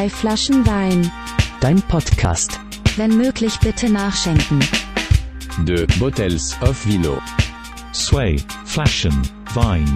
2 Flaschen Wein. Dein Podcast. Wenn möglich bitte nachschenken. Deux bottles of vino. Zwei Flaschen Wein.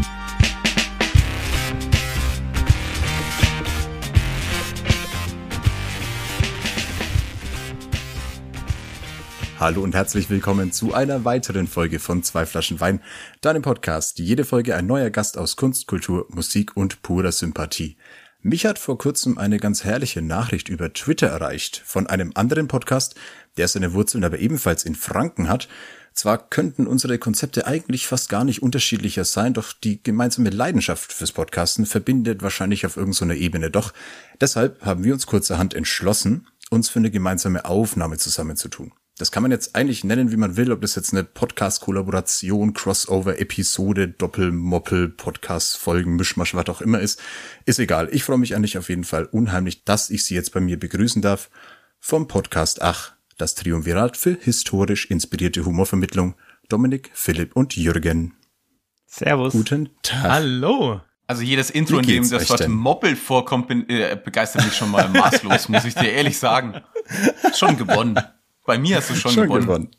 Hallo und herzlich willkommen zu einer weiteren Folge von 2 Flaschen Wein, deinem Podcast. Jede Folge ein neuer Gast aus Kunst, Kultur, Musik und purer Sympathie. Mich hat vor kurzem eine ganz herrliche Nachricht über Twitter erreicht von einem anderen Podcast, der seine Wurzeln aber ebenfalls in Franken hat. Zwar könnten unsere Konzepte eigentlich fast gar nicht unterschiedlicher sein, doch die gemeinsame Leidenschaft fürs Podcasten verbindet wahrscheinlich auf irgendeiner Ebene doch. Deshalb haben wir uns kurzerhand entschlossen, uns für eine gemeinsame Aufnahme zusammenzutun. Das kann man jetzt eigentlich nennen, wie man will, ob das jetzt eine Podcast-Kollaboration, Crossover, Episode, Doppelmoppel, Podcast-Folgen, Mischmasch, was auch immer ist egal. Ich freue mich eigentlich auf jeden Fall unheimlich, dass ich Sie jetzt bei mir begrüßen darf. Vom Podcast Ach, das Triumvirat für historisch inspirierte Humorvermittlung, Dominik, Philipp und Jürgen. Servus. Guten Tag. Hallo. Also jedes Intro, in dem das Wort Moppel vorkommt, begeistert mich schon mal maßlos, muss ich dir ehrlich sagen. Schon gewonnen. Bei mir hast du schon gewonnen.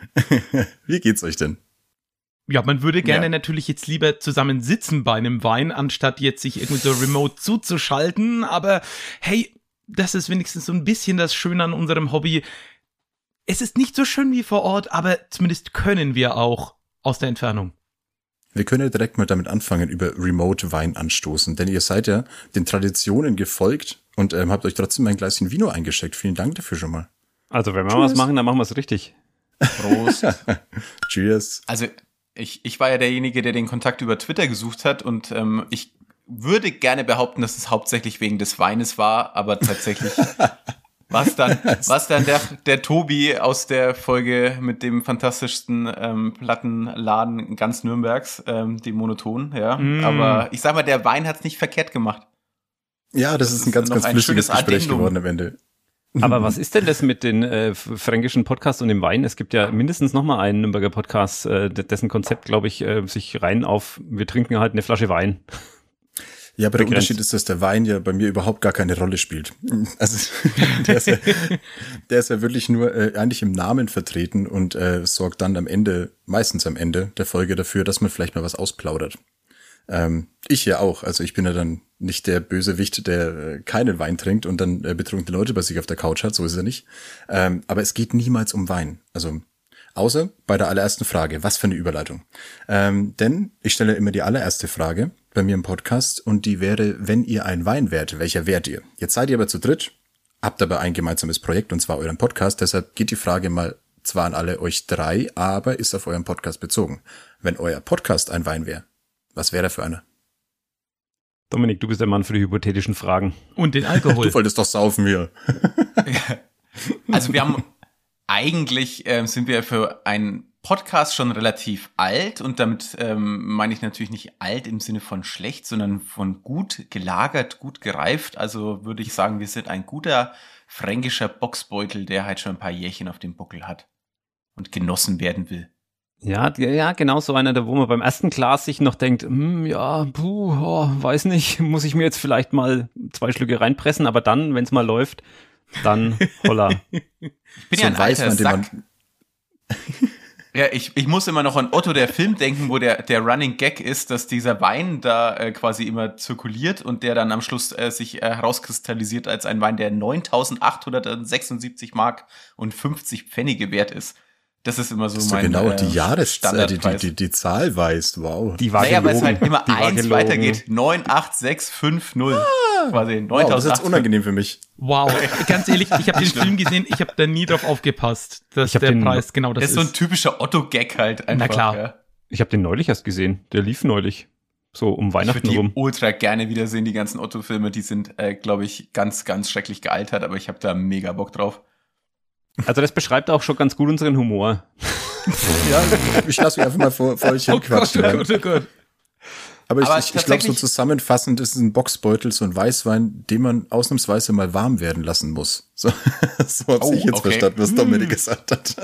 Wie geht's euch denn? Ja, man würde gerne natürlich jetzt lieber zusammen sitzen bei einem Wein, anstatt jetzt sich irgendwie so remote zuzuschalten. Aber hey, das ist wenigstens so ein bisschen das Schöne an unserem Hobby. Es ist nicht so schön wie vor Ort, aber zumindest können wir auch aus der Entfernung. Wir können ja direkt mal damit anfangen, über Remote-Wein anstoßen, denn ihr seid ja den Traditionen gefolgt und habt euch trotzdem ein Gläschen Vino eingeschenkt. Vielen Dank dafür schon mal. Also wenn wir was machen, dann machen wir es richtig. Prost. Cheers. Also ich war ja derjenige, der den Kontakt über Twitter gesucht hat und ich würde gerne behaupten, dass es hauptsächlich wegen des Weines war, aber tatsächlich was dann der Tobi aus der Folge mit dem fantastischsten Plattenladen ganz Nürnbergs, dem Monoton, ja. Aber ich sag mal, der Wein hat's nicht verkehrt gemacht. Ja, das ist ein ganz flüssiges Gespräch geworden am Ende. Aber was ist denn das mit den fränkischen Podcasts und dem Wein? Es gibt ja mindestens noch mal einen Nürnberger Podcast, dessen Konzept, glaube ich, sich rein auf, wir trinken halt eine Flasche Wein. Ja, aber der Unterschied ist, dass der Wein ja bei mir überhaupt gar keine Rolle spielt. Also der ist ja wirklich nur eigentlich im Namen vertreten und sorgt dann meistens am Ende der Folge dafür, dass man vielleicht mal was ausplaudert. Ich ja auch. Also ich bin ja dann nicht der Bösewicht, der keinen Wein trinkt und dann betrunkene Leute bei sich auf der Couch hat. So ist er nicht. Aber es geht niemals um Wein. Also außer bei der allerersten Frage. Was für eine Überleitung. Denn ich stelle immer die allererste Frage bei mir im Podcast und die wäre, wenn ihr ein Wein wärt, welcher wärt ihr? Jetzt seid ihr aber zu dritt, habt aber ein gemeinsames Projekt und zwar euren Podcast. Deshalb geht die Frage mal zwar an alle euch drei, aber ist auf euren Podcast bezogen. Wenn euer Podcast ein Wein wäre, was wäre der für einer? Dominik, du bist der Mann für die hypothetischen Fragen. Und den Alkohol. Du wolltest doch saufen hier. Also wir haben eigentlich sind wir für einen Podcast schon relativ alt und damit meine ich natürlich nicht alt im Sinne von schlecht, sondern von gut gelagert, gut gereift. Also würde ich sagen, wir sind ein guter fränkischer Boxbeutel, der halt schon ein paar Jährchen auf dem Buckel hat und genossen werden will. Ja, genau so einer, wo man beim ersten Glas sich noch denkt, weiß nicht, muss ich mir jetzt vielleicht mal 2 Schlücke reinpressen, aber dann, wenn es mal läuft, dann holla. Ich bin ja ein alter Sack. Ja, ich muss immer noch an Otto, der Film, denken, wo der Running Gag ist, dass dieser Wein da quasi immer zirkuliert und der dann am Schluss sich herauskristallisiert als ein Wein, der 9.876 Mark und 50 Pfennige wert ist. Das ist immer so dass mein genau die Standardpreis. Die Zahl weißt, wow. Die war gelogen. Weil es halt immer die 1 weitergeht. 98650. Quasi 9.800. Wow, das ist jetzt unangenehm für mich. Wow, ganz ehrlich, ich habe den Film gesehen, ich habe da nie drauf aufgepasst, dass der Preis genau das ist. Das ist so ein typischer Otto-Gag halt einfach. Na klar. Ja. Ich habe den neulich erst gesehen. Der lief neulich. So um Weihnachten Ich würde rum. die ultra gerne wiedersehen, die ganzen Otto-Filme. Die sind, glaube ich, ganz, ganz schrecklich gealtert, aber ich habe da mega Bock drauf. Also das beschreibt auch schon ganz gut unseren Humor. Ja, ich lasse mich einfach mal vor euch hinquatschen. Oh Gott. Aber ich glaube, so zusammenfassend ist ein Boxbeutel so ein Weißwein, den man ausnahmsweise mal warm werden lassen muss. So habe ich jetzt verstanden, was Dominik gesagt hat.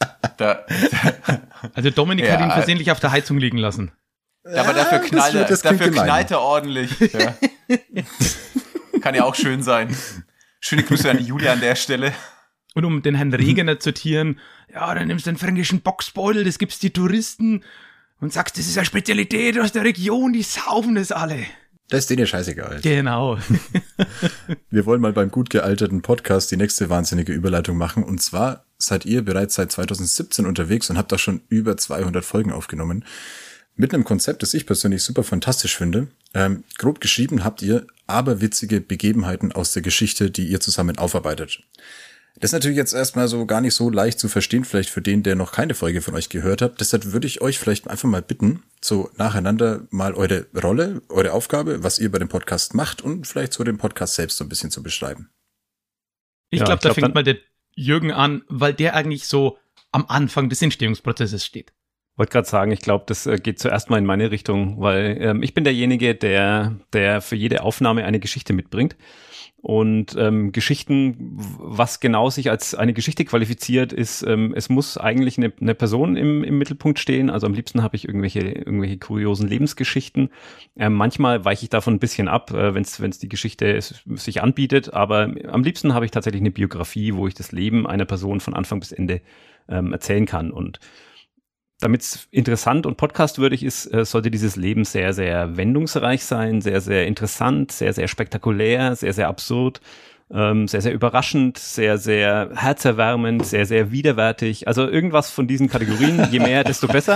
Also Dominik hat ihn versehentlich auf der Heizung liegen lassen. Ja, aber dafür knallt er ordentlich. Ja. Kann ja auch schön sein. Schöne Grüße an die Julia an der Stelle. Und um den Herrn Regener zu zitieren, ja, dann nimmst du den fränkischen Boxbeutel, das gibt's die Touristen und sagst, das ist eine Spezialität aus der Region, die saufen das alle. Das ist denen scheißegal. Genau. Wir wollen mal beim gut gealterten Podcast die nächste wahnsinnige Überleitung machen. Und zwar seid ihr bereits seit 2017 unterwegs und habt da schon über 200 Folgen aufgenommen. Mit einem Konzept, das ich persönlich super fantastisch finde. Grob geschrieben habt ihr aberwitzige Begebenheiten aus der Geschichte, die ihr zusammen aufarbeitet. Das ist natürlich jetzt erstmal so gar nicht so leicht zu verstehen, vielleicht für den, der noch keine Folge von euch gehört hat. Deshalb würde ich euch vielleicht einfach mal bitten, so nacheinander mal eure Rolle, eure Aufgabe, was ihr bei dem Podcast macht und vielleicht so den Podcast selbst so ein bisschen zu beschreiben. Ich glaube, da fängt mal der Jürgen an, weil der eigentlich so am Anfang des Entstehungsprozesses steht. Wollte gerade sagen, ich glaube, das geht zuerst mal in meine Richtung, weil ich bin derjenige, der für jede Aufnahme eine Geschichte mitbringt. Und Geschichten, was genau sich als eine Geschichte qualifiziert, ist, es muss eigentlich eine Person im Mittelpunkt stehen. Also am liebsten habe ich irgendwelche kuriosen Lebensgeschichten. Manchmal weiche ich davon ein bisschen ab, wenn es die Geschichte sich anbietet. Aber am liebsten habe ich tatsächlich eine Biografie, wo ich das Leben einer Person von Anfang bis Ende erzählen kann. Und damit es interessant und podcastwürdig ist, sollte dieses Leben sehr, sehr wendungsreich sein, sehr, sehr interessant, sehr, sehr spektakulär, sehr, sehr absurd, sehr, sehr überraschend, sehr, sehr herzerwärmend, sehr, sehr widerwärtig. Also irgendwas von diesen Kategorien, je mehr, desto besser.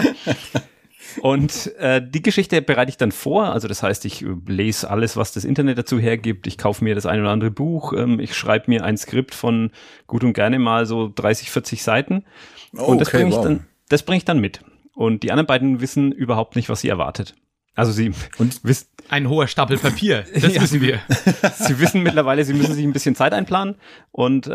Und die Geschichte bereite ich dann vor. Also das heißt, ich lese alles, was das Internet dazu hergibt. Ich kaufe mir das ein oder andere Buch. Ich schreibe mir ein Skript von gut und gerne mal so 30, 40 Seiten. Und das bringe ich dann. Das bringe ich dann mit. Und die anderen beiden wissen überhaupt nicht, was sie erwartet. Also sie wissen... Ein hoher Stapel Papier, das wissen wir. Sie wissen mittlerweile, sie müssen sich ein bisschen Zeit einplanen. Und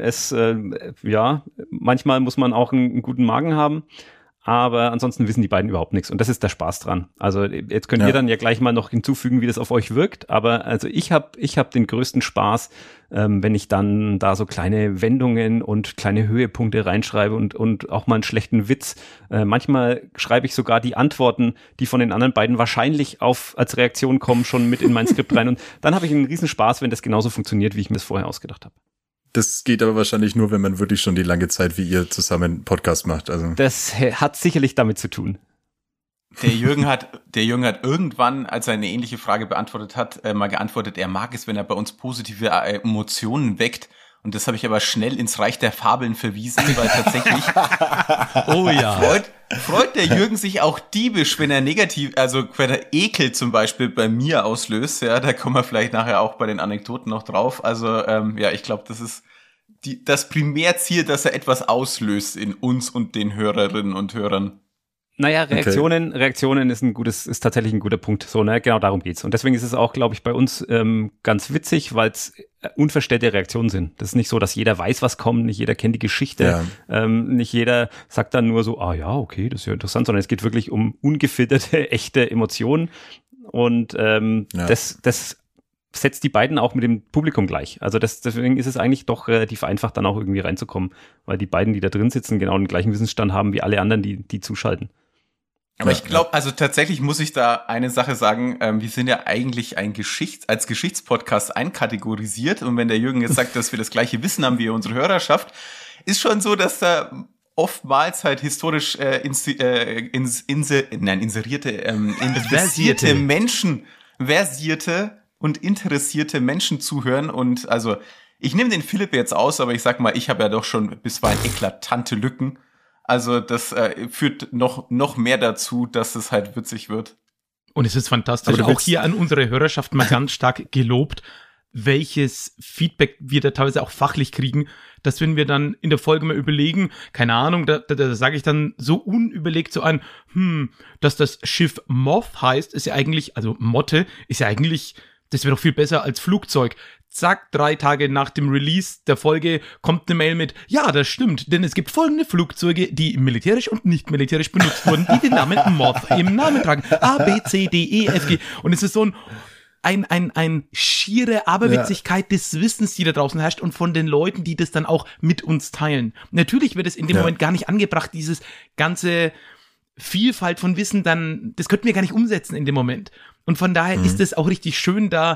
manchmal muss man auch einen guten Magen haben. Aber ansonsten wissen die beiden überhaupt nichts. Und das ist der Spaß dran. Also jetzt könnt ihr dann ja gleich mal noch hinzufügen, wie das auf euch wirkt. Aber also ich hab den größten Spaß, wenn ich dann da so kleine Wendungen und kleine Höhepunkte reinschreibe und auch mal einen schlechten Witz. Manchmal schreibe ich sogar die Antworten, die von den anderen beiden wahrscheinlich als Reaktion kommen, schon mit in mein Skript rein. Und dann habe ich einen riesen Spaß, wenn das genauso funktioniert, wie ich mir das vorher ausgedacht habe. Das geht aber wahrscheinlich nur, wenn man wirklich schon die lange Zeit wie ihr zusammen Podcast macht. Also das hat sicherlich damit zu tun. Der Jürgen hat irgendwann, als er eine ähnliche Frage beantwortet hat, mal geantwortet, er mag es, wenn er bei uns positive Emotionen weckt. Und das habe ich aber schnell ins Reich der Fabeln verwiesen, weil tatsächlich oh ja. freut der Jürgen sich auch diebisch, wenn er wenn er Ekel zum Beispiel bei mir auslöst. Ja, da kommen wir vielleicht nachher auch bei den Anekdoten noch drauf. Also ich glaube, das ist das Primärziel, dass er etwas auslöst in uns und den Hörerinnen und Hörern. Naja, Reaktionen ist tatsächlich ein guter Punkt. So, ne, genau darum geht's. Und deswegen ist es auch, glaube ich, bei uns ganz witzig, weil es unverstellte Reaktionen sind. Das ist nicht so, dass jeder weiß, was kommt, nicht jeder kennt die Geschichte, nicht jeder sagt dann nur so, ja, okay, das ist ja interessant, sondern es geht wirklich um ungefilterte, echte Emotionen. Und das setzt die beiden auch mit dem Publikum gleich. Also deswegen ist es eigentlich doch relativ einfach, dann auch irgendwie reinzukommen, weil die beiden, die da drin sitzen, genau den gleichen Wissensstand haben wie alle anderen, die zuschalten. Aber ich glaube, also tatsächlich muss ich da eine Sache sagen, wir sind ja eigentlich als Geschichtspodcast einkategorisiert, und wenn der Jürgen jetzt sagt, dass wir das gleiche Wissen haben wie unsere Hörerschaft, ist schon so, dass da oftmals halt historisch versierte und interessierte Menschen zuhören. Und also ich nehme den Philipp jetzt aus, aber ich sag mal, ich habe ja doch schon bisweilen eklatante Lücken. Also das führt noch mehr dazu, dass es halt witzig wird. Und es ist fantastisch, auch hier an unsere Hörerschaft mal ganz stark gelobt, welches Feedback wir da teilweise auch fachlich kriegen, dass wenn wir dann in der Folge mal überlegen, keine Ahnung, da sage ich dann so unüberlegt so ein, dass das Schiff Moth heißt, ist ja eigentlich, also Motte, ist ja eigentlich, das wäre doch viel besser als Flugzeug. Zack, 3 Tage nach dem Release der Folge kommt eine Mail mit, ja, das stimmt, denn es gibt folgende Flugzeuge, die militärisch und nicht militärisch benutzt wurden, die den Namen Moth im Namen tragen. A, B, C, D, E, F, G. Und es ist so ein schiere Aberwitzigkeit des Wissens, die da draußen herrscht, und von den Leuten, die das dann auch mit uns teilen. Natürlich wird es in dem Moment gar nicht angebracht, dieses ganze Vielfalt von Wissen dann, das könnten wir gar nicht umsetzen in dem Moment. Und von daher ist es auch richtig schön, da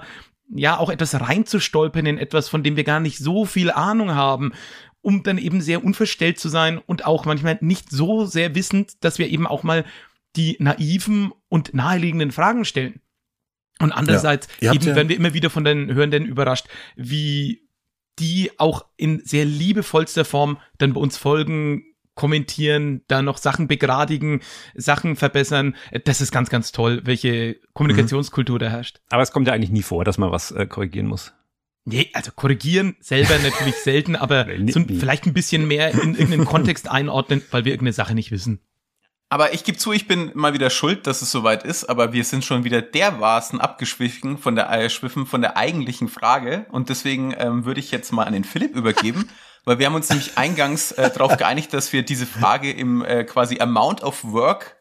ja, auch etwas reinzustolpern in etwas, von dem wir gar nicht so viel Ahnung haben, um dann eben sehr unverstellt zu sein und auch manchmal nicht so sehr wissend, dass wir eben auch mal die naiven und naheliegenden Fragen stellen. Und andererseits werden wir immer wieder von den Hörenden überrascht, wie die auch in sehr liebevollster Form dann bei uns folgen, kommentieren, da noch Sachen begradigen, Sachen verbessern. Das ist ganz, ganz toll, welche Kommunikationskultur da herrscht. Aber es kommt ja eigentlich nie vor, dass man was korrigieren muss. Nee, also korrigieren selber natürlich selten, aber vielleicht ein bisschen mehr in irgendeinen Kontext einordnen, weil wir irgendeine Sache nicht wissen. Aber ich gebe zu, ich bin mal wieder schuld, dass es soweit ist, aber wir sind schon wieder dermaßen abgeschwiffen von der eigentlichen Frage und deswegen würde ich jetzt mal an den Philipp übergeben, weil wir haben uns nämlich eingangs darauf geeinigt, dass wir diese Frage im quasi Amount of Work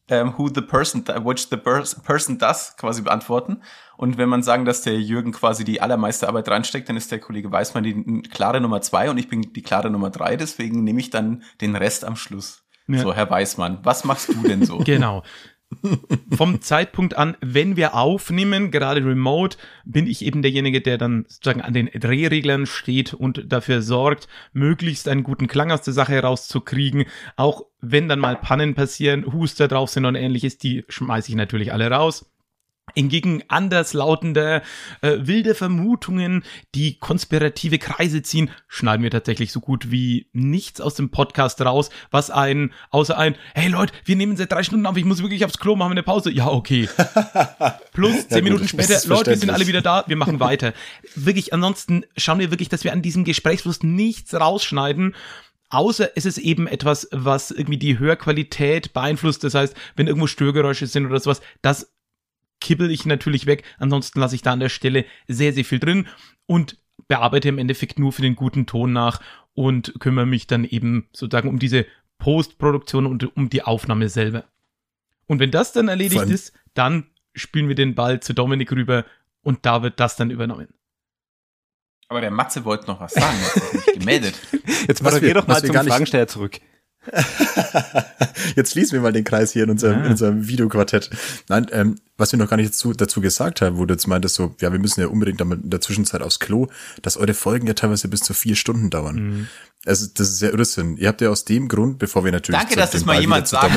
which the person does quasi beantworten. Und wenn man sagen, dass der Jürgen quasi die allermeiste Arbeit reinsteckt, dann ist der Kollege Weißmann die klare Nummer 2 und ich bin die klare Nummer 3, deswegen nehme ich dann den Rest am Schluss. Ja. So, Herr Weißmann, was machst du denn so? Genau. Vom Zeitpunkt an, wenn wir aufnehmen, gerade remote, bin ich eben derjenige, der dann sozusagen an den Drehreglern steht und dafür sorgt, möglichst einen guten Klang aus der Sache herauszukriegen. Auch wenn dann mal Pannen passieren, Huster drauf sind und ähnliches, die schmeiße ich natürlich alle raus. Hingegen anderslautende, wilde Vermutungen, die konspirative Kreise ziehen, schneiden wir tatsächlich so gut wie nichts aus dem Podcast raus, was außer hey Leute, wir nehmen seit 3 Stunden auf, ich muss wirklich aufs Klo, machen wir eine Pause. Ja, okay. Plus 10 Minuten später, Leute, wir sind alle wieder da, wir machen weiter. Wirklich, ansonsten schauen wir wirklich, dass wir an diesem Gesprächsfluss nichts rausschneiden, außer es ist eben etwas, was irgendwie die Hörqualität beeinflusst. Das heißt, wenn irgendwo Störgeräusche sind oder sowas, das kibbel ich natürlich weg, ansonsten lasse ich da an der Stelle sehr, sehr viel drin und bearbeite im Endeffekt nur für den guten Ton nach und kümmere mich dann eben sozusagen um diese Postproduktion und um die Aufnahme selber. Und wenn das dann erledigt ist, dann spielen wir den Ball zu Dominik rüber und da wird das dann übernommen. Aber der Matze wollte noch was sagen, er hat sich nicht gemeldet. Jetzt moderier doch mal zum Fragensteller zurück. Jetzt schließen wir mal den Kreis hier in unserem Videoquartett. Nein, was wir noch gar nicht dazu gesagt haben, wo du jetzt meintest, so, ja, wir müssen ja unbedingt in der Zwischenzeit aufs Klo, dass eure Folgen ja teilweise bis zu 4 Stunden dauern. Mhm. Also, das ist ja Irrsinn. Ihr habt ja aus dem Grund, bevor wir natürlich Danke, dass das mal jemand sagt.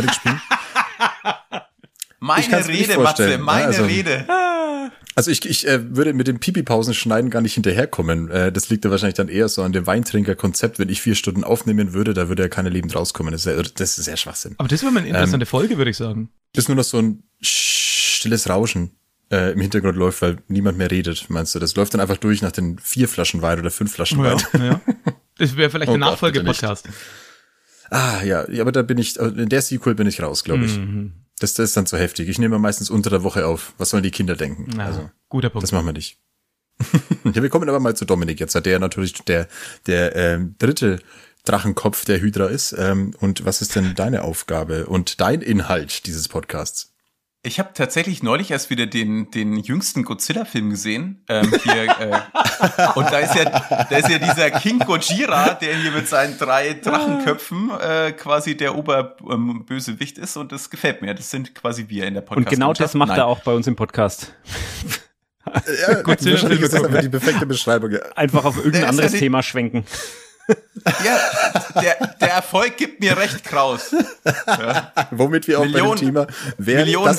Meine Rede, Matze, meine Rede. Also ich würde mit den Pipi-Pausen schneiden gar nicht hinterherkommen. Das liegt ja wahrscheinlich dann eher so an dem Weintrinker-Konzept. Wenn ich 4 Stunden aufnehmen würde, da würde ja keine lebend rauskommen. Das ist sehr Schwachsinn. Aber das wäre mal eine interessante Folge, würde ich sagen. Bis nur noch so ein stilles Rauschen im Hintergrund läuft, weil niemand mehr redet, meinst du? Das läuft dann einfach durch nach den 4 Flaschen Wein oder 5 Flaschen Wein. Ja. Das wäre vielleicht der Nachfolge-Podcast. Ja, aber da bin ich, in der Sequel bin ich raus, glaube ich. Mhm. Das ist dann zu heftig. Ich nehme meistens unter der Woche auf. Was sollen die Kinder denken? Na, also, guter Punkt. Das machen wir nicht. Ja, wir kommen aber mal zu Dominik jetzt, der natürlich der dritte Drachenkopf der Hydra ist. Und was ist denn deine Aufgabe und dein Inhalt dieses Podcasts? Ich habe tatsächlich neulich erst wieder den jüngsten Godzilla-Film gesehen. Und da ist ja dieser King Gojira, der hier mit seinen 3 Drachenköpfen quasi der Oberbösewicht ist. Und das gefällt mir. Das sind quasi wir in der Podcast. Und genau das macht er auch bei uns im Podcast. Ja, Godzilla-Film ist aber die perfekte Beschreibung. Einfach auf irgendein anderes Thema schwenken. Ja, der Erfolg gibt mir recht, Kraus. Ja. Womit wir auch bei dem Thema Millionen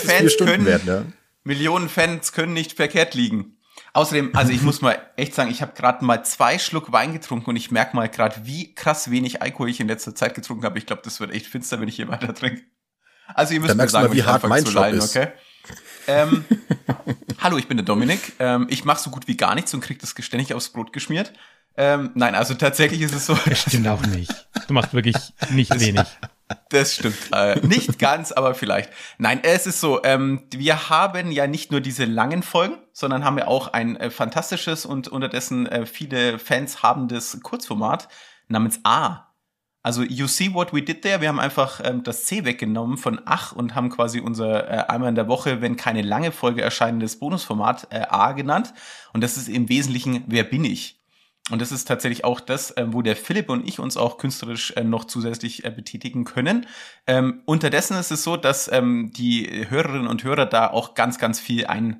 Fans können nicht verkehrt liegen. Außerdem, also ich muss mal echt sagen, ich habe gerade mal 2 Schluck Wein getrunken und ich merke mal gerade, wie krass wenig Alkohol ich in letzter Zeit getrunken habe. Ich glaube, das wird echt finster, wenn ich hier weiter trinke. Also ihr müsst mir sagen, wie hart mein Job ist. Okay? Hallo, ich bin der Dominik. Ich mache so gut wie gar nichts und krieg das ständig aufs Brot geschmiert. Nein, also tatsächlich ist es so. Das stimmt auch nicht. Du machst wirklich nicht wenig. Das stimmt. Nicht ganz, aber vielleicht. Nein, es ist so, wir haben ja nicht nur diese langen Folgen, sondern haben ja auch ein fantastisches und unterdessen viele Fans habendes Kurzformat namens A. Also You See What We Did There. Wir haben einfach das C weggenommen von Ach und haben quasi unser einmal in der Woche, wenn keine lange Folge erscheinendes Bonusformat A genannt. Und das ist im Wesentlichen Wer bin ich? Und das ist tatsächlich auch das, wo der Philipp und ich uns auch künstlerisch noch zusätzlich betätigen können. Unterdessen ist es so, dass die Hörerinnen und Hörer da auch ganz, ganz viel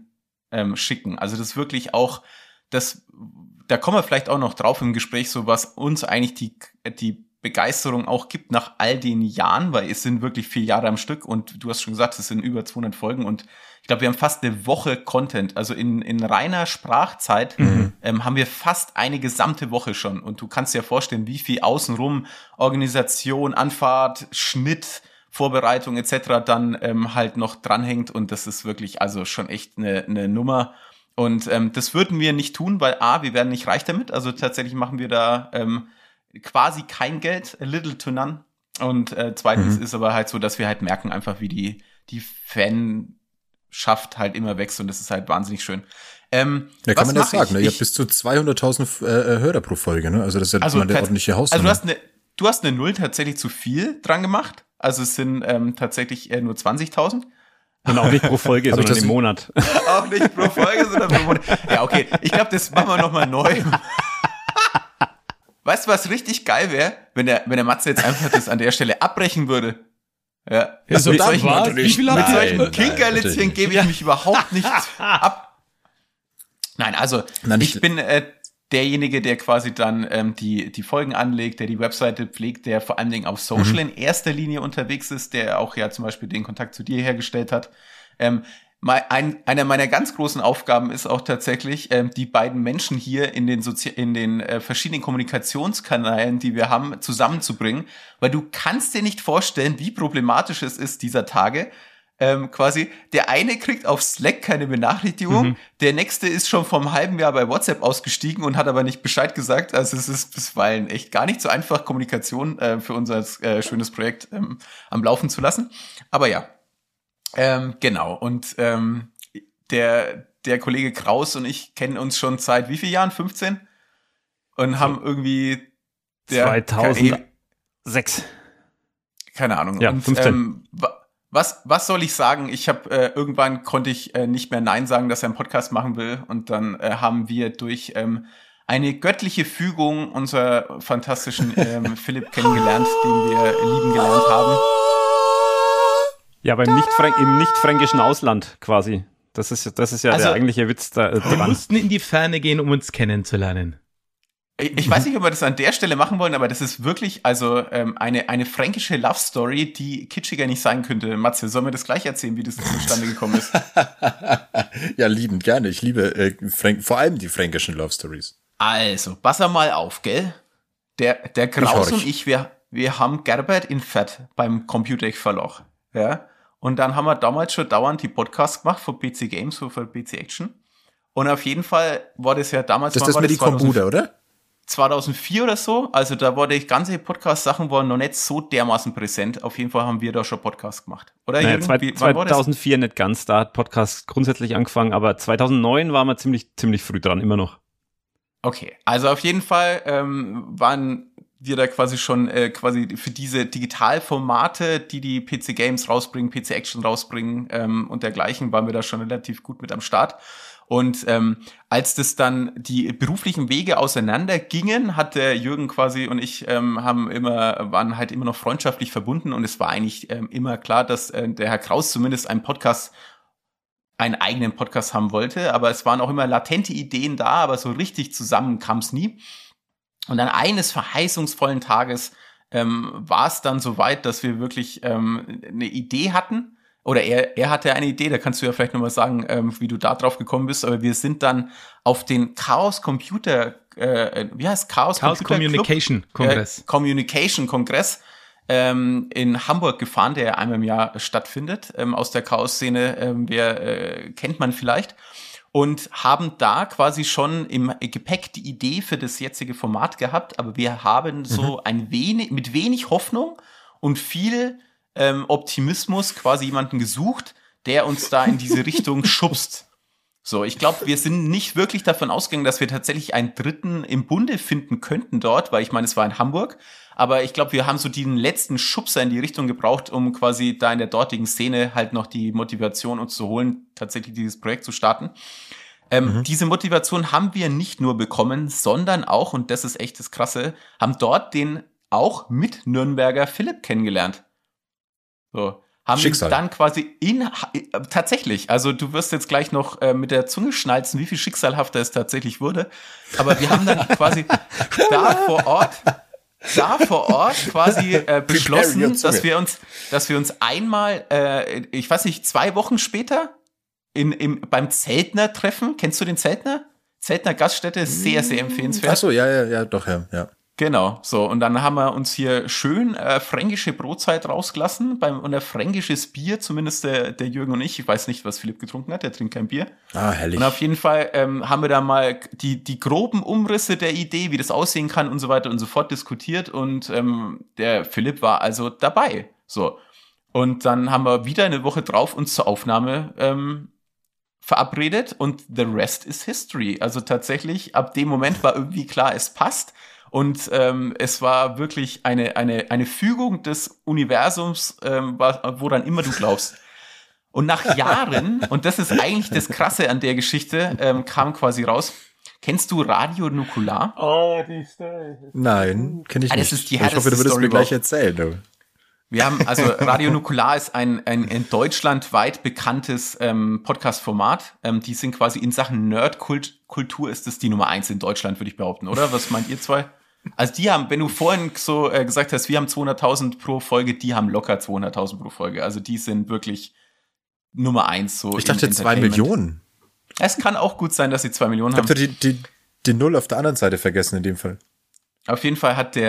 schicken. Also das ist wirklich auch, da kommen wir vielleicht auch noch drauf im Gespräch, so was uns eigentlich die Begeisterung auch gibt nach all den Jahren, weil es sind wirklich 4 Jahre am Stück und du hast schon gesagt, es sind über 200 Folgen und ich glaube, wir haben fast eine Woche Content, also in reiner Sprachzeit haben wir fast eine gesamte Woche schon und du kannst dir vorstellen, wie viel außenrum Organisation, Anfahrt, Schnitt, Vorbereitung etc. dann halt noch dranhängt und das ist wirklich also schon echt eine Nummer und das würden wir nicht tun, weil wir werden nicht reich damit, also tatsächlich machen wir da quasi kein Geld, a little to none. Und zweitens ist aber halt so, dass wir halt merken einfach, wie die Fanschaft halt immer wächst und das ist halt wahnsinnig schön. Ja, kann man das sagen, ne? Ihr habt bis zu 200.000 Hörer pro Folge, ne? Also das ist ja mal eine ordentliche Hausnummer. Also du hast eine Null tatsächlich zu viel dran gemacht. Also es sind tatsächlich nur 20.000. Und auch nicht pro Folge, sondern im Monat. Auch nicht pro Folge, sondern pro Monat. Ja, okay. Ich glaube, das machen wir nochmal neu. Weißt du, was richtig geil wäre, wenn der Matze jetzt einfach das an der Stelle abbrechen würde? Ja. Also mit solchen Kinkerlitzchen gebe ich mich überhaupt nicht ab. Nein, also ich bin derjenige, der quasi dann die Folgen anlegt, der die Webseite pflegt, der vor allen Dingen auf Social in erster Linie unterwegs ist, der auch ja zum Beispiel den Kontakt zu dir hergestellt hat. Einer meiner ganz großen Aufgaben ist auch tatsächlich, die beiden Menschen hier in den verschiedenen Kommunikationskanälen, die wir haben, zusammenzubringen, weil du kannst dir nicht vorstellen, wie problematisch es ist dieser Tage. Quasi, der eine kriegt auf Slack keine Benachrichtigung, der nächste ist schon vor einem halben Jahr bei WhatsApp ausgestiegen und hat aber nicht Bescheid gesagt. Also es ist bisweilen echt gar nicht so einfach, Kommunikation für unser schönes Projekt am Laufen zu lassen. Aber ja. Genau, und der Kollege Kraus und ich kennen uns schon seit wie vielen Jahren? 15? Und haben irgendwie 2006. Keine Ahnung. Ja, und 15. was soll ich sagen? Ich habe irgendwann konnte ich nicht mehr Nein sagen, dass er einen Podcast machen will. Und dann haben wir durch eine göttliche Fügung unser fantastischen Philipp kennengelernt, den wir lieben gelernt haben. Ja, aber im nicht-fränkischen Ausland quasi. Das ist ja der eigentliche Witz da Wir dran. mussten in die Ferne gehen, um uns kennenzulernen. Ich weiß nicht, ob wir das an der Stelle machen wollen, aber das ist wirklich also eine fränkische Love Story, die kitschiger nicht sein könnte. Matze, sollen wir das gleich erzählen, wie das zustande gekommen ist? Ja, liebend gerne. Ich liebe vor allem die fränkischen Love Stories. Also, pass mal auf, gell? Der Kraus und ich, wir haben Gerbert in Fett beim Computex Verlag. Ja? Und dann haben wir damals schon dauernd die Podcasts gemacht von PC Games, so für PC Action. Und auf jeden Fall war das ja damals... Das ist das mit die Computer, oder? 2004 oder so, also da war die ganze Podcast-Sachen waren noch nicht so dermaßen präsent. Auf jeden Fall haben wir da schon Podcasts gemacht. Oder naja, 2004 nicht ganz, da hat Podcast grundsätzlich angefangen, aber 2009 waren wir ziemlich früh dran, immer noch. Okay, also auf jeden Fall waren wir da quasi schon quasi für diese Digitalformate, die PC Games rausbringen, PC Action rausbringen und dergleichen, waren wir da schon relativ gut mit am Start. Und als das dann die beruflichen Wege auseinander gingen, hat der Jürgen quasi und ich waren halt immer noch freundschaftlich verbunden und es war eigentlich immer klar, dass der Herr Kraus zumindest einen eigenen Podcast haben wollte, aber es waren auch immer latente Ideen da, aber so richtig zusammen kam es nie. Und dann eines verheißungsvollen Tages war es dann soweit, dass wir wirklich eine Idee hatten. Oder er hatte eine Idee, da kannst du ja vielleicht nochmal sagen, wie du da drauf gekommen bist. Aber wir sind dann auf den Chaos Computer, Chaos Communication Kongress. Communication Kongress in Hamburg gefahren, der einmal im Jahr stattfindet. Aus der Chaos-Szene, kennt man vielleicht. Und haben da quasi schon im Gepäck die Idee für das jetzige Format gehabt. Aber wir haben so mit wenig Hoffnung und viel Optimismus quasi jemanden gesucht, der uns da in diese Richtung schubst. So, ich glaube, wir sind nicht wirklich davon ausgegangen, dass wir tatsächlich einen Dritten im Bunde finden könnten dort, weil ich meine, es war in Hamburg, aber ich glaube, wir haben so den letzten Schubser in die Richtung gebraucht, um quasi da in der dortigen Szene halt noch die Motivation uns zu holen, tatsächlich dieses Projekt zu starten. Diese Motivation haben wir nicht nur bekommen, sondern auch, und das ist echt das Krasse, haben dort den auch mit Nürnberger Philipp kennengelernt. So, haben wir dann quasi tatsächlich, also du wirst jetzt gleich noch mit der Zunge schnalzen, wie viel schicksalhafter es tatsächlich wurde, aber wir haben dann quasi da vor Ort quasi beschlossen, dass wir uns einmal, ich weiß nicht, 2 Wochen später beim Zeltner treffen. Kennst du den Zeltner? Zeltner Gaststätte, sehr, sehr empfehlenswert. Ach so, ja, doch, ja. Genau, so. Und dann haben wir uns hier schön fränkische Brotzeit rausgelassen und ein fränkisches Bier, zumindest der Jürgen und ich weiß nicht, was Philipp getrunken hat, der trinkt kein Bier. Ah, herrlich. Und auf jeden Fall haben wir da mal die groben Umrisse der Idee, wie das aussehen kann und so weiter und so fort diskutiert und der Philipp war also dabei. So. Und dann haben wir wieder eine Woche drauf uns zur Aufnahme verabredet und the rest is history. Also tatsächlich, ab dem Moment war irgendwie klar, es passt. Und es war wirklich eine Fügung des Universums, woran immer du glaubst. Und nach Jahren, und das ist eigentlich das Krasse an der Geschichte, kam quasi raus, kennst du Radio Nukular? Oh, die Story. Nein, kenne ich nicht. Das ist die ich hoffe, du würdest mir gleich erzählen. Du. Wir haben, also Radio Nukular ist ein deutschlandweit bekanntes Podcast-Format. Die sind quasi in Sachen Nerd-Kultur ist das die Nummer 1 in Deutschland, würde ich behaupten, oder? Was meint ihr zwei? Also die haben, wenn du vorhin so gesagt hast, wir haben 200.000 pro Folge, die haben locker 200.000 pro Folge. Also die sind wirklich Nummer 1. So ich dachte 2 Millionen. Es kann auch gut sein, dass sie 2 Millionen haben. Ich habe die Null auf der anderen Seite vergessen in dem Fall. Auf jeden Fall hat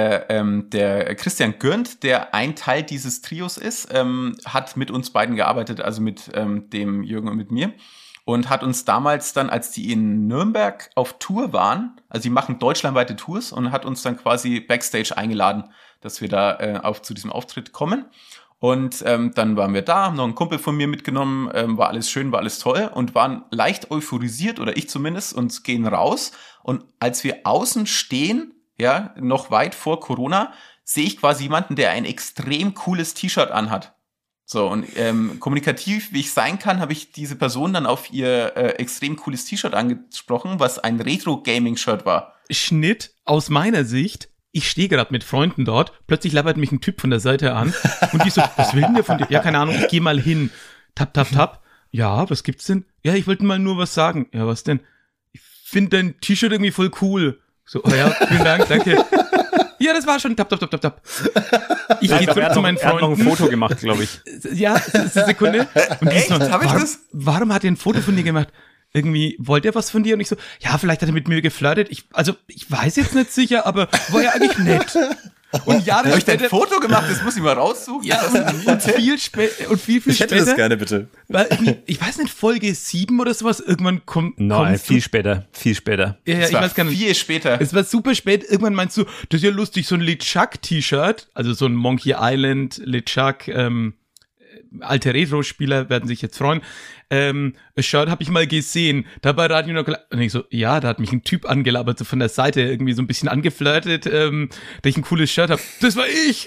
der Christian Gürnt, der ein Teil dieses Trios ist, hat mit uns beiden gearbeitet, also mit dem Jürgen und mit mir. Und hat uns damals dann, als die in Nürnberg auf Tour waren, also die machen deutschlandweite Tours und hat uns dann quasi Backstage eingeladen, dass wir da zu diesem Auftritt kommen. Und dann waren wir da, haben noch einen Kumpel von mir mitgenommen, war alles schön, war alles toll und waren leicht euphorisiert, oder ich zumindest, und gehen raus. Und als wir außen stehen, ja, noch weit vor Corona, sehe ich quasi jemanden, der ein extrem cooles T-Shirt anhat. So, und kommunikativ, wie ich sein kann, habe ich diese Person dann auf ihr extrem cooles T-Shirt angesprochen, was ein Retro-Gaming-Shirt war. Schnitt aus meiner Sicht, ich stehe gerade mit Freunden dort, plötzlich labert mich ein Typ von der Seite an und ich so, was will denn der von dir? Ja, keine Ahnung, ich gehe mal hin. Tap, tap, tap. Ja, was gibt's denn? Ja, ich wollte mal nur was sagen. Ja, was denn? Ich finde dein T-Shirt irgendwie voll cool. So, oh ja, vielen Dank, danke. Ja, das war schon. Tap, tap, tap, tap, tap. Ich gehe zurück zu meinen Freunden. Er hat noch ein Foto gemacht, glaube ich. Ja, das ist eine Sekunde. Und echt? Hab ich das? Warum hat er ein Foto von dir gemacht? Irgendwie, wollte er was von dir? Und ich so, ja, vielleicht hat er mit mir geflirtet. Ich weiß jetzt nicht sicher, aber war ja eigentlich nett. Und Jahre habe ich dein Foto gemacht? Das muss ich mal raussuchen. Ja, und viel später. Ich hätte das gerne, bitte. Weil ich weiß nicht, Folge 7 oder sowas, irgendwann kommt. Nein, viel später. Ja, ich weiß gar nicht. Viel später. Es war super spät. Irgendwann meinst du, das ist ja lustig, so ein LeChuck-T-Shirt, also so ein Monkey Island, LeChuck, alte Retro-Spieler werden sich jetzt freuen. Shirt habe ich mal gesehen, da bei Radio Nukular. Und ich so, ja, da hat mich ein Typ angelabert, so von der Seite irgendwie so ein bisschen angeflirtet, dass ich ein cooles Shirt habe. Das war ich!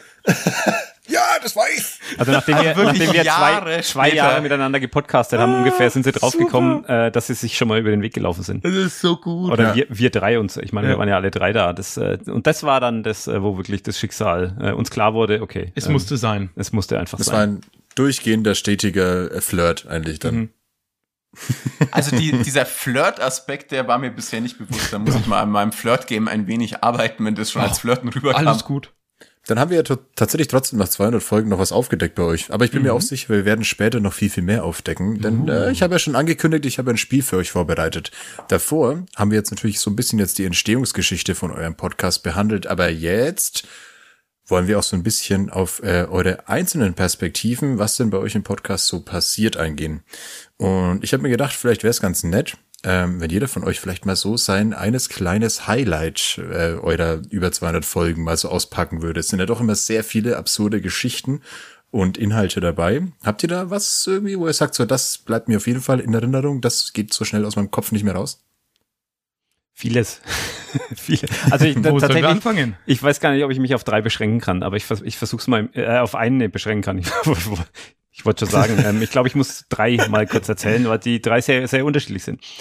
Ja, das war ich! Also nachdem wir zwei Jahre miteinander gepodcastet haben, ungefähr sind sie draufgekommen, dass sie sich schon mal über den Weg gelaufen sind. Das ist so gut. Oder wir drei uns. Ich meine, wir waren ja alle drei da. Und das war dann das, wo wirklich das Schicksal uns klar wurde, okay. Es musste sein. Es musste einfach sein. Das war ein durchgehender, stetiger Flirt eigentlich dann. Mhm. Also dieser Flirt-Aspekt, der war mir bisher nicht bewusst. Da muss ich mal an meinem Flirt-Game ein wenig arbeiten, wenn das schon als Flirten rüberkam. Alles gut. Dann haben wir ja tatsächlich trotzdem nach 200 Folgen noch was aufgedeckt bei euch. Aber ich bin mir auch sicher, wir werden später noch viel, viel mehr aufdecken. Denn ich habe ja schon angekündigt, ich habe ein Spiel für euch vorbereitet. Davor haben wir jetzt natürlich so ein bisschen jetzt die Entstehungsgeschichte von eurem Podcast behandelt. Aber jetzt wollen wir auch so ein bisschen auf eure einzelnen Perspektiven, was denn bei euch im Podcast so passiert, eingehen. Und ich habe mir gedacht, vielleicht wäre es ganz nett, wenn jeder von euch vielleicht mal so sein eines kleines Highlight eurer über 200 Folgen mal so auspacken würde. Es sind ja doch immer sehr viele absurde Geschichten und Inhalte dabei. Habt ihr da was irgendwie, wo ihr sagt, so das bleibt mir auf jeden Fall in Erinnerung, das geht so schnell aus meinem Kopf nicht mehr raus? Vieles. Also wo sollen wir anfangen? Ich weiß gar nicht, ob ich mich auf 3 beschränken kann, aber ich versuch's mal auf einen beschränken kann. Ich wollte schon sagen, ich glaube, ich muss 3 mal kurz erzählen, weil die 3 sehr, sehr unterschiedlich sind.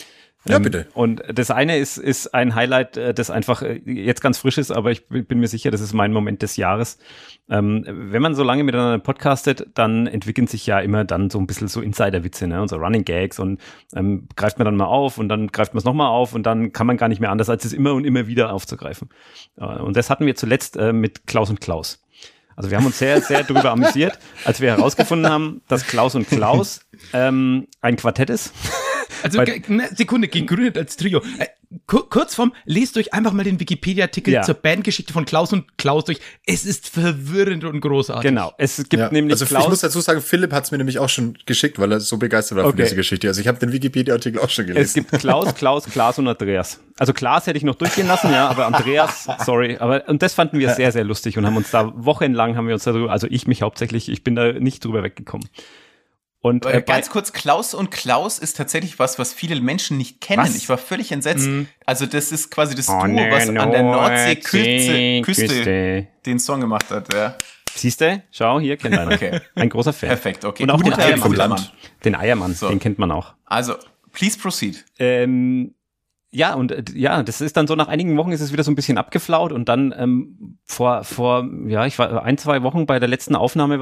Ja, bitte. Und das eine ist ein Highlight, das einfach jetzt ganz frisch ist, aber ich bin mir sicher, das ist mein Moment des Jahres. Wenn man so lange miteinander podcastet, dann entwickeln sich ja immer dann so ein bisschen so Insider-Witze, ne, und so Running Gags und greift man dann mal auf und dann greift man es nochmal auf und dann kann man gar nicht mehr anders, als es immer und immer wieder aufzugreifen. Und das hatten wir zuletzt mit Klaus und Klaus. Also wir haben uns sehr, sehr darüber amüsiert, als wir herausgefunden haben, dass Klaus und Klaus ein Quartett ist. Also, eine Sekunde, gegründet als Trio. Kurz vorm, lest euch einfach mal den Wikipedia-Artikel zur Bandgeschichte von Klaus und Klaus durch. Es ist verwirrend und großartig. Genau, es gibt nämlich also Klaus. Ich muss dazu sagen, Philipp hat es mir nämlich auch schon geschickt, weil er so begeistert war von dieser Geschichte. Also ich habe den Wikipedia-Artikel auch schon gelesen. Es gibt Klaus, Klaas und Andreas. Also Klaas hätte ich noch durchgehen lassen, ja, aber Andreas, sorry. Und das fanden wir sehr, sehr lustig und haben uns da wochenlang darüber, also ich mich hauptsächlich, ich bin da nicht drüber weggekommen. Und ganz kurz, Klaus und Klaus ist tatsächlich was viele Menschen nicht kennen. Was? Ich war völlig entsetzt. Also das ist quasi das Duo, was an der Nordseeküste den Song gemacht hat. Ja. Siehst du? Schau, hier kennt einer. Okay. Ein großer Fan. Perfekt, okay. Und auch den Eiermann. Den Eiermann, den kennt man auch. Also, please proceed. Ja, und das ist dann so, nach einigen Wochen ist es wieder so ein bisschen abgeflaut und dann ich war 1-2 Wochen bei der letzten Aufnahme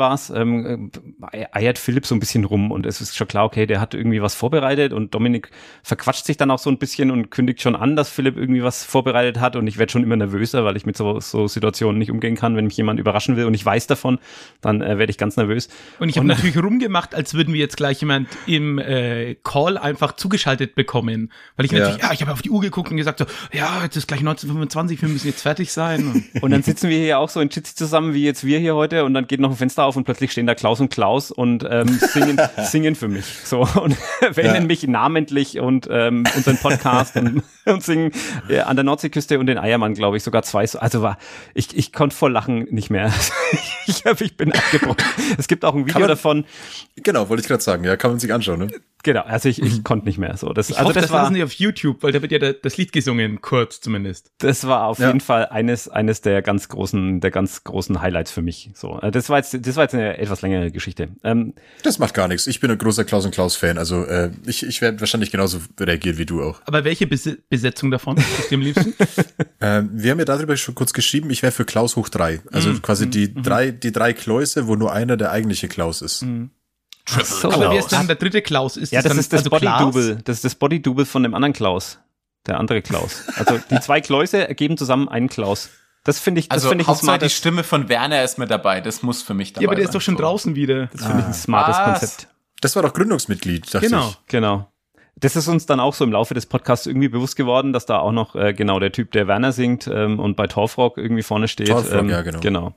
eiert Philipp so ein bisschen rum und es ist schon klar, okay, der hat irgendwie was vorbereitet und Dominik verquatscht sich dann auch so ein bisschen und kündigt schon an, dass Philipp irgendwie was vorbereitet hat und ich werde schon immer nervöser, weil ich mit so Situationen nicht umgehen kann, wenn mich jemand überraschen will und ich weiß davon, dann werde ich ganz nervös. Und ich habe natürlich rumgemacht, als würden wir jetzt gleich jemand im Call einfach zugeschaltet bekommen, weil ich natürlich, ich habe auf die Uhr geguckt und gesagt so, ja, jetzt ist gleich 19:25, wir müssen jetzt fertig sein. Und dann sitzen wir hier auch so in Jitsi zusammen, wie jetzt wir hier heute, und dann geht noch ein Fenster auf und plötzlich stehen da Klaus und Klaus und singen für mich. So, und nennen mich namentlich und unseren Podcast und singen an der Nordseeküste und den Eiermann, glaube ich, sogar 2. Also ich konnte vor Lachen nicht mehr. Ich bin abgebrochen. Es gibt auch ein Video davon. Genau, wollte ich gerade sagen, ja, kann man sich anschauen, ne? Genau, also ich konnte nicht mehr. So, das war nicht auf YouTube, weil da wird ja das Lied gesungen, kurz zumindest. Das war auf jeden Fall eines der ganz großen Highlights für mich. So, das war jetzt eine etwas längere Geschichte. Das macht gar nichts. Ich bin ein großer Klaus und Klaus Fan. Also ich werde wahrscheinlich genauso reagieren wie du auch. Aber welche Besetzung davon ist dir am liebsten? Wir haben ja darüber schon kurz geschrieben. Ich wäre für Klaus hoch 3. Also quasi die drei Kläuse, wo nur einer der eigentliche Klaus ist. Aber wer ist denn der dritte Klaus? Das ist das Body-Double. Das ist das Body-Double von dem anderen Klaus. Der andere Klaus. Also die 2 Kläuse ergeben zusammen einen Klaus. Das finde ich Hauptsache die Stimme von Werner ist mit dabei. Das muss für mich dabei sein. Ja, aber der ist doch schon draußen wieder. Das finde ich ein smartes Konzept. Das war doch Gründungsmitglied, dachte ich. Genau. Das ist uns dann auch so im Laufe des Podcasts irgendwie bewusst geworden, dass da auch noch der Typ, der Werner singt und bei Torfrock irgendwie vorne steht. Torfrock, ja, genau.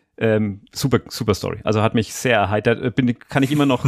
Super Story. Also hat mich sehr erheitert. Kann ich immer noch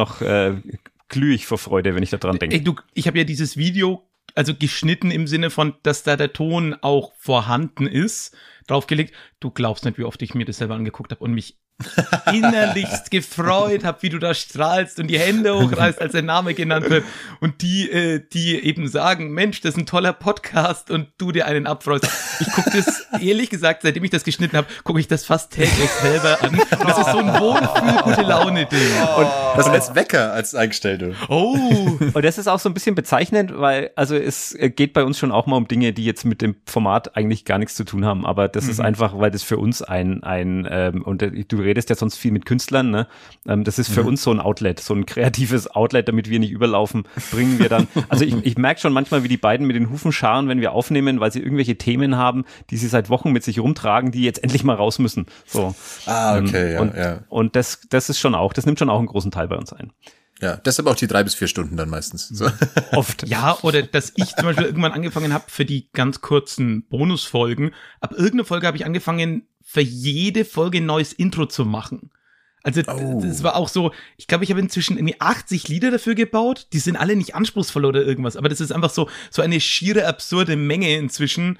glühe ich vor Freude, wenn ich daran denke. Ich habe ja dieses Video geschnitten im Sinne von, dass da der Ton auch vorhanden ist, draufgelegt. Du glaubst nicht, wie oft ich mir das selber angeguckt habe und mich innerlichst gefreut habe, wie du da strahlst und die Hände hochreißt, als dein Name genannt wird und die eben sagen, Mensch, das ist ein toller Podcast und du dir einen abfreust. Ich gucke das, ehrlich gesagt, seitdem ich das geschnitten habe, gucke ich das fast täglich selber an. Und das ist so ein Wohlfühl-Gute-Laune-Ding. Und das als Wecker als eingestellt. Und das ist auch so ein bisschen bezeichnend, weil es geht bei uns schon auch mal um Dinge, die jetzt mit dem Format eigentlich gar nichts zu tun haben, aber das ist einfach, weil das für uns und du redest ja sonst viel mit Künstlern, ne? Das ist für uns so ein Outlet, so ein kreatives Outlet, damit wir nicht überlaufen, bringen wir dann. Also ich merke schon manchmal, wie die beiden mit den Hufen scharen, wenn wir aufnehmen, weil sie irgendwelche Themen haben, die sie seit Wochen mit sich rumtragen, die jetzt endlich mal raus müssen. So. Okay, Und das ist schon auch, das nimmt schon auch einen großen Teil bei uns ein. Ja, deshalb auch die 3 bis 4 Stunden dann meistens. So. Oft. Ja, oder dass ich zum Beispiel irgendwann angefangen habe für die ganz kurzen Bonusfolgen. Ab irgendeiner Folge habe ich angefangen, für jede Folge ein neues Intro zu machen. Also das war auch so, ich glaube, ich habe inzwischen irgendwie 80 Lieder dafür gebaut. Die sind alle nicht anspruchsvoll oder irgendwas, aber das ist einfach so eine schiere, absurde Menge inzwischen.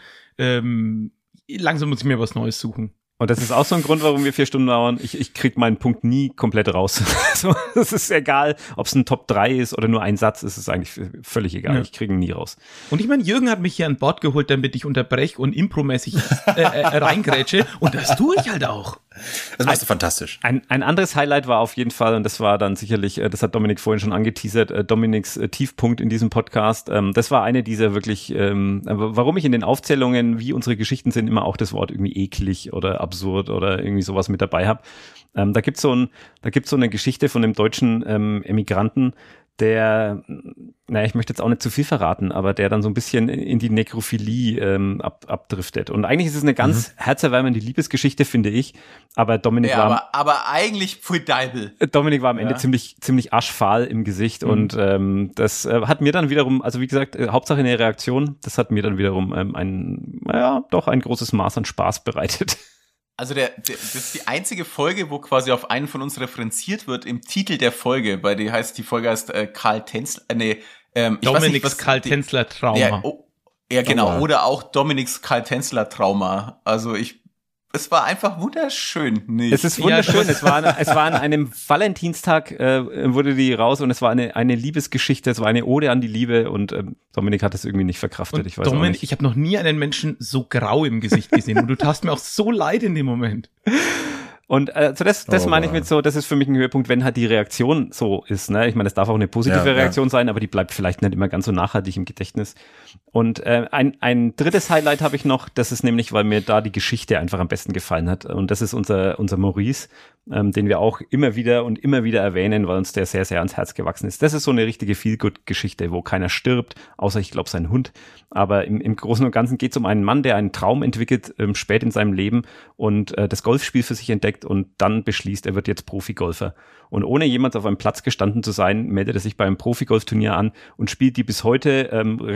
Langsam muss ich mir was Neues suchen. Und das ist auch so ein Grund, warum wir 4 Stunden dauern. Ich krieg meinen Punkt nie komplett raus. So, das ist egal, ob es ein Top 3 ist oder nur ein Satz, ist es eigentlich völlig egal. Ja. Ich kriege ihn nie raus. Und ich meine, Jürgen hat mich hier an Bord geholt, damit ich unterbreche und impromäßig reingrätsche. Und das tue ich halt auch. Das machst du fantastisch. Ein anderes Highlight war auf jeden Fall, und das war dann sicherlich, das hat Dominik vorhin schon angeteasert, Dominiks Tiefpunkt in diesem Podcast. Das war eine dieser wirklich, warum ich in den Aufzählungen, wie unsere Geschichten sind, immer auch das Wort irgendwie eklig oder absurd oder irgendwie sowas mit dabei habe. Da gibt's so eine Geschichte von einem deutschen Emigranten, der, ich möchte jetzt auch nicht zu viel verraten, aber der dann so ein bisschen in die Nekrophilie abdriftet. Und eigentlich ist es eine ganz herzerwärmende Liebesgeschichte, finde ich. Aber Dominik aber eigentlich pfui Deibel. Dominik war am Ende ziemlich aschfahl im Gesicht und das hat mir dann wiederum, also wie gesagt, Hauptsache eine Reaktion, das hat mir dann wiederum ein großes Maß an Spaß bereitet. Also das ist die einzige Folge, wo quasi auf einen von uns referenziert wird im Titel der Folge, weil die Folge heißt Karl Tänzler, Dominiks Karl Tänzler Trauma. Ja, genau, oder auch Dominiks Karl Tänzler Trauma. Also es war einfach wunderschön. Nicht? Es ist wunderschön. Es war an einem Valentinstag, wurde die raus und es war eine Liebesgeschichte, es war eine Ode an die Liebe und Dominik hat es irgendwie nicht verkraftet. Und ich weiß Dominik, auch nicht. ich habe noch nie einen Menschen so grau im Gesicht gesehen und du tatst mir auch so leid in dem Moment. Und das meine ich mit so, das ist für mich ein Höhepunkt, wenn halt die Reaktion so ist. Ne? Ich meine, das darf auch eine positive Reaktion sein, aber die bleibt vielleicht nicht immer ganz so nachhaltig im Gedächtnis. Und ein drittes Highlight habe ich noch, das ist nämlich, weil mir da die Geschichte einfach am besten gefallen hat. Und das ist unser Maurice, den wir auch immer wieder erwähnen, weil uns der sehr, sehr ans Herz gewachsen ist. Das ist so eine richtige Feel-Good-Geschichte, wo keiner stirbt, außer ich glaube sein Hund. Aber im Großen und Ganzen geht es um einen Mann, der einen Traum entwickelt, spät in seinem Leben und das Golfspiel für sich entdeckt und dann beschließt, er wird jetzt Profigolfer. Und ohne jemals auf einem Platz gestanden zu sein, meldet er sich bei einem Profigolfturnier an und spielt die bis heute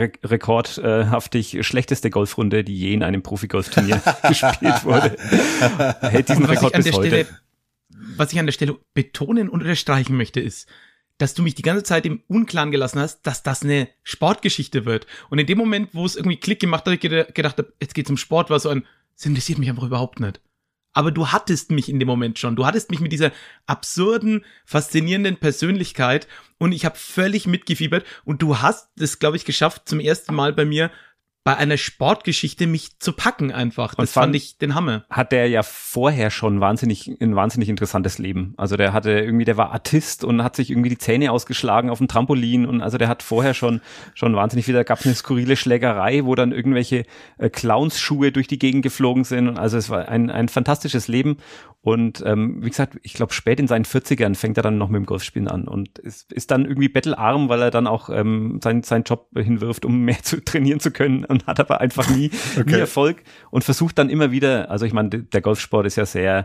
rekordhaftig schlechteste Golfrunde, die je in einem Profigolfturnier gespielt wurde. Er hält diesen Rekord bis heute. Was ich an der Stelle betonen und unterstreichen möchte, ist, dass du mich die ganze Zeit im Unklaren gelassen hast, dass das eine Sportgeschichte wird. Und in dem Moment, wo es irgendwie Klick gemacht hat, ich gedacht habe, jetzt geht's um Sport, war so das interessiert mich einfach überhaupt nicht. Aber du hattest mich in dem Moment schon. Du hattest mich mit dieser absurden, faszinierenden Persönlichkeit und ich habe völlig mitgefiebert und du hast es, glaube ich, geschafft, zum ersten Mal bei mir bei einer Sportgeschichte mich zu packen einfach. Das fand ich den Hammer. Hat der ja vorher schon ein wahnsinnig interessantes Leben. Also der war Artist und hat sich irgendwie die Zähne ausgeschlagen auf dem Trampolin und also der hat vorher schon wahnsinnig viel, da gab es eine skurrile Schlägerei, wo dann irgendwelche Clownsschuhe durch die Gegend geflogen sind und also es war ein fantastisches Leben und wie gesagt, ich glaube spät in seinen 40ern fängt er dann noch mit dem Golfspielen an und ist dann irgendwie bettelarm, weil er dann auch seinen Job hinwirft, um mehr zu trainieren zu können und hat aber einfach nie Erfolg und versucht dann immer wieder, also ich meine, der Golfsport ist ja sehr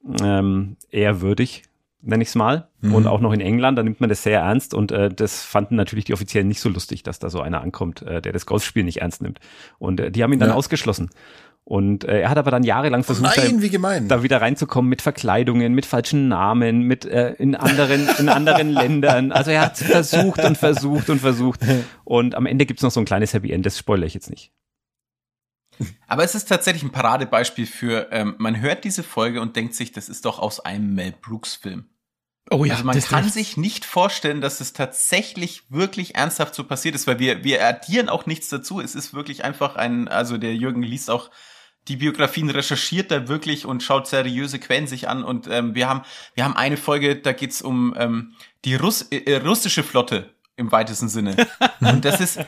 ehrwürdig, nenne ich es mal, und auch noch in England, da nimmt man das sehr ernst und das fanden natürlich die Offiziellen nicht so lustig, dass da so einer ankommt, der das Golfspiel nicht ernst nimmt und die haben ihn dann ausgeschlossen. Und er hat aber dann jahrelang versucht, da wieder reinzukommen mit Verkleidungen, mit falschen Namen, mit in anderen Ländern. Also er hat versucht und am Ende gibt's noch so ein kleines Happy End, das spoilere ich jetzt nicht. Aber es ist tatsächlich ein Paradebeispiel für, man hört diese Folge und denkt sich, das ist doch aus einem Mel Brooks Film. Oh ja, also man kann sich nicht vorstellen, dass es tatsächlich wirklich ernsthaft so passiert ist, weil wir addieren auch nichts dazu. Es ist wirklich einfach also der Jürgen liest auch die Biografien, recherchiert da wirklich und schaut seriöse Quellen sich an und wir haben eine Folge, da geht's um die russische Flotte im weitesten Sinne. Und das ist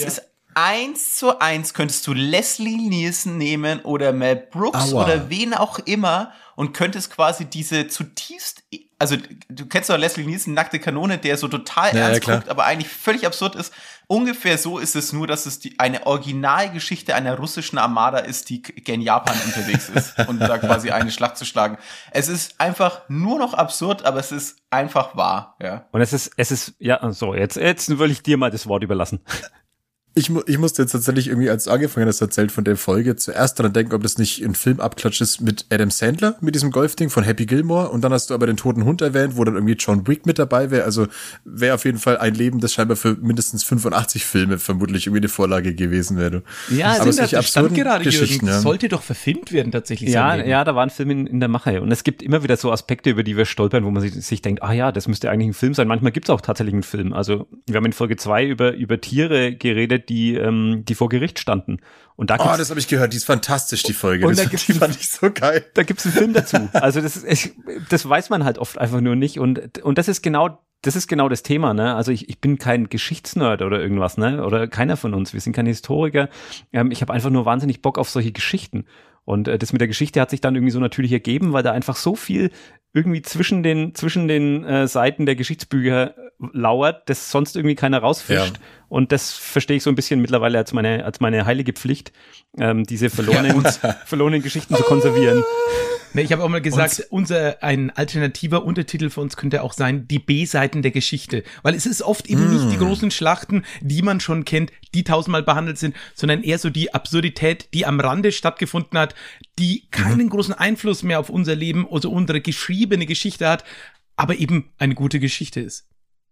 1:1 könntest du Leslie Nielsen nehmen oder Mel Brooks oder wen auch immer und könntest quasi diese zutiefst, also du kennst doch Leslie Nielsen, Nackte Kanone, der so total ernst guckt, aber eigentlich völlig absurd ist. Ungefähr so ist es nur, dass es eine Originalgeschichte einer russischen Armada ist, die in Japan unterwegs ist und da quasi eine Schlacht zu schlagen. Es ist einfach nur noch absurd, aber es ist einfach wahr, ja. Und es ist, ja, so, jetzt will ich dir mal das Wort überlassen. Ich musste jetzt tatsächlich irgendwie, als du angefangen hast, erzählt von der Folge, zuerst daran denken, ob das nicht ein Filmabklatsch ist mit Adam Sandler, mit diesem Golfding von Happy Gilmore. Und dann hast du aber den Toten Hund erwähnt, wo dann irgendwie John Wick mit dabei wäre. Also wäre auf jeden Fall ein Leben, das scheinbar für mindestens 85 Filme vermutlich irgendwie eine Vorlage gewesen wäre. Ja, aber das stand gerade, Jürgen, das sollte doch verfilmt werden tatsächlich. Ja, da war ein Film in der Mache. Und es gibt immer wieder so Aspekte, über die wir stolpern, wo man sich denkt, das müsste eigentlich ein Film sein. Manchmal gibt es auch tatsächlich einen Film. Also wir haben in Folge 2 über Tiere geredet, die vor Gericht standen. Und da das habe ich gehört, die ist fantastisch, die Folge. Und die fand ich so geil. Da gibt's einen Film dazu. Also das weiß man halt oft einfach nur nicht. Und das ist genau das Thema, ne? Also ich bin kein Geschichtsnerd oder irgendwas, ne? Oder keiner von uns. Wir sind keine Historiker. Ich habe einfach nur wahnsinnig Bock auf solche Geschichten. Und das mit der Geschichte hat sich dann irgendwie so natürlich ergeben, weil da einfach so viel irgendwie zwischen den Seiten der Geschichtsbücher lauert, das sonst irgendwie keiner rausfischt. Ja. Und das verstehe ich so ein bisschen mittlerweile als meine heilige Pflicht, diese verlorenen Geschichten zu konservieren. Ne, ich habe auch mal gesagt, ein alternativer Untertitel für uns könnte auch sein, die B-Seiten der Geschichte. Weil es ist oft eben nicht die großen Schlachten, die man schon kennt, die 1000-mal behandelt sind, sondern eher so die Absurdität, die am Rande stattgefunden hat, die keinen großen Einfluss mehr auf unser Leben, also unsere geschriebene Geschichte hat, aber eben eine gute Geschichte ist.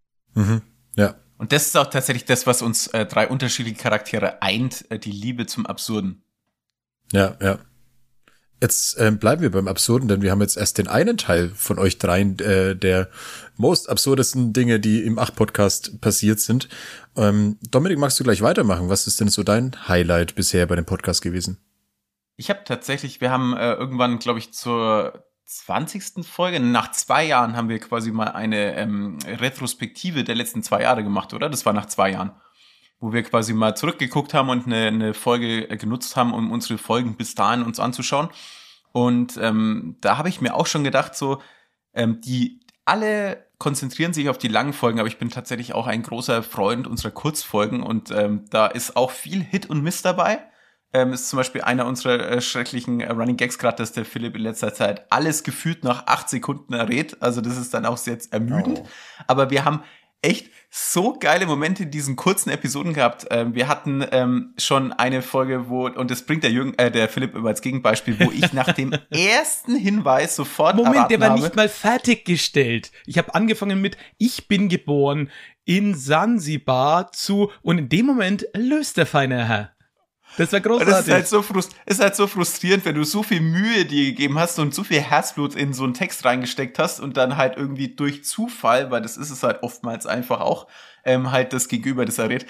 Ja. Und das ist auch tatsächlich das, was uns 3 unterschiedliche Charaktere eint, die Liebe zum Absurden. Ja. Jetzt bleiben wir beim Absurden, denn wir haben jetzt erst den einen Teil von euch dreien der most absurdesten Dinge, die im 8-Podcast passiert sind. Dominik, magst du gleich weitermachen? Was ist denn so dein Highlight bisher bei dem Podcast gewesen? Ich habe tatsächlich, wir haben irgendwann, glaube ich, zur 20. Folge, nach 2 Jahren haben wir quasi mal eine Retrospektive der letzten 2 Jahre gemacht, oder? Das war nach 2 Jahren. Wo wir quasi mal zurückgeguckt haben und eine Folge genutzt haben, um unsere Folgen bis dahin uns anzuschauen. Und da habe ich mir auch schon gedacht, so die alle konzentrieren sich auf die langen Folgen, aber ich bin tatsächlich auch ein großer Freund unserer Kurzfolgen und da ist auch viel Hit und Miss dabei. Ist zum Beispiel einer unserer schrecklichen Running Gags gerade, dass der Philipp in letzter Zeit alles gefühlt nach 8 Sekunden errät. Also das ist dann auch sehr ermüdend. Oh. Aber wir haben echt so geile Momente in diesen kurzen Episoden gehabt. Wir hatten schon eine Folge, und das bringt der Philipp immer als Gegenbeispiel, wo ich nach dem ersten Hinweis sofort der war nicht mal fertiggestellt. Ich habe angefangen mit, ich bin geboren in Sansibar und in dem Moment löst der feine Herr. Das war großartig. Das ist halt so frustrierend, wenn du so viel Mühe dir gegeben hast und so viel Herzblut in so einen Text reingesteckt hast und dann halt irgendwie durch Zufall, weil das ist es halt oftmals einfach auch, halt das Gegenüber, das errät.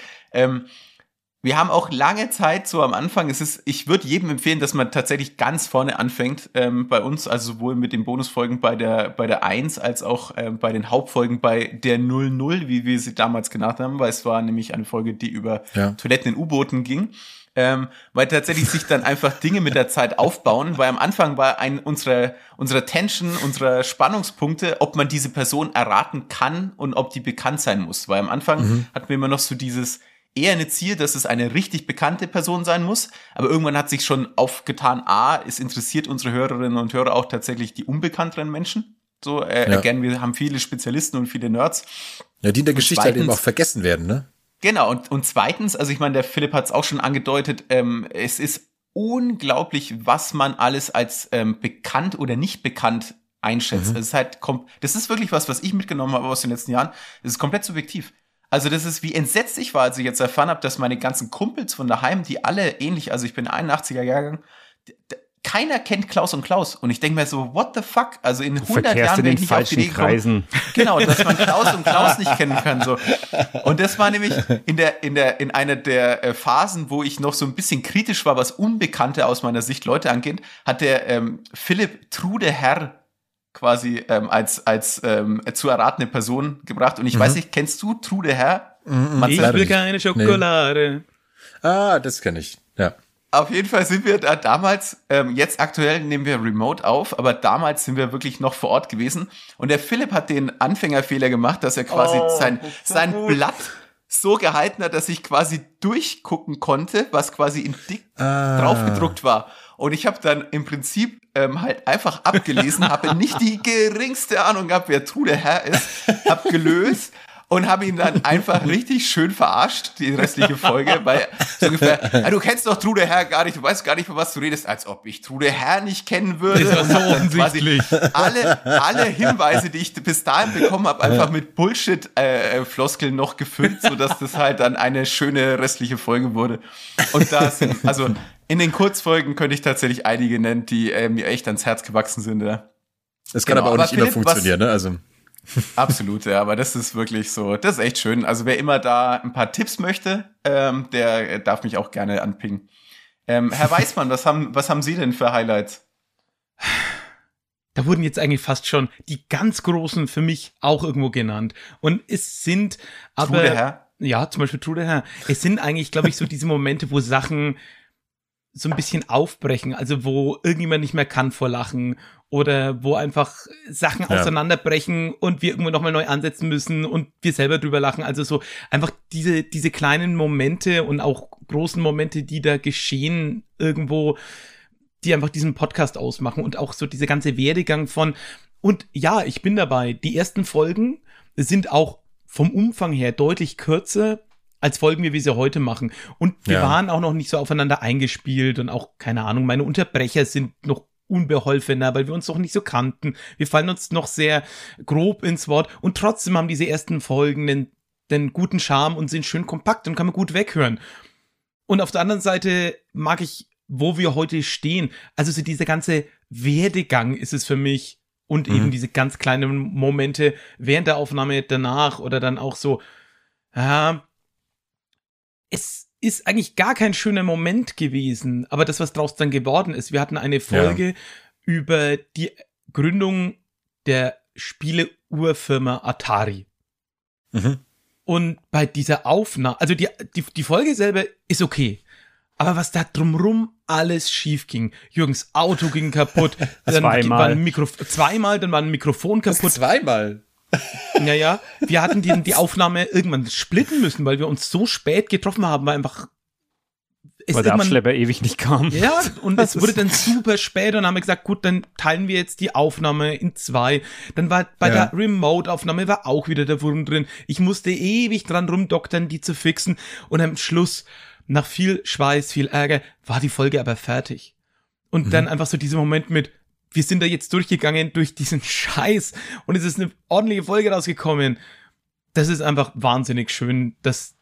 Wir haben auch lange Zeit so am Anfang, ich würde jedem empfehlen, dass man tatsächlich ganz vorne anfängt bei uns, also sowohl mit den Bonusfolgen bei der 1 als auch bei den Hauptfolgen bei der 00, wie wir sie damals genannt haben, weil es war nämlich eine Folge, die über Toiletten in U-Booten ging. Weil tatsächlich sich dann einfach Dinge mit der Zeit aufbauen, weil am Anfang war unsere Tension, unsere Spannungspunkte, ob man diese Person erraten kann und ob die bekannt sein muss, weil am Anfang hatten wir immer noch so dieses eher eine Ziel, dass es eine richtig bekannte Person sein muss, aber irgendwann hat sich schon aufgetan, es interessiert unsere Hörerinnen und Hörer auch tatsächlich die unbekannteren Menschen, again, wir haben viele Spezialisten und viele Nerds. Ja, die in der Geschichte halt eben auch vergessen werden, ne? Genau, und zweitens, also ich meine, der Philipp hat es auch schon angedeutet, es ist unglaublich, was man alles als bekannt oder nicht bekannt einschätzt. Es ist halt, das ist wirklich was ich mitgenommen habe aus den letzten Jahren. Es ist komplett subjektiv. Also das ist, wie entsetzt ich war, als ich jetzt erfahren habe, dass meine ganzen Kumpels von daheim, die alle ähnlich, also ich bin 81er Jahrgang, keiner kennt Klaus und Klaus. Und ich denke mir so, what the fuck? Also in 100 Jahren werde ich nicht auf die Idee kommen. Genau, dass man Klaus und Klaus nicht kennen kann. So. Und das war nämlich in einer der Phasen, wo ich noch so ein bisschen kritisch war, was Unbekannte aus meiner Sicht Leute angeht, hat der Philipp Trude Herr quasi als zu erratene Person gebracht. Und ich weiß nicht, kennst du Trude Herr? Ich will keine Schokolade. Nee. Das kenne ich, ja. Auf jeden Fall sind wir da damals, jetzt aktuell nehmen wir remote auf, aber damals sind wir wirklich noch vor Ort gewesen. Und der Philipp hat den Anfängerfehler gemacht, dass er quasi sein Blatt so gehalten hat, dass ich quasi durchgucken konnte, was quasi in dick draufgedruckt war. Und ich habe dann im Prinzip halt einfach abgelesen, habe nicht die geringste Ahnung gehabt, wer Trude Herr ist, habe gelöst. Und habe ihn dann einfach richtig schön verarscht, die restliche Folge, weil so ungefähr, du kennst doch Trude Herr gar nicht, du weißt gar nicht, von was du redest, als ob ich Trude Herr nicht kennen würde. Das war so offensichtlich. Alle Hinweise, die ich bis dahin bekommen habe, einfach mit Bullshit-Floskeln noch gefüllt, sodass das halt dann eine schöne restliche Folge wurde. Und also in den Kurzfolgen könnte ich tatsächlich einige nennen, die mir echt ans Herz gewachsen sind. Ja. Das kann aber auch nicht immer funktionieren, ne? Also Absolut, ja, aber das ist wirklich so, das ist echt schön. Also wer immer da ein paar Tipps möchte, der darf mich auch gerne anpingen. Herr Weißmann, was haben Sie denn für Highlights? Da wurden jetzt eigentlich fast schon die ganz großen für mich auch irgendwo genannt. Und es sind aber... Trude Herr? Ja, zum Beispiel Trude Herr. Es sind eigentlich, glaube ich, so diese Momente, wo Sachen so ein bisschen aufbrechen, also wo irgendjemand nicht mehr kann vor Lachen oder wo einfach Sachen auseinanderbrechen und wir irgendwo nochmal neu ansetzen müssen und wir selber drüber lachen. Also so einfach diese kleinen Momente und auch großen Momente, die da geschehen irgendwo, die einfach diesen Podcast ausmachen und auch so diese ganze Werdegang von, und ja, ich bin dabei, die ersten Folgen sind auch vom Umfang her deutlich kürzer als Folgen, wie wir sie heute machen. Und wir waren auch noch nicht so aufeinander eingespielt und auch, keine Ahnung, meine Unterbrecher sind noch unbeholfener, weil wir uns noch nicht so kannten. Wir fallen uns noch sehr grob ins Wort und trotzdem haben diese ersten Folgen den guten Charme und sind schön kompakt und kann man gut weghören. Und auf der anderen Seite mag ich, wo wir heute stehen. Also so dieser ganze Werdegang ist es für mich und eben diese ganz kleinen Momente während der Aufnahme, danach oder dann auch so, es ist eigentlich gar kein schöner Moment gewesen, aber das, was draus dann geworden ist, wir hatten eine Folge über die Gründung der Spiele-Urfirma Atari. Und bei dieser Aufnahme, also die Folge selber ist okay, aber was da drumrum alles schief ging. Jürgens Auto ging kaputt, dann war ein dann war ein Mikrofon kaputt. Zweimal? Ja, wir hatten die Aufnahme irgendwann splitten müssen, weil wir uns so spät getroffen haben, weil einfach weil der Abschlepper ewig nicht kam. Ja, und es wurde dann super spät und dann haben wir gesagt, gut, dann teilen wir jetzt die Aufnahme in 2. Dann war bei der Remote-Aufnahme war auch wieder der Wurm drin. Ich musste ewig dran rumdoktern, die zu fixen und am Schluss, nach viel Schweiß, viel Ärger, war die Folge aber fertig. Und dann einfach so dieser Moment mit, wir sind da jetzt durchgegangen durch diesen Scheiß und es ist eine ordentliche Folge rausgekommen. Das ist einfach wahnsinnig schön, dass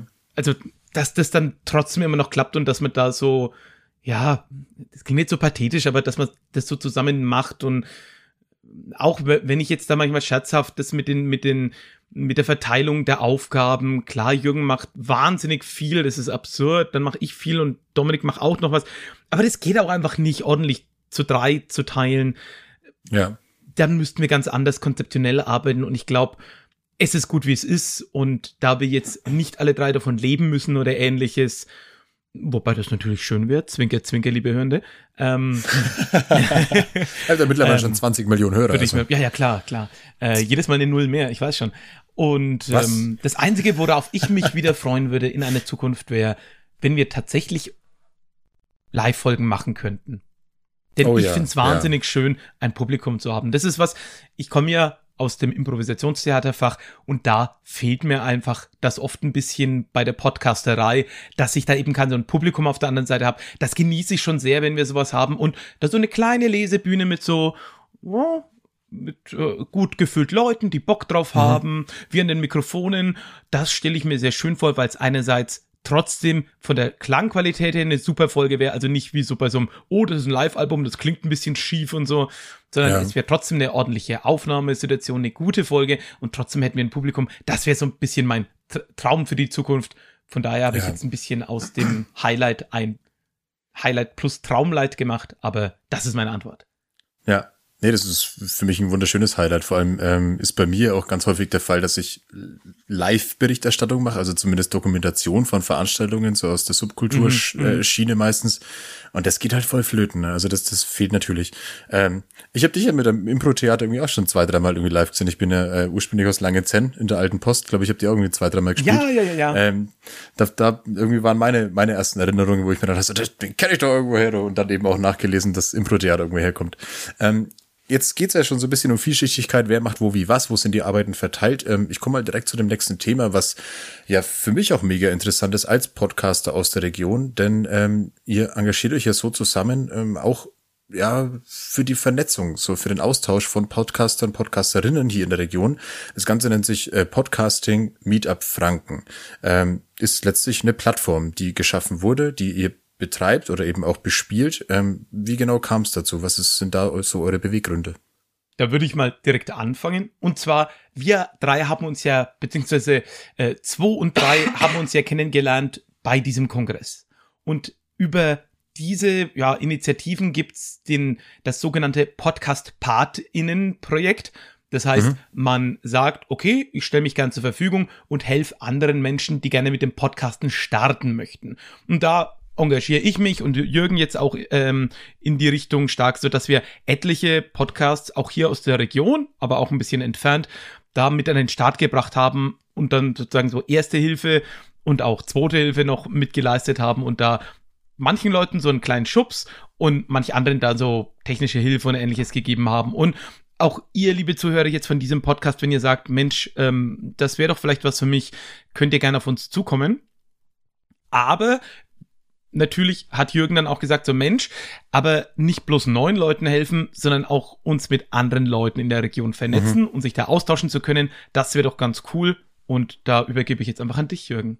das dann trotzdem immer noch klappt und dass man da so, ja, das klingt nicht so pathetisch, aber dass man das so zusammen macht und auch wenn ich jetzt da manchmal scherzhaft das mit der Verteilung der Aufgaben, klar, Jürgen macht wahnsinnig viel, das ist absurd, dann mache ich viel und Dominik macht auch noch was, aber das geht auch einfach nicht ordentlich zu 3 zu teilen. Ja. Dann müssten wir ganz anders konzeptionell arbeiten und ich glaube, es ist gut, wie es ist und da wir jetzt nicht alle 3 davon leben müssen oder ähnliches, wobei das natürlich schön wird, Zwinker, Zwinker, liebe Hörende. Also mittlerweile schon 20 Millionen Hörer. Also. Ja, klar. Jedes Mal eine Null mehr, ich weiß schon. Und das Einzige, worauf ich mich wieder freuen würde in einer Zukunft wäre, wenn wir tatsächlich Live-Folgen machen könnten. Denn ich finde es wahnsinnig schön, ein Publikum zu haben. Das ist was, ich komme ja aus dem Improvisationstheaterfach und da fehlt mir einfach das oft ein bisschen bei der Podcasterei, dass ich da eben so ein Publikum auf der anderen Seite habe. Das genieße ich schon sehr, wenn wir sowas haben und da so eine kleine Lesebühne mit gut gefüllt Leuten, die Bock drauf haben, wir an den Mikrofonen, das stelle ich mir sehr schön vor, weil es einerseits trotzdem von der Klangqualität her eine super Folge wäre, also nicht wie so bei so einem, das ist ein Live-Album, das klingt ein bisschen schief und so, sondern es wäre trotzdem eine ordentliche Aufnahmesituation, eine gute Folge und trotzdem hätten wir ein Publikum. Das wäre so ein bisschen mein Traum für die Zukunft. Von daher habe ich jetzt ein bisschen aus dem Highlight ein Highlight plus Traumlight gemacht, aber das ist meine Antwort. Ja. Nee, das ist für mich ein wunderschönes Highlight. Vor allem ist bei mir auch ganz häufig der Fall, dass ich Live-Berichterstattung mache, also zumindest Dokumentation von Veranstaltungen, so aus der Subkulturschiene meistens. Und das geht halt voll flöten. Ne? Also das fehlt natürlich. Ich habe dich ja mit dem Impro-Theater irgendwie auch schon 2-3 Mal irgendwie live gesehen. Ich bin ja ursprünglich aus Langenzenn in der Alten Post. Glaube ich, habe die auch irgendwie 2-3 Mal gespielt. Ja. Da irgendwie waren meine ersten Erinnerungen, wo ich mir dachte, den kenne ich doch irgendwo her. Und dann eben auch nachgelesen, dass Impro-Theater irgendwo herkommt. Jetzt geht's ja schon so ein bisschen um Vielschichtigkeit, wer macht wo wie was, wo sind die Arbeiten verteilt. Ich komme mal direkt zu dem nächsten Thema, was ja für mich auch mega interessant ist als Podcaster aus der Region, denn ihr engagiert euch ja so zusammen, auch für die Vernetzung, so für den Austausch von Podcastern, Podcasterinnen hier in der Region. Das Ganze nennt sich Podcasting Meetup Franken. Ist letztlich eine Plattform, die geschaffen wurde, die ihr betreibt oder eben auch bespielt. Wie genau kam es dazu? Was sind da so eure Beweggründe? da würde ich mal direkt anfangen. Und zwar, wir drei haben uns ja, beziehungsweise 2 und 3 haben uns ja kennengelernt bei diesem Kongress. Und über diese Initiativen gibt's das sogenannte Podcast-PartInnen-Projekt. Das heißt, man sagt, okay, ich stelle mich gern zur Verfügung und helfe anderen Menschen, die gerne mit dem Podcasten starten möchten. Und da engagiere ich mich und Jürgen jetzt auch in die Richtung stark, so dass wir etliche Podcasts auch hier aus der Region, aber auch ein bisschen entfernt, da mit an den Start gebracht haben und dann sozusagen so erste Hilfe und auch zweite Hilfe noch mitgeleistet haben und da manchen Leuten so einen kleinen Schubs und manch anderen da so technische Hilfe und Ähnliches gegeben haben. Und auch ihr, liebe Zuhörer, jetzt von diesem Podcast, wenn ihr sagt, Mensch, das wäre doch vielleicht was für mich, könnt ihr gerne auf uns zukommen. Aber natürlich hat Jürgen dann auch gesagt, so Mensch, aber nicht bloß neuen Leuten helfen, sondern auch uns mit anderen Leuten in der Region vernetzen und sich da austauschen zu können. Das wäre doch ganz cool. Und da übergebe ich jetzt einfach an dich, Jürgen.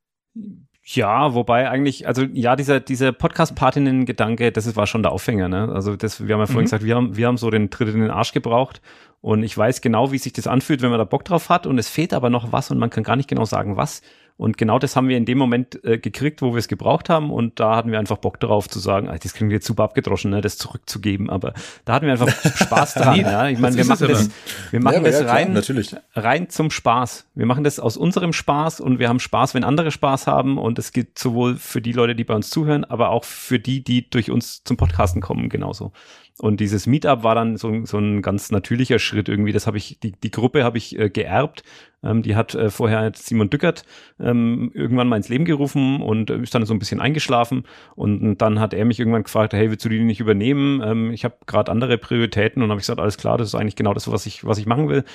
Ja, wobei eigentlich, also ja, dieser Podcast-Partinnen-Gedanke, war schon der Aufhänger, ne? Also wir haben ja vorhin gesagt, wir haben so den Tritt in den Arsch gebraucht und ich weiß genau, wie sich das anfühlt, wenn man da Bock drauf hat und es fehlt aber noch was und man kann gar nicht genau sagen, was. Und genau das haben wir in dem Moment gekriegt, wo wir es gebraucht haben und da hatten wir einfach Bock drauf zu sagen, das klingt jetzt super abgedroschen, ne, das zurückzugeben, aber da hatten wir einfach Spaß dran. Ja. Ich meine, wir machen das rein zum Spaß. Wir machen das aus unserem Spaß und wir haben Spaß, wenn andere Spaß haben und es gilt sowohl für die Leute, die bei uns zuhören, aber auch für die durch uns zum Podcasten kommen, genauso. Und dieses Meetup war dann so ein ganz natürlicher Schritt irgendwie. Die Gruppe habe ich geerbt. Die hat vorher Simon Dückert irgendwann mal ins Leben gerufen und ist dann so ein bisschen eingeschlafen. Und dann hat er mich irgendwann gefragt, hey, willst du die nicht übernehmen? Ich habe gerade andere Prioritäten und habe ich gesagt, alles klar, das ist eigentlich genau das, was ich machen will.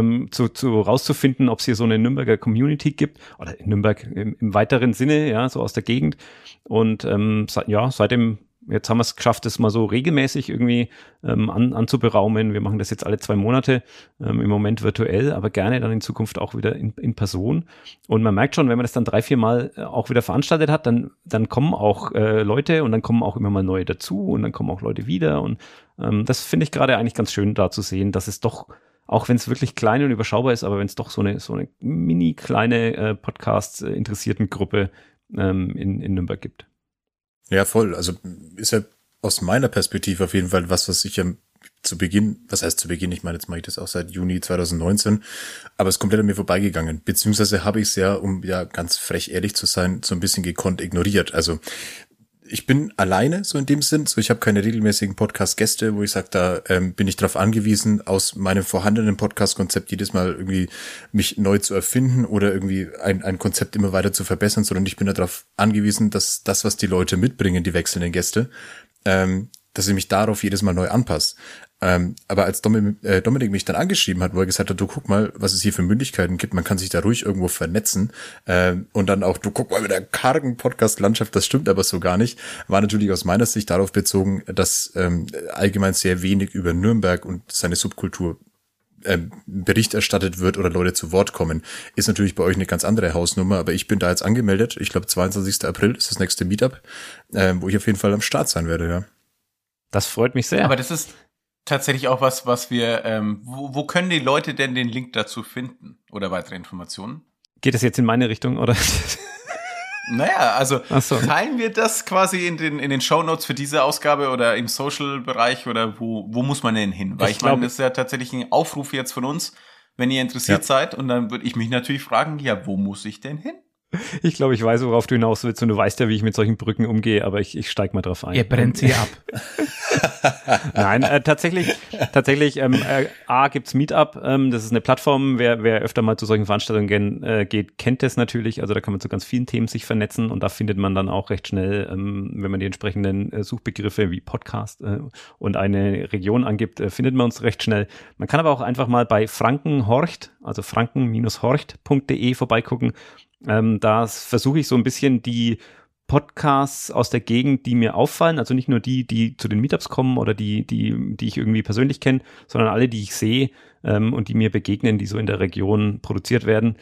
Rauszufinden, ob es hier so eine Nürnberger Community gibt oder in Nürnberg im weiteren Sinne, ja, so aus der Gegend. Und seitdem jetzt haben wir es geschafft, das mal so regelmäßig irgendwie anzuberaumen. Wir machen das jetzt alle 2 Monate, im Moment virtuell, aber gerne dann in Zukunft auch wieder in Person. Und man merkt schon, wenn man das dann 3-4 Mal auch wieder veranstaltet hat, dann kommen auch Leute und dann kommen auch immer mal neue dazu und dann kommen auch Leute wieder. Und das finde ich gerade eigentlich ganz schön da zu sehen, dass es doch, auch wenn es wirklich klein und überschaubar ist, aber wenn es doch so eine mini kleine Podcast-interessierten Gruppe in Nürnberg gibt. Ja, voll. Also ist ja aus meiner Perspektive auf jeden Fall was ich ja zu Beginn, was heißt zu Beginn, ich meine, jetzt mache ich das auch seit Juni 2019, aber es ist komplett an mir vorbeigegangen. Beziehungsweise habe ich es ja, um ja ganz frech ehrlich zu sein, so ein bisschen gekonnt ignoriert. Also ich bin alleine, so in dem Sinn, so ich habe keine regelmäßigen Podcast-Gäste, wo ich sage, da bin ich darauf angewiesen, aus meinem vorhandenen Podcast-Konzept jedes Mal irgendwie mich neu zu erfinden oder irgendwie ein Konzept immer weiter zu verbessern, sondern ich bin darauf angewiesen, dass das, was die Leute mitbringen, die wechselnden Gäste, dass ich mich darauf jedes Mal neu anpasse. Aber als Dominik mich dann angeschrieben hat, wo er gesagt hat, du guck mal, was es hier für Möglichkeiten gibt, man kann sich da ruhig irgendwo vernetzen und dann auch, du guck mal mit der kargen Podcast-Landschaft, das stimmt aber so gar nicht, war natürlich aus meiner Sicht darauf bezogen, dass allgemein sehr wenig über Nürnberg und seine Subkultur Bericht erstattet wird oder Leute zu Wort kommen, ist natürlich bei euch eine ganz andere Hausnummer, aber ich bin da jetzt angemeldet, ich glaube 22. April ist das nächste Meetup, wo ich auf jeden Fall am Start sein werde, ja. Das freut mich sehr. Aber das ist tatsächlich auch was wir, wo können die Leute denn den Link dazu finden oder weitere Informationen? Geht es jetzt in meine Richtung, oder? Naja, also so. Teilen wir das quasi in den Shownotes für diese Ausgabe oder im Social-Bereich oder wo muss man denn hin? Weil ich meine, das ist ja tatsächlich ein Aufruf jetzt von uns, wenn ihr interessiert seid und dann würde ich mich natürlich fragen, ja, wo muss ich denn hin? Ich glaube, ich weiß, worauf du hinaus willst und du weißt ja, wie ich mit solchen Brücken umgehe, aber ich steig mal drauf ein. Ihr brennt sie ab. Nein, tatsächlich, gibt's Meetup, das ist eine Plattform, wer öfter mal zu solchen Veranstaltungen geht, kennt das natürlich, also da kann man zu ganz vielen Themen sich vernetzen und da findet man dann auch recht schnell, wenn man die entsprechenden Suchbegriffe wie Podcast und eine Region angibt, findet man uns recht schnell. Man kann aber auch einfach mal bei Frankenhorcht, also franken-horcht.de vorbeigucken. Da versuche ich so ein bisschen die Podcasts aus der Gegend, die mir auffallen, also nicht nur die zu den Meetups kommen oder die ich irgendwie persönlich kenne, sondern alle, die ich sehe und die mir begegnen, die so in der Region produziert werden,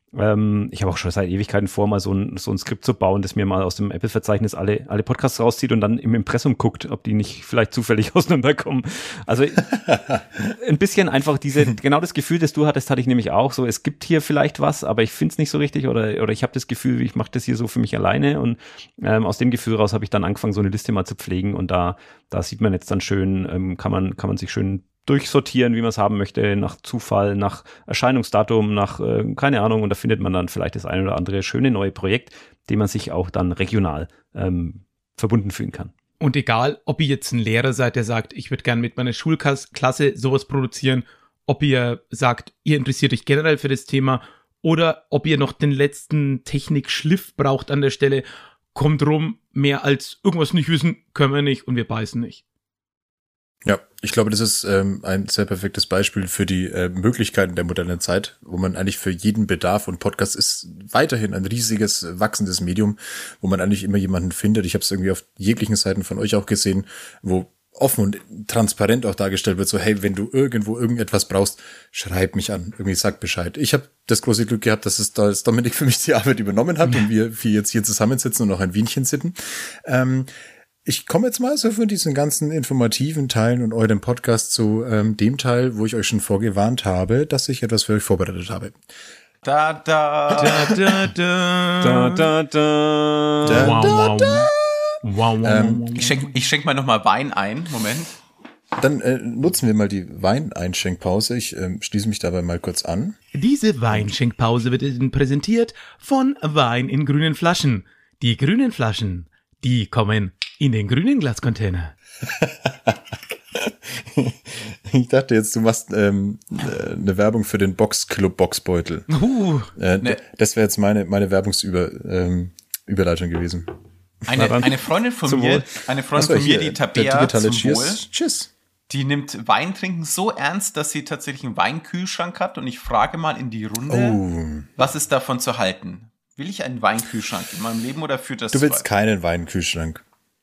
Ich habe auch schon seit Ewigkeiten vor, mal so ein Skript zu bauen, das mir mal aus dem Apple-Verzeichnis alle Podcasts rauszieht und dann im Impressum guckt, ob die nicht vielleicht zufällig auseinanderkommen. Also ein bisschen einfach genau das Gefühl, das du hattest, hatte ich nämlich auch so, es gibt hier vielleicht was, aber ich finde es nicht so richtig oder ich habe das Gefühl, ich mache das hier so für mich alleine und aus dem Gefühl raus habe ich dann angefangen, so eine Liste mal zu pflegen und da sieht man jetzt dann schön, kann man sich schön durchsortieren, wie man es haben möchte, nach Zufall, nach Erscheinungsdatum, nach keine Ahnung, und da findet man dann vielleicht das ein oder andere schöne neue Projekt, dem man sich auch dann regional verbunden fühlen kann. Und egal, ob ihr jetzt ein Lehrer seid, der sagt, ich würde gerne mit meiner Schulklasse sowas produzieren, ob ihr sagt, ihr interessiert euch generell für das Thema oder ob ihr noch den letzten Technikschliff braucht an der Stelle, kommt rum, mehr als irgendwas nicht wissen, können wir nicht und wir beißen nicht. Ja, ich glaube, das ist ein sehr perfektes Beispiel für die Möglichkeiten der modernen Zeit, wo man eigentlich für jeden Bedarf, und Podcast ist weiterhin ein riesiges, wachsendes Medium, wo man eigentlich immer jemanden findet. Ich habe es irgendwie auf jeglichen Seiten von euch auch gesehen, wo offen und transparent auch dargestellt wird, so hey, wenn du irgendwo irgendetwas brauchst, schreib mich an, irgendwie sag Bescheid. Ich habe das große Glück gehabt, dass Dominik für mich die Arbeit übernommen hat und wir jetzt hier zusammensitzen und noch ein Wienchen sitten. Ich komme jetzt mal so von diesen ganzen informativen Teilen und eurem Podcast zu dem Teil, wo ich euch schon vorgewarnt habe, dass ich etwas für euch vorbereitet habe. Da, da. Da, da, da. Da, da, da. Wow, wow. Wow. Ich schenk mal nochmal Wein ein. Moment. Dann nutzen wir mal die Weineinschenkpause. Ich schließe mich dabei mal kurz an. Diese Weinschenkpause wird Ihnen präsentiert von Wein in grünen Flaschen. Die grünen Flaschen, die kommen in den grünen Glascontainer. Ich dachte jetzt, du machst eine Werbung für den Boxclub Boxbeutel. Das wäre jetzt meine Werbungsüberleitung gewesen. Eine Freundin von mir, die Tabea, zum Wohl, Tschüss. Die nimmt Weintrinken so ernst, dass sie tatsächlich einen Weinkühlschrank hat und ich frage mal in die Runde, was ist davon zu halten? Will ich einen Weinkühlschrank in meinem Leben oder führt das zu weit? Du willst keinen Weinkühlschrank.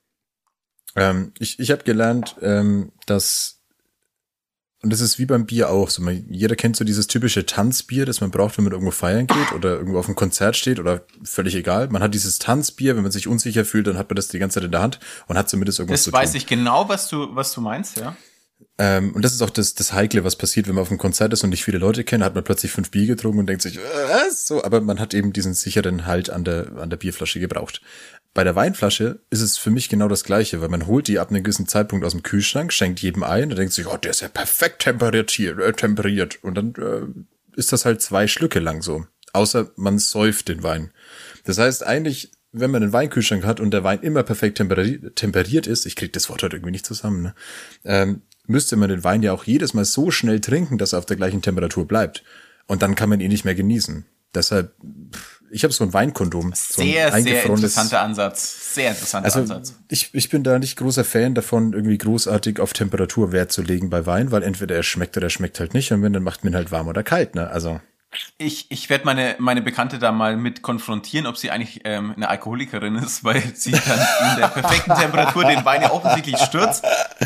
Ich habe gelernt, dass, und das ist wie beim Bier auch, so jeder kennt so dieses typische Tanzbier, das man braucht, wenn man irgendwo feiern geht oder irgendwo auf einem Konzert steht oder völlig egal. Man hat dieses Tanzbier, wenn man sich unsicher fühlt, dann hat man das die ganze Zeit in der Hand und hat zumindest irgendwas zu tun. Das weiß ich genau, was du meinst, ja. Und das ist auch das Heikle, was passiert, wenn man auf einem Konzert ist und nicht viele Leute kennt, hat man plötzlich 5 Bier getrunken und denkt sich, so, aber man hat eben diesen sicheren Halt an der Bierflasche gebraucht. Bei der Weinflasche ist es für mich genau das Gleiche, weil man holt die ab einem gewissen Zeitpunkt aus dem Kühlschrank, schenkt jedem ein und denkt sich, oh, der ist ja perfekt temperiert. Und dann ist das halt 2 Schlücke lang so. Außer man säuft den Wein. Das heißt eigentlich, wenn man einen Weinkühlschrank hat und der Wein immer perfekt temperiert ist, ich krieg das Wort heute irgendwie nicht zusammen, ne? Müsste man den Wein ja auch jedes Mal so schnell trinken, dass er auf der gleichen Temperatur bleibt. Und dann kann man ihn nicht mehr genießen. Deshalb, ich habe so ein Weinkondom. Sehr interessanter Ansatz. Sehr interessanter Ansatz. Ich bin da nicht großer Fan davon, irgendwie großartig auf Temperatur Wert zu legen bei Wein, weil entweder er schmeckt oder er schmeckt halt nicht. Und wenn, dann macht man ihn halt warm oder kalt, ne? Also. Ich werde meine Bekannte da mal mit konfrontieren, ob sie eigentlich eine Alkoholikerin ist, weil sie dann in der perfekten Temperatur den Wein ja offensichtlich stürzt.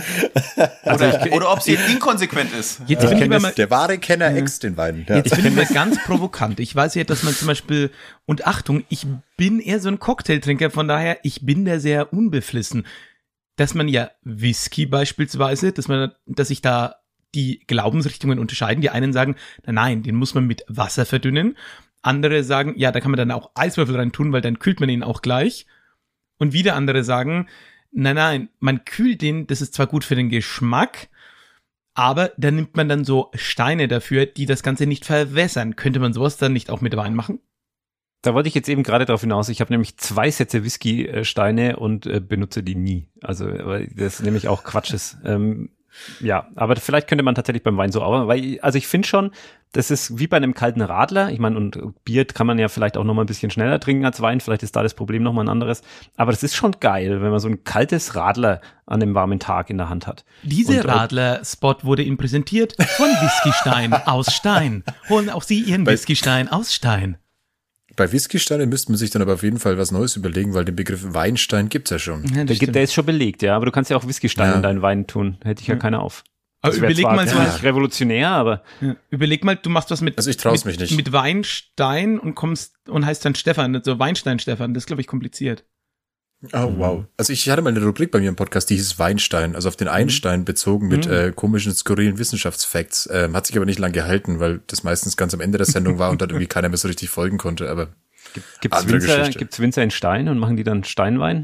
Oder ob sie inkonsequent ist. Jetzt bin ich mal, der wahre Kenner ext den Wein. Ja. Jetzt bin ich mal ganz provokant. Ich weiß ja, dass man zum Beispiel, und Achtung, ich bin eher so ein Cocktailtrinker, von daher, ich bin da sehr unbeflissen. Dass man ja Whisky beispielsweise, dass ich da die Glaubensrichtungen unterscheiden. Die einen sagen, nein, den muss man mit Wasser verdünnen. Andere sagen, ja, da kann man dann auch Eiswürfel rein tun, weil dann kühlt man ihn auch gleich. Und wieder andere sagen, nein, man kühlt den, das ist zwar gut für den Geschmack, aber da nimmt man dann so Steine dafür, die das Ganze nicht verwässern. Könnte man sowas dann nicht auch mit Wein machen? Da wollte ich jetzt eben gerade drauf hinaus. Ich habe nämlich 2 Sätze Whisky-Steine und benutze die nie. Also, weil das nämlich auch Quatsch ist. Ja, aber vielleicht könnte man tatsächlich beim Wein so auch, weil, also ich finde schon, das ist wie bei einem kalten Radler. Ich meine, und Bier kann man ja vielleicht auch noch mal ein bisschen schneller trinken als Wein. Vielleicht ist da das Problem noch mal ein anderes. Aber das ist schon geil, wenn man so ein kaltes Radler an einem warmen Tag in der Hand hat. Dieser Radler-Spot wurde Ihnen präsentiert von Whiskystein aus Stein. Holen auch Sie Ihren Whiskystein aus Stein. Bei Whiskysteinen müsste man sich dann aber auf jeden Fall was Neues überlegen, weil den Begriff Weinstein gibt's ja schon. Ja, der ist schon belegt, ja. Aber du kannst ja auch Whiskystein in deinen Wein tun. Hätte ich ja keiner auf. Aber Das wäre überleg zwar mal so, nicht revolutionär, aber überleg mal, du machst was mit, Also ich trau's mich nicht. mit Weinstein und kommst und heißt dann Stefan, so Weinstein-Stefan, das ist, glaube ich, kompliziert. Oh, wow. Also ich hatte mal eine Rubrik bei mir im Podcast, die hieß Weinstein, also auf den Einstein bezogen mit komischen, skurrilen Wissenschaftsfacts. Hat sich aber nicht lang gehalten, weil das meistens ganz am Ende der Sendung war und dann irgendwie keiner mehr so richtig folgen konnte, aber gibt's Winzer in Stein und machen die dann Steinwein?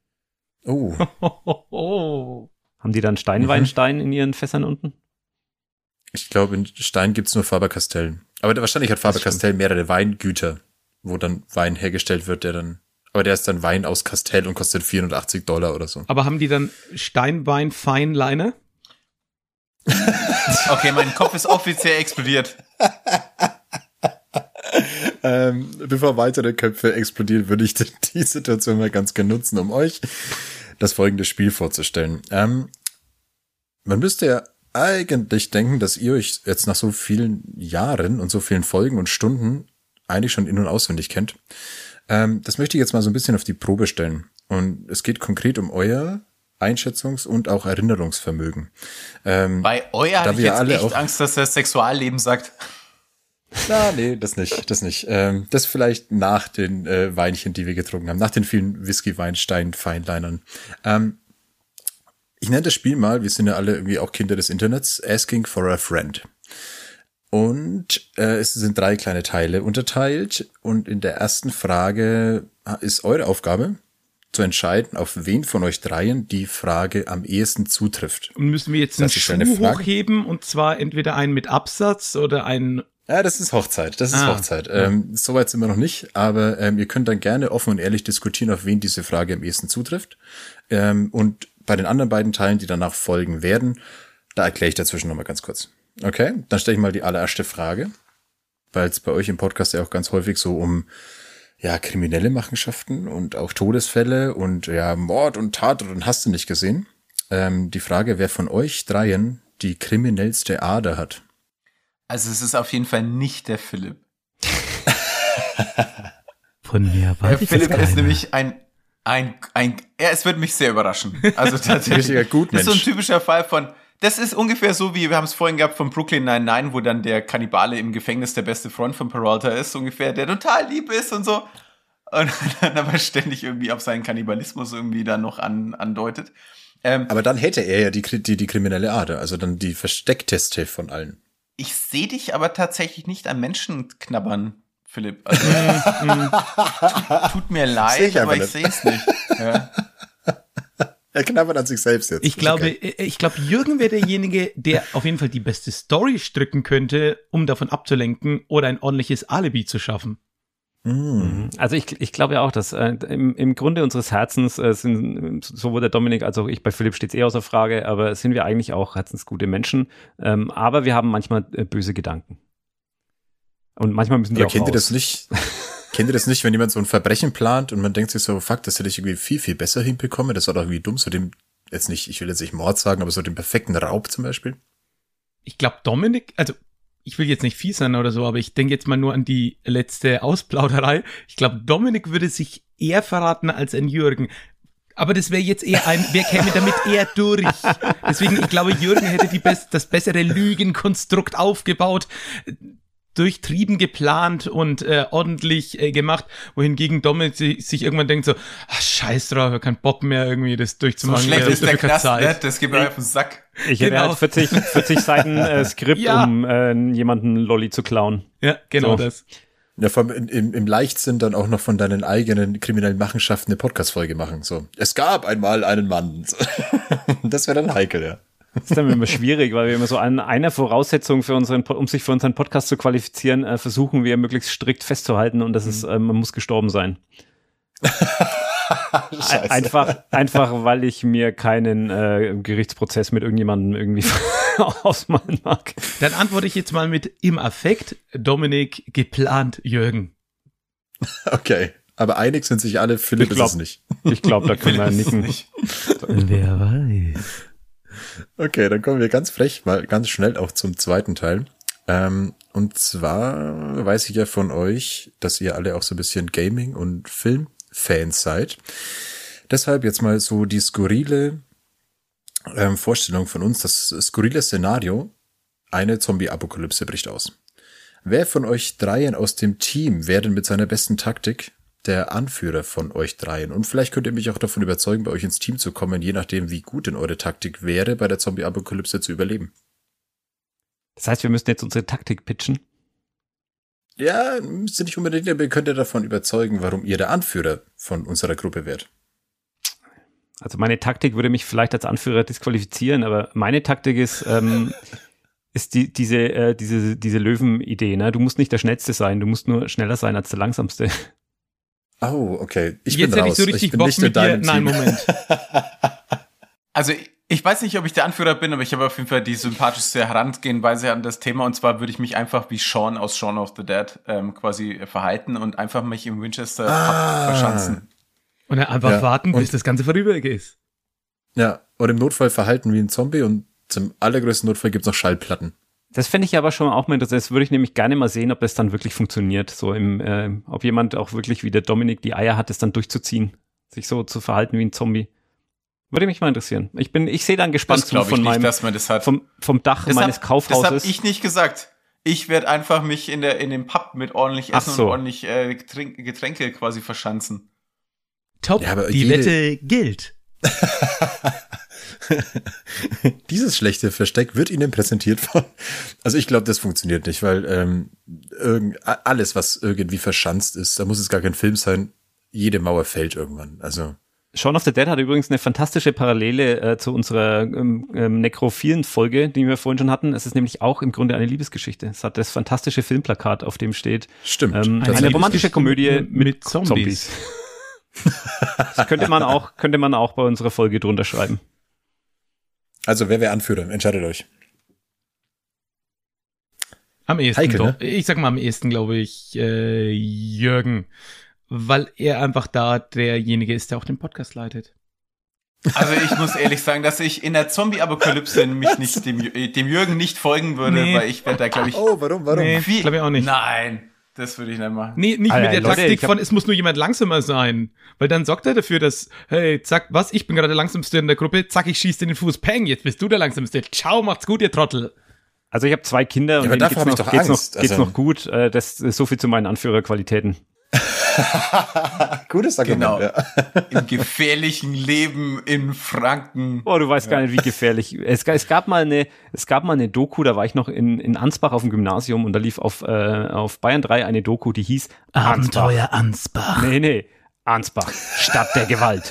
oh. Haben die dann Steinweinstein in ihren Fässern unten? Ich glaube, in Stein gibt's nur Faber-Castell. Aber wahrscheinlich hat Faber-Castell mehrere Weingüter, wo dann Wein hergestellt wird, aber der ist dann Wein aus Castell und kostet $480 oder so. Aber haben die dann Steinwein Feinliner? Okay, mein Kopf ist offiziell explodiert. Bevor weitere Köpfe explodieren, würde ich die Situation mal ganz gerne nutzen, um euch das folgende Spiel vorzustellen. Man müsste ja eigentlich denken, dass ihr euch jetzt nach so vielen Jahren und so vielen Folgen und Stunden eigentlich schon in- und auswendig kennt. Das möchte ich jetzt mal so ein bisschen auf die Probe stellen. Und es geht konkret um euer Einschätzungs- und auch Erinnerungsvermögen. Bei euer habe ich jetzt echt Angst, dass das Sexualleben sagt. Na, nee, das nicht. Das vielleicht nach den Weinchen, die wir getrunken haben, nach den vielen Whisky-Weinstein-Feinlinern. Ich nenne das Spiel mal, wir sind ja alle irgendwie auch Kinder des Internets, Asking for a Friend. Und es sind 3 kleine Teile unterteilt. Und in der ersten Frage ist eure Aufgabe, zu entscheiden, auf wen von euch dreien die Frage am ehesten zutrifft. Und müssen wir jetzt einen Schuh hochheben, und zwar entweder einen mit Absatz oder einen... Ja, das ist Hochzeit. Hochzeit. Soweit sind wir noch nicht, aber ihr könnt dann gerne offen und ehrlich diskutieren, auf wen diese Frage am ehesten zutrifft. Und bei den anderen beiden Teilen, die danach folgen werden, da erkläre ich dazwischen nochmal ganz kurz. Okay, dann stelle ich mal die allererste Frage, weil es bei euch im Podcast ja auch ganz häufig so um kriminelle Machenschaften und auch Todesfälle und Mord und Tat und hast du nicht gesehen. Die Frage, wer von euch dreien die kriminellste Ader hat. Also es ist auf jeden Fall nicht der Philipp. Von mir weiß ich Philipp ist nämlich es wird mich sehr überraschen. Also tatsächlich. Das ist so ein typischer Fall von, das ist ungefähr so wie, wir haben es vorhin gehabt von Brooklyn Nine-Nine, wo dann der Kannibale im Gefängnis der beste Freund von Peralta ist, ungefähr, der total lieb ist und so. Und dann aber ständig irgendwie auf seinen Kannibalismus irgendwie dann noch andeutet. Aber dann hätte er ja die kriminelle Ader, also dann die versteckteste von allen. Ich sehe dich aber tatsächlich nicht an Menschen knabbern, Philipp. Also, tut mir leid, aber ich sehe es nicht. Ja. Er knabbert an sich selbst jetzt. Ich glaube, Jürgen wäre derjenige, der auf jeden Fall die beste Story stricken könnte, um davon abzulenken oder ein ordentliches Alibi zu schaffen. Also ich glaube ja auch, dass im Grunde unseres Herzens sind sowohl der Dominik als auch ich, bei Philipp steht es außer Frage, aber sind wir eigentlich auch herzensgute Menschen. Aber wir haben manchmal böse Gedanken. Und manchmal müssen die aber auch kennt raus. Ihr das nicht? Kennt ihr das nicht, wenn jemand so ein Verbrechen plant und man denkt sich so, fuck, das hätte ich irgendwie viel, viel besser hinbekommen, das war doch irgendwie dumm, so dem, jetzt nicht, ich will jetzt nicht Mord sagen, aber so den perfekten Raub zum Beispiel? Ich glaube, Dominik, also ich will jetzt nicht fies sein oder so, aber ich denke jetzt mal nur an die letzte Ausplauderei. Ich glaube, Dominik würde sich eher verraten als ein Jürgen. Aber das wäre jetzt eher wer käme damit eher durch. Deswegen, ich glaube, Jürgen hätte das bessere Lügenkonstrukt aufgebaut, durchtrieben geplant und ordentlich gemacht, wohingegen Dominik sich irgendwann denkt so, scheiß drauf, ich hab keinen Bock mehr irgendwie das durchzumachen. So schlecht ist der Knast, ne? Das geht mir auf den Sack. Ich hätte halt 40 Seiten Skript, um jemanden Lolli zu klauen. Ja, genau so. Das. Ja, vor allem im Leichtsinn dann auch noch von deinen eigenen kriminellen Machenschaften eine Podcast-Folge machen. So, es gab einmal einen Mann. Das wäre dann heikel, ja. Das ist dann immer schwierig, weil wir immer so an einer Voraussetzung um sich für unseren Podcast zu qualifizieren, versuchen wir möglichst strikt festzuhalten, und das ist, man muss gestorben sein. einfach, weil ich mir keinen Gerichtsprozess mit irgendjemandem irgendwie ausmalen mag. Dann antworte ich jetzt mal mit im Affekt, Dominik, geplant, Jürgen. Okay, aber einig sind sich alle, Philipp ist es nicht. Ich glaube, da können wir nicken. Wer weiß. Okay, dann kommen wir ganz frech mal ganz schnell auch zum zweiten Teil. Und zwar weiß ich ja von euch, dass ihr alle auch so ein bisschen Gaming- und Filmfans seid. Deshalb jetzt mal so die skurrile Vorstellung von uns, das skurrile Szenario, eine Zombie-Apokalypse bricht aus. Wer von euch dreien aus dem Team wäre denn mit seiner besten Taktik der Anführer von euch dreien? Und vielleicht könnt ihr mich auch davon überzeugen, bei euch ins Team zu kommen, je nachdem, wie gut denn eure Taktik wäre, bei der Zombie-Apokalypse zu überleben. Das heißt, wir müssen jetzt unsere Taktik pitchen? Ja, müsst ihr nicht unbedingt, aber ihr könnt ja davon überzeugen, warum ihr der Anführer von unserer Gruppe wärt. Also meine Taktik würde mich vielleicht als Anführer disqualifizieren, aber meine Taktik ist diese Löwen-Idee. Ne? Du musst nicht der Schnellste sein, du musst nur schneller sein als der Langsamste. Oh, okay. Ich Jetzt bin raus. hätte ich so richtig bin Bock nicht in mit dir. deinem Nein, Team. Moment. Also ich weiß nicht, ob ich der Anführer bin, aber ich habe auf jeden Fall die sympathischste Herangehensweise an das Thema. Und zwar würde ich mich einfach wie Shaun aus Shaun of the Dead quasi verhalten und einfach mich im Winchester Pub verschanzen. Und dann einfach Ja, warten, bis und- das Ganze vorüber ist. Ja, und im Notfall verhalten wie ein Zombie und zum allergrößten Notfall gibt's noch Schallplatten. Das fände ich aber schon auch mal interessant. Das würde ich nämlich gerne mal sehen, ob das dann wirklich funktioniert. So ob jemand auch wirklich wie der Dominik die Eier hat, es dann durchzuziehen. Sich so zu verhalten wie ein Zombie. Würde mich mal interessieren. Ich sehe dann gespannt Das glaube ich nicht, dass man das hat. vom Dach meines Kaufhauses. Das habe ich nicht gesagt. Ich werde einfach mich in dem Pub mit ordentlich Ach Essen so. und ordentlich Getränke quasi verschanzen. Top, Ja, aber die Wette gilt. Dieses schlechte Versteck wird Ihnen präsentiert von... Also ich glaube, das funktioniert nicht, weil alles, was irgendwie verschanzt ist, da muss es gar kein Film sein, jede Mauer fällt irgendwann. Also Shaun of the Dead hat übrigens eine fantastische Parallele zu unserer nekrophilen Folge, die wir vorhin schon hatten. Es ist nämlich auch im Grunde eine Liebesgeschichte. Es hat das fantastische Filmplakat, auf dem steht stimmt. eine tatsächlich. romantische Komödie mit Zombies. Zombies. Das könnte man auch bei unserer Folge drunter schreiben. Also wer wäre Anführer? Entscheidet euch. Am ehesten, Heikel, ne? Ich sag mal am ehesten, glaube ich, Jürgen. Weil er einfach da derjenige ist, der auch den Podcast leitet. Also ich muss ehrlich sagen, dass ich in der Zombie-Apokalypse mich nicht dem Jürgen nicht folgen würde, Nee. weil ich werde da, glaube ich, Oh, warum? Nee, glaube ich auch nicht. Nein, das würde ich nicht machen. Nee, nicht Alter, mit der Leute, Taktik ich hab- von, es muss nur jemand langsamer sein. Weil dann sorgt er dafür, dass, hey, zack, was, ich bin gerade der Langsamste in der Gruppe, zack, ich schieße in den Fuß, peng, jetzt bist du der Langsamste. Ciao, macht's gut, ihr Trottel. Also ich habe 2 Kinder und aber denen dafür hab ich doch Angst. geht's Also- noch gut. Das ist so viel zu meinen Anführerqualitäten. Gutes Argument. Genau. Ja. Im gefährlichen Leben in Franken. Oh, du weißt gar nicht, wie gefährlich. Es gab mal eine Doku, da war ich noch in Ansbach auf dem Gymnasium und da lief auf Bayern 3 eine Doku, die hieß Abenteuer Ansbach. Nee, Ansbach, Stadt der Gewalt.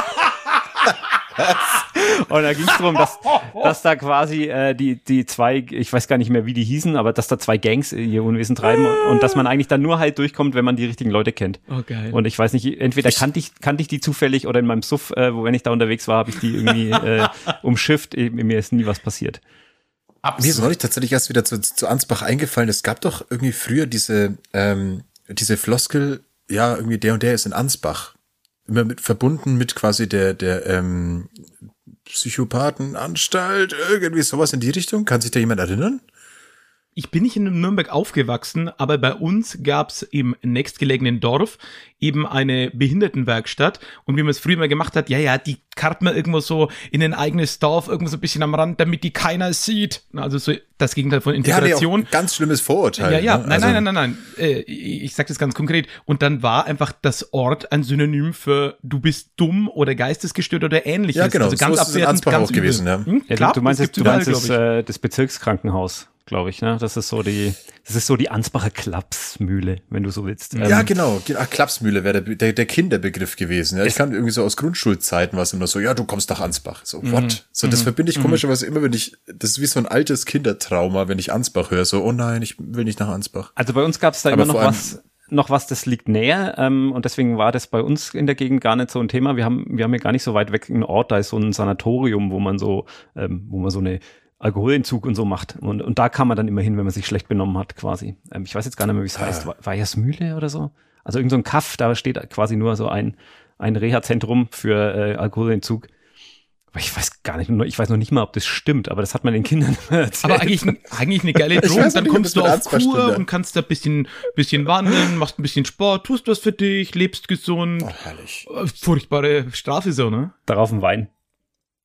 Und da ging es darum, dass da quasi die 2, ich weiß gar nicht mehr, wie die hießen, aber dass da 2 Gangs ihr Unwesen treiben und dass man eigentlich dann nur halt durchkommt, wenn man die richtigen Leute kennt. Oh, geil. Und ich weiß nicht, entweder kannte ich die zufällig oder in meinem Suff, wenn ich da unterwegs war, habe ich die irgendwie umschifft. Mir ist nie was passiert. Mir ist neulich tatsächlich erst wieder zu Ansbach eingefallen. Es gab doch irgendwie früher diese Floskel, ja, irgendwie der und der ist in Ansbach. Immer verbunden mit quasi der Psychopathenanstalt, irgendwie sowas in die Richtung. Kann sich da jemand erinnern? Ich bin nicht in Nürnberg aufgewachsen, aber bei uns gab's im nächstgelegenen Dorf eben eine Behindertenwerkstatt. Und wie man es früher mal gemacht hat, die karrt man irgendwo so in ein eigenes Dorf, irgendwo so ein bisschen am Rand, damit die keiner sieht. Also so das Gegenteil von Integration. Ja, ganz schlimmes Vorurteil. Ja, ne? nein. Ich sag das ganz konkret. Und dann war einfach das Ort ein Synonym für du bist dumm oder geistesgestört oder ähnliches. Ja, genau. Also ganz So ist es in abwertend, Ansbach ganz auch gewesen, übel. ja. Ja, Klar, du meinst, das gibt's überall, glaub ich. das Bezirkskrankenhaus, glaube ich, ne? Das ist so die Ansbacher Klapsmühle, wenn du so willst. Ja, genau. Klapsmühle wäre der Kinderbegriff gewesen. Ja, ich kann irgendwie so aus Grundschulzeiten war es immer so, ja, du kommst nach Ansbach. So, what? So, das verbinde ich komischerweise immer, das ist wie so ein altes Kindertrauma, wenn ich Ansbach höre. So, oh nein, ich will nicht nach Ansbach. Also bei uns gab es da Aber immer vor noch was, das liegt näher und deswegen war das bei uns in der Gegend gar nicht so ein Thema. Wir haben ja gar nicht so weit weg einen Ort, da ist so ein Sanatorium, wo man so eine Alkoholentzug und so macht. Und da kam man dann immer hin, wenn man sich schlecht benommen hat, quasi. Ich weiß jetzt gar nicht mehr, wie es heißt. Weihersmühle oder so? Also irgend so ein Kaff, da steht quasi nur so ein Reha-Zentrum für Alkoholentzug. Aber ich weiß gar nicht, ich weiß noch nicht mal, ob das stimmt, aber das hat man den Kindern immer erzählt. Aber eigentlich eine geile Ich Droge. weiß Dann nicht, ob kommst das du mit auf Ansbach Kur stimmt, ja. und kannst da ein bisschen wandeln, machst ein bisschen Sport, tust was für dich, lebst gesund. Oh, herrlich. Furchtbare Strafe so, ne? Darauf ein Wein.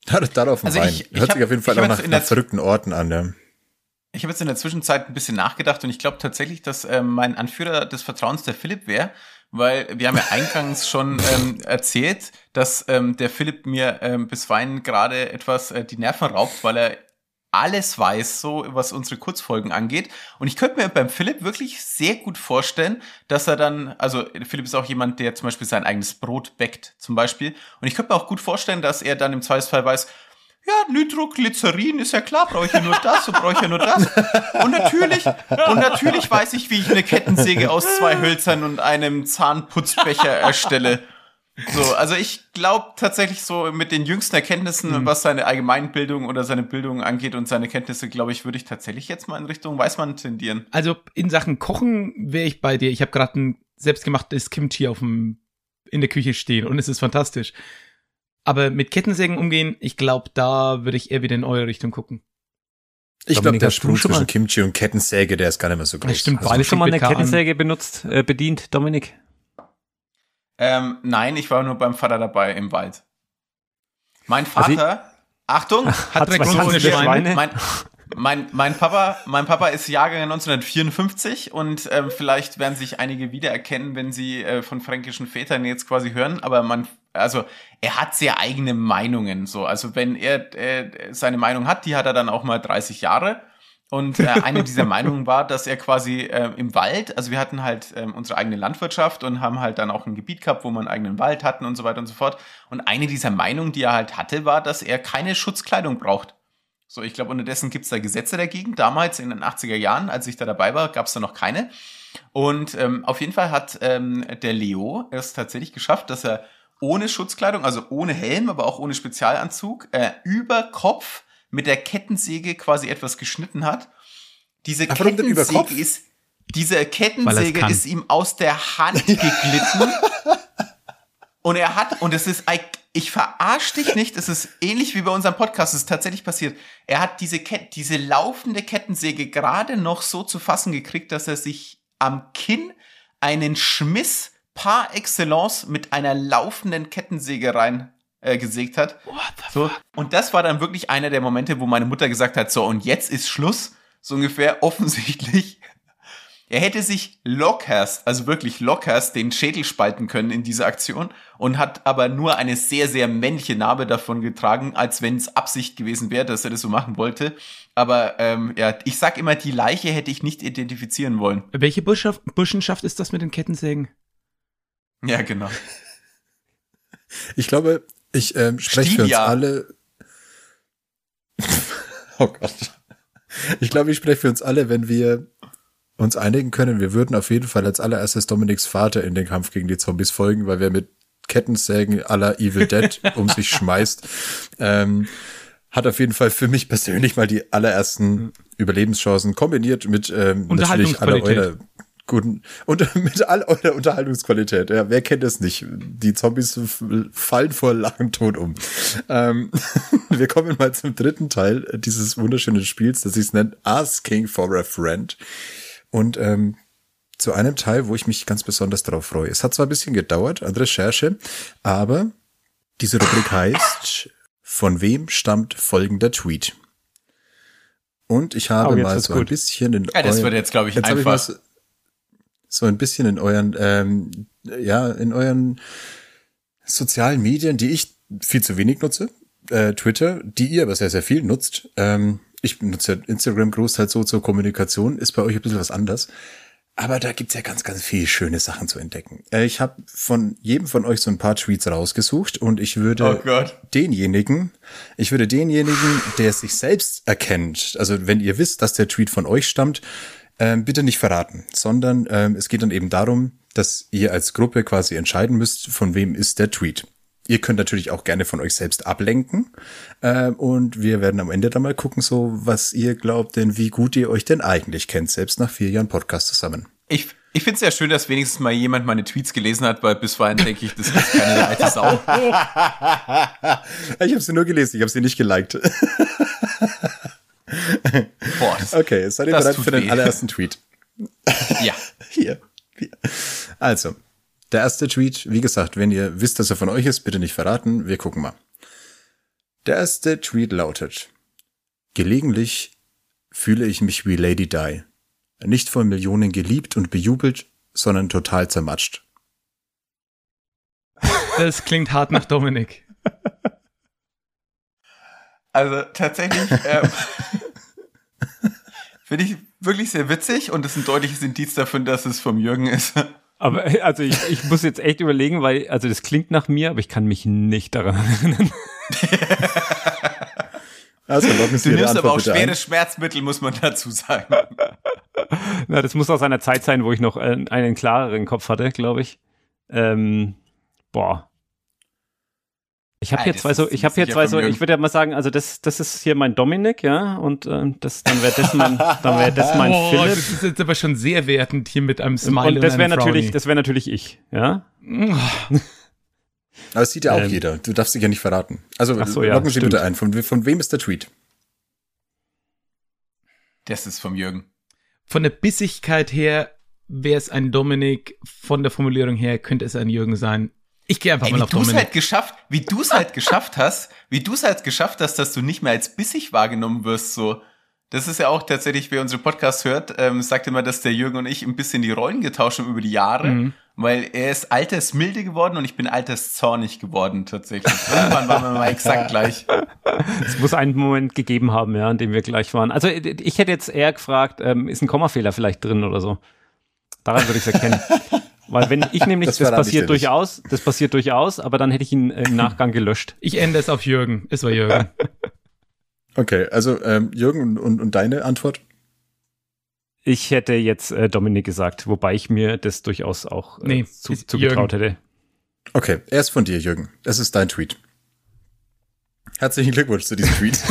Darauf ein Wein. Hört sich auf jeden Fall auch nach verrückten Orten an, ja. Ich habe jetzt in der Zwischenzeit ein bisschen nachgedacht und ich glaube tatsächlich, dass mein Anführer des Vertrauens der Philipp wäre, weil wir haben ja eingangs schon erzählt, dass der Philipp mir bisweilen gerade etwas die Nerven raubt, weil er alles weiß, so was unsere Kurzfolgen angeht. Und ich könnte mir beim Philipp wirklich sehr gut vorstellen, dass er dann, also Philipp ist auch jemand, der zum Beispiel sein eigenes Brot bäckt, zum Beispiel. Und ich könnte mir auch gut vorstellen, dass er dann im Zweifelsfall weiß, ja, Nitroglycerin ist ja klar, brauche ich ja nur das, so brauche ich ja nur das. Und natürlich weiß ich, wie ich eine Kettensäge aus 2 Hölzern und einem Zahnputzbecher erstelle. So, also ich glaube tatsächlich so mit den jüngsten Erkenntnissen, was seine Allgemeinbildung oder seine Bildung angeht und seine Kenntnisse, glaube ich, würde ich tatsächlich jetzt mal in Richtung Weißmann tendieren. Also in Sachen Kochen wäre ich bei dir. Ich habe gerade ein selbstgemachtes Kimchi in der Küche stehen und es ist fantastisch. Aber mit Kettensägen umgehen, ich glaube, da würde ich eher wieder in eure Richtung gucken. Ich glaube, der Sprung zwischen Kimchi und Kettensäge, der ist gar nicht mehr so groß. Das stimmt, hast du schon mal eine Kettensäge bedient, Dominik? Nein, ich war nur beim Vater dabei im Wald. Mein Vater, Achtung, hat Schweine. Mein Papa ist Jahrgang 1954 und vielleicht werden sich einige wiedererkennen, wenn sie von fränkischen Vätern jetzt quasi hören, aber er hat sehr eigene Meinungen, so. Also wenn er seine Meinung hat, die hat er dann auch mal 30 Jahre. Und eine dieser Meinungen war, dass er quasi im Wald, also wir hatten halt unsere eigene Landwirtschaft und haben halt dann auch ein Gebiet gehabt, wo wir einen eigenen Wald hatten und so weiter und so fort. Und eine dieser Meinungen, die er halt hatte, war, dass er keine Schutzkleidung braucht. So, ich glaube, unterdessen gibt es da Gesetze dagegen. Damals in den 80er Jahren, als ich da dabei war, gab es da noch keine. Und auf jeden Fall hat der Leo es tatsächlich geschafft, dass er ohne Schutzkleidung, also ohne Helm, aber auch ohne Spezialanzug, über Kopf mit der Kettensäge quasi etwas geschnitten hat. Diese Kettensäge ist ihm aus der Hand geglitten. Und es ist, ich verarsche dich nicht, es ist ähnlich wie bei unserem Podcast, es ist tatsächlich passiert. Er hat diese laufende Kettensäge gerade noch so zu fassen gekriegt, dass er sich am Kinn einen Schmiss par excellence mit einer laufenden Kettensäge rein gesägt hat. So. Und das war dann wirklich einer der Momente, wo meine Mutter gesagt hat, so, und jetzt ist Schluss, so ungefähr, offensichtlich. Er hätte sich also wirklich lockerst den Schädel spalten können in dieser Aktion und hat aber nur eine sehr, sehr männliche Narbe davon getragen, als wenn es Absicht gewesen wäre, dass er das so machen wollte. Aber ich sag immer, die Leiche hätte ich nicht identifizieren wollen. Welche Burschenschaft ist das mit den Kettensägen? Ja, genau. Ich glaube, ich spreche für uns alle. Oh Gott. Ich glaube, ich spreche für uns alle, wenn wir uns einigen können. Wir würden auf jeden Fall als allererstes Dominiks Vater in den Kampf gegen die Zombies folgen, weil wer mit Kettensägen à la Evil Dead um sich schmeißt, hat auf jeden Fall für mich persönlich mal die allerersten Überlebenschancen kombiniert mit natürlich aller eurer guten und mit all eurer Unterhaltungsqualität. Ja, wer kennt es nicht? Die Zombies fallen vor Lachen tot um. Wir kommen mal zum dritten Teil dieses wunderschönen Spiels, das sich nennt Asking for a Friend. Und zu einem Teil, wo ich mich ganz besonders darauf freue. Es hat zwar ein bisschen gedauert an Recherche, aber diese Rubrik heißt: Von wem stammt folgender Tweet? Und ich habe mal so ein bisschen in das wird jetzt, glaube ich, einfach. So ein bisschen in euren, in euren sozialen Medien, die ich viel zu wenig nutze, Twitter, die ihr aber sehr, sehr viel nutzt. Ich nutze Instagram großteils so zur Kommunikation, ist bei euch ein bisschen was anders. Aber da gibt's ja ganz, ganz viele schöne Sachen zu entdecken. Ich habe von jedem von euch so ein paar Tweets rausgesucht und ich würde denjenigen, der sich selbst erkennt, also wenn ihr wisst, dass der Tweet von euch stammt, bitte nicht verraten, sondern es geht dann eben darum, dass ihr als Gruppe quasi entscheiden müsst, von wem ist der Tweet. Ihr könnt natürlich auch gerne von euch selbst ablenken und wir werden am Ende dann mal gucken, so was ihr glaubt, denn wie gut ihr euch denn eigentlich kennt, selbst nach 4 Jahren Podcast zusammen. Ich finde es ja schön, dass wenigstens mal jemand meine Tweets gelesen hat, weil bisweilen denke ich, das ist keine alte Sau. Ich habe sie nur gelesen, ich habe sie nicht geliked. Boah, okay, seid ihr bereit für den allerersten Tweet? Ja. Hier. Also, der erste Tweet, wie gesagt, wenn ihr wisst, dass er von euch ist, bitte nicht verraten, wir gucken mal. Der erste Tweet lautet: Gelegentlich fühle ich mich wie Lady Di. Nicht von Millionen geliebt und bejubelt, sondern total zermatscht. Das klingt hart nach Dominik. Also tatsächlich finde ich wirklich sehr witzig und das ist ein deutliches Indiz dafür, dass es vom Jürgen ist. Aber also ich muss jetzt echt überlegen, weil, also das klingt nach mir, aber ich kann mich nicht daran erinnern. Also, du nimmst aber auch schwere Schmerzmittel, muss man dazu sagen. Na, das muss aus einer Zeit sein, wo ich noch einen klareren Kopf hatte, glaube ich. Ich habe hier zwei so, ich würde ja mal sagen, also das ist hier mein Dominik, ja, und dann wäre das mein Philipp. Das ist jetzt aber schon sehr wertend hier mit einem Smile und das wäre natürlich ich, ja. Aber es sieht ja auch jeder. Du darfst dich ja nicht verraten. Also loggen Sie bitte ein. Von wem ist der Tweet? Das ist vom Jürgen. Von der Bissigkeit her wäre es ein Dominik, von der Formulierung her könnte es ein Jürgen sein. Ich gehe einfach mal auf Dominik. Wie du es halt geschafft hast, dass du nicht mehr als bissig wahrgenommen wirst, so. Das ist ja auch tatsächlich, wer unsere Podcasts hört, sagt immer, dass der Jürgen und ich ein bisschen die Rollen getauscht haben über die Jahre, weil er ist altersmilde geworden und ich bin alterszornig geworden, tatsächlich. Irgendwann waren wir mal exakt gleich. Es muss einen Moment gegeben haben, ja, an dem wir gleich waren. Also ich hätte jetzt eher gefragt, ist ein Kommafehler vielleicht drin oder so? Daran würde ich es erkennen. Weil wenn ich nämlich, das passiert durchaus, aber dann hätte ich ihn im Nachgang gelöscht. Ich ändere es auf Jürgen. Es war Jürgen. Okay, also Jürgen und deine Antwort? Ich hätte jetzt Dominik gesagt, wobei ich mir das durchaus auch zugetraut hätte. Okay, erst von dir, Jürgen. Es ist dein Tweet. Herzlichen Glückwunsch zu diesem Tweet.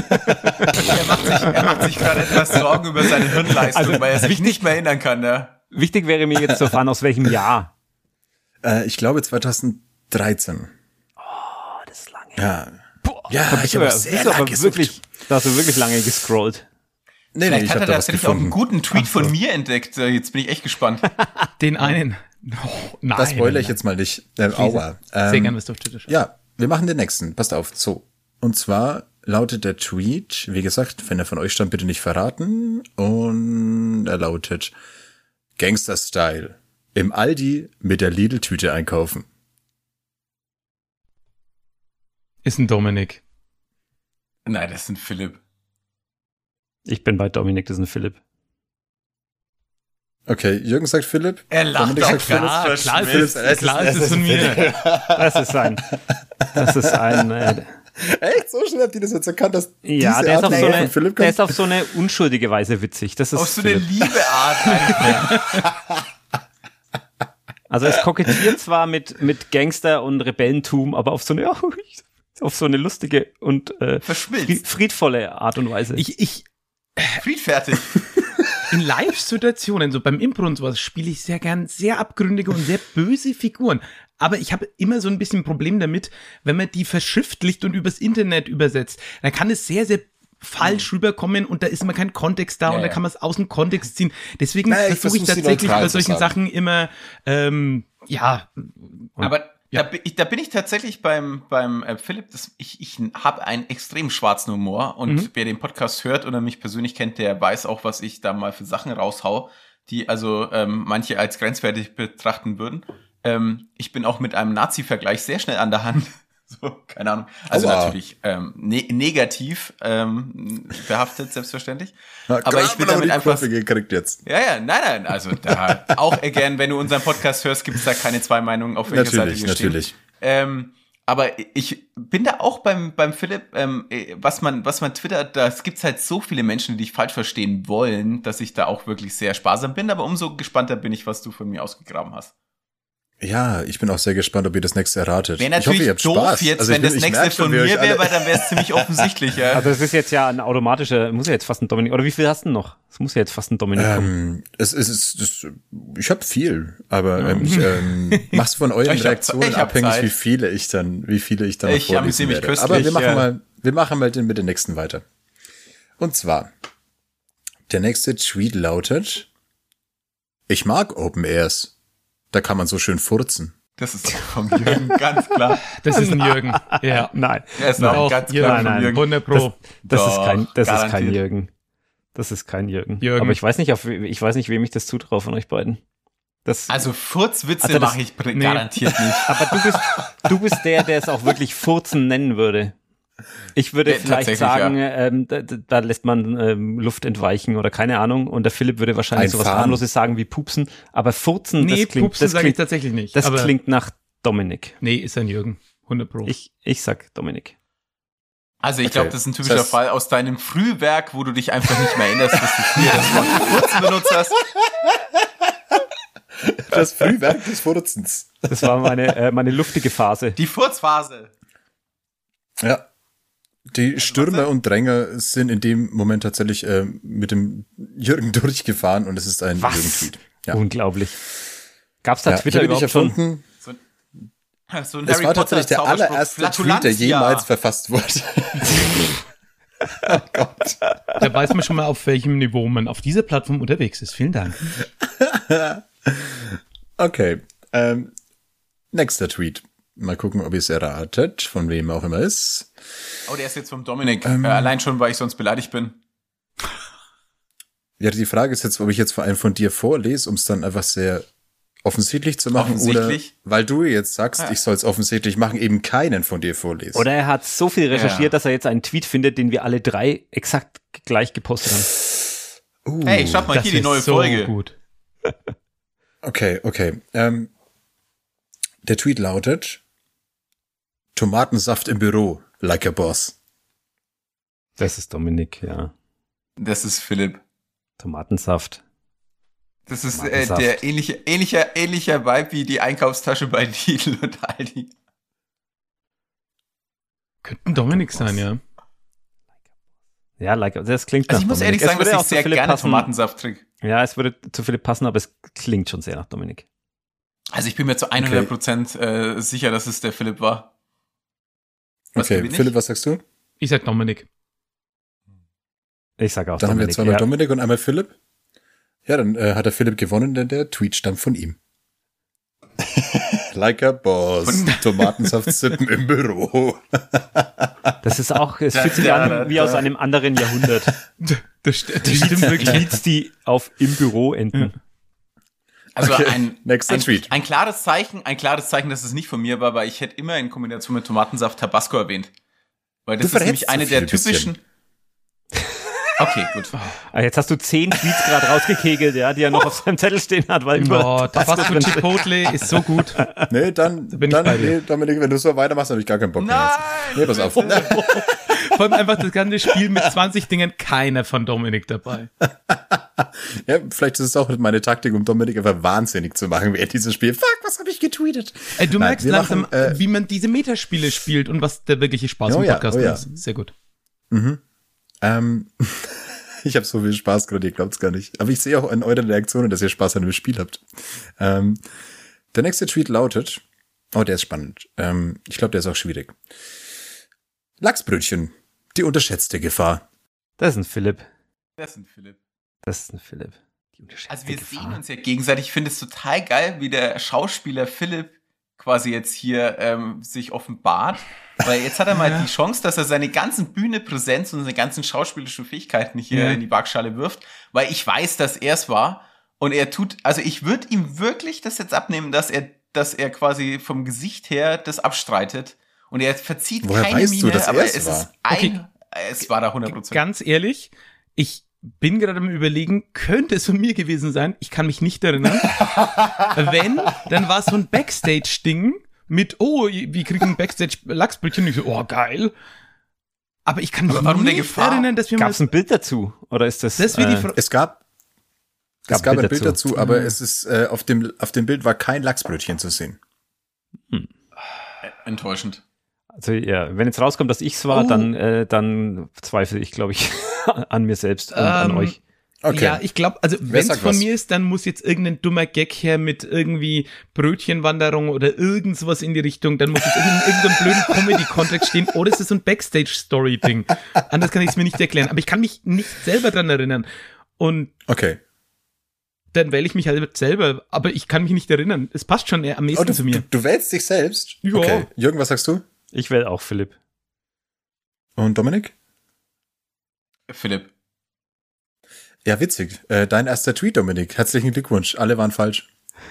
Er macht sich gerade etwas Sorgen über seine Hirnleistung, weil er sich nicht mehr erinnern kann, ja. Wichtig wäre mir jetzt zu erfahren, aus welchem Jahr. Ich glaube 2013. Oh, das ist lange. Ja. Boah, ja, ich habe sehr lange gesucht. Da hast du wirklich lange gescrollt. Vielleicht hat er tatsächlich auch einen guten Tweet von mir entdeckt. Jetzt bin ich echt gespannt. Den einen. Oh, nein. Das spoilere ich jetzt mal nicht. Aua. Sehr gerne, was du auf Twitter schaust. Ja, wir machen den nächsten. Passt auf. So. Und zwar lautet der Tweet, wie gesagt, wenn er von euch stammt, bitte nicht verraten. Und er lautet: Gangster-Style. Im Aldi mit der Lidl-Tüte einkaufen. Ist ein Dominik. Nein, das ist ein Philipp. Ich bin bei Dominik, das ist ein Philipp. Okay, Jürgen sagt Philipp. Er lacht auch ganz klar ist es von mir. Das ist ein Echt? So schnell habt ihr das jetzt erkannt, dass ja, diese Art von Philipp kommt? Der ist auf so eine unschuldige Weise witzig. Das ist auf so eine liebe Art. Also es kokettiert zwar mit Gangster und Rebellentum, aber auf so eine lustige und friedvolle Art und Weise. Friedfertig. In Live-Situationen, so beim Impro und sowas, spiele ich sehr gern sehr abgründige und sehr böse Figuren. Aber ich habe immer so ein bisschen ein Problem damit, wenn man die verschriftlicht und übers Internet übersetzt. Dann kann es sehr, sehr falsch rüberkommen und da ist immer kein Kontext da und da kann man es aus dem Kontext ziehen. Deswegen versuche ich tatsächlich bei solchen Sachen immer, Aber da bin ich tatsächlich beim Philipp, ich habe einen extrem schwarzen Humor und wer den Podcast hört oder mich persönlich kennt, der weiß auch, was ich da mal für Sachen raushau, die also manche als grenzwertig betrachten würden. Ich bin auch mit einem Nazi-Vergleich sehr schnell an der Hand. So, keine Ahnung. Also natürlich negativ behaftet, selbstverständlich. Aber ich bin damit einfach gekriegt jetzt. Ja, nein. Also da auch again, wenn du unseren Podcast hörst, gibt's da keine zwei Meinungen, auf welcher Seite wir stehen. Natürlich. Aber ich bin da auch beim Philipp, was man twittert, da gibt's halt so viele Menschen, die dich falsch verstehen wollen, dass ich da auch wirklich sehr sparsam bin. Aber umso gespannter bin ich, was du von mir ausgegraben hast. Ja, ich bin auch sehr gespannt, ob ihr das nächste erratet. Wäre natürlich ich hoffe, ihr habt doof Spaß. jetzt, also wenn das nächste von mir wäre, weil dann wäre es ziemlich offensichtlich. Ja. Also es ist jetzt ja ein automatischer, muss ja jetzt fast ein Dominik, oder wie viel hast du noch? Es muss ja jetzt fast ein Dominik kommen. Ich habe viel, aber ich mach's von euren Reaktionen abhängig, wie viele ich dann noch vorlesen werde. Köstlich, aber wir machen mal mit den nächsten weiter. Und zwar, der nächste Tweet lautet: Ich mag Open Airs. Da kann man so schön furzen. Das ist vom Jürgen, ganz klar. Das ist ein Jürgen. Ja. Nein. Er ist auch ganz klar Nein, vom Jürgen. 100 Pro. Das ist kein garantiert. Jürgen. Das ist kein Jürgen. Jürgen. Aber ich weiß nicht, wem ich das zutraue von euch beiden. Also Furzwitze Also das- mache ich garantiert nicht. Aber du bist der es auch wirklich Furzen nennen würde. Ich würde Ja, vielleicht tatsächlich, sagen, da lässt man Luft entweichen oder keine Ahnung. Und der Philipp würde wahrscheinlich sowas Einfahren. harmloses sagen wie Pupsen. Aber Furzen, Nee, das klingt, Pupsen das sage ich klingt, tatsächlich nicht. das aber klingt nach Dominik. nee, ist ein Jürgen. 100 Pro. Ich sag Dominik. Also ich Okay. glaube, das ist ein typischer Das heißt- Fall aus deinem Frühwerk, wo du dich einfach nicht mehr erinnerst, dass du früher das Wort Furzen benutzt hast. Das Frühwerk des Furzens. Das war meine luftige Phase. Die Furzphase. Ja. Die Stürmer und Dränger sind in dem Moment tatsächlich mit dem Jürgen durchgefahren und es ist ein Jürgen-Tweet. Ja. Unglaublich. Gab's da Ja, Twitter ich habe ihn nicht überhaupt schon? erfunden. So ein Es Harry war Potter tatsächlich der Zauberspruch. allererste Tweet, der Flatulentia. jemals verfasst wurde. Oh Gott. Da weiß man schon mal, auf welchem Niveau man auf dieser Plattform unterwegs ist. Vielen Dank. Okay. Nächster Tweet. Mal gucken, ob ihr es erratet, von wem auch immer ist. Oh, der ist jetzt vom Dominik. Allein schon, weil ich sonst beleidigt bin. Ja, die Frage ist jetzt, ob ich jetzt vor allem von dir vorlese, um es dann einfach sehr offensichtlich zu machen, oder Offensichtlich? weil du jetzt sagst, Ja. ich soll es offensichtlich machen, eben keinen von dir vorlesen. Oder er hat so viel recherchiert, Ja. dass er jetzt einen Tweet findet, den wir alle drei exakt gleich gepostet haben. Hey, schaut mal Das hier die ist neue so Folge. gut. Okay. Der Tweet lautet: Tomatensaft im Büro, like a boss. Das ist Dominik, ja. Das ist Philipp. Tomatensaft. Das ist Tomatensaft. der ähnlicher Vibe wie die Einkaufstasche bei Lidl und Aldi. Könnte ein Dominik sein, ja. Ja, das klingt Also nach ich muss Dominik. ehrlich sagen, Es würde dass auch ich zu sehr Philipp gerne passen. Tomatensaft trinke. Ja, es würde zu Philipp passen, aber es klingt schon sehr nach Dominik. Also ich bin mir zu 100% sicher, dass es der Philipp war. Was Okay, bin ich? Philipp, was sagst du? Ich sag Dominik. Ich sage auch Dann haben wir Dominik. zweimal Ja. Dominik und einmal Philipp. Ja, dann hat der Philipp gewonnen, denn der Tweet stammt von ihm. Like a boss. Tomatensaft sippen im Büro. Das ist auch, es fühlt sich an wie aus einem anderen Jahrhundert. Das stimmt wirklich. Tweets, die auf im Büro enden. Also Okay, nächster Tweet. ein klares Zeichen, dass es nicht von mir war, weil ich hätte immer in Kombination mit Tomatensaft Tabasco erwähnt. Weil das Du ist nämlich verrätst eine so der viel bisschen. typischen. Okay, gut. Ah, jetzt hast du 10 Tweets gerade rausgekegelt, ja, die er noch auf seinem Zettel stehen hat, weil Oh, Tabasco Chipotle ist so gut. Nee, dann bin ich bei dir. Dominik, wenn du so weitermachst, habe ich gar keinen Bock mehr. Nein! Nee, pass auf. Vor allem einfach das ganze Spiel mit 20 Dingen, keiner von Dominik dabei. Ja, vielleicht ist es auch meine Taktik, um Dominik einfach wahnsinnig zu machen, während dieses Spiel. Fuck, was habe ich getweetet? Du Nein, merkst wir langsam, machen, wie man diese Metaspiele spielt und was der wirkliche Spaß Oh im ja, Podcast oh ja. ist. Sehr gut. Ich habe so viel Spaß gerade, ihr glaubt's gar nicht. Aber ich sehe auch an euren Reaktionen, dass ihr Spaß an dem Spiel habt. Der nächste Tweet lautet, oh, der ist spannend. Ich glaube, der ist auch schwierig. Lachsbrötchen, die unterschätzte Gefahr. Das ist ein Philipp. Das ist ein Philipp. Das ist ein Philipp. Die unterschätzte Also wir Gefahr. sehen uns ja gegenseitig. Ich finde es total geil, wie der Schauspieler Philipp quasi jetzt hier sich offenbart. Weil jetzt hat er mal die Chance, dass er seine ganzen Bühnepräsenz und seine ganzen schauspielerischen Fähigkeiten hier in die Waagschale wirft. Weil ich weiß, dass er es war. Und er tut, also ich würde ihm wirklich das jetzt abnehmen, dass er quasi vom Gesicht her das abstreitet. Und er verzieht Woher keine weißt du, Miene, dass aber er es war? es war da 100%. Ganz ehrlich, ich bin gerade am Überlegen, könnte es von mir gewesen sein? Ich kann mich nicht erinnern. Wenn, dann war es so ein Backstage-Ding mit, oh, wir kriegen Backstage-Lachsbrötchen. Ich so, oh, geil. Aber ich kann mich Aber warum der nicht Gefahr? erinnern, dass wir Gab es ein Bild dazu? Oder ist das? Das wäre die Frage. Es gab Gab ein Bild Bild dazu. dazu, aber es ist auf dem Bild war kein Lachsbrötchen zu sehen. Enttäuschend. Also ja, wenn jetzt rauskommt, dass ich's war, dann zweifle ich, glaube ich, an mir selbst und an euch. Okay. Ja, ich glaube, also wenn es sagt von was? mir ist, dann muss jetzt irgendein dummer Gag her mit irgendwie Brötchenwanderung oder irgend sowas in die Richtung, dann muss jetzt irgendein blöden Comedy-Kontext stehen oder es ist so ein Backstage-Story-Ding. Anders kann ich es mir nicht erklären. Aber ich kann mich nicht selber dran erinnern. Und Okay. dann wähle ich mich halt selber. Aber ich kann mich nicht erinnern. Es passt schon eher am nächsten zu mir. Du wählst dich selbst? Ja. Okay. Jürgen, was sagst du? Ich wähle auch Philipp. Und Dominik? Philipp. Ja, witzig. Dein erster Tweet, Dominik. Herzlichen Glückwunsch. Alle waren falsch.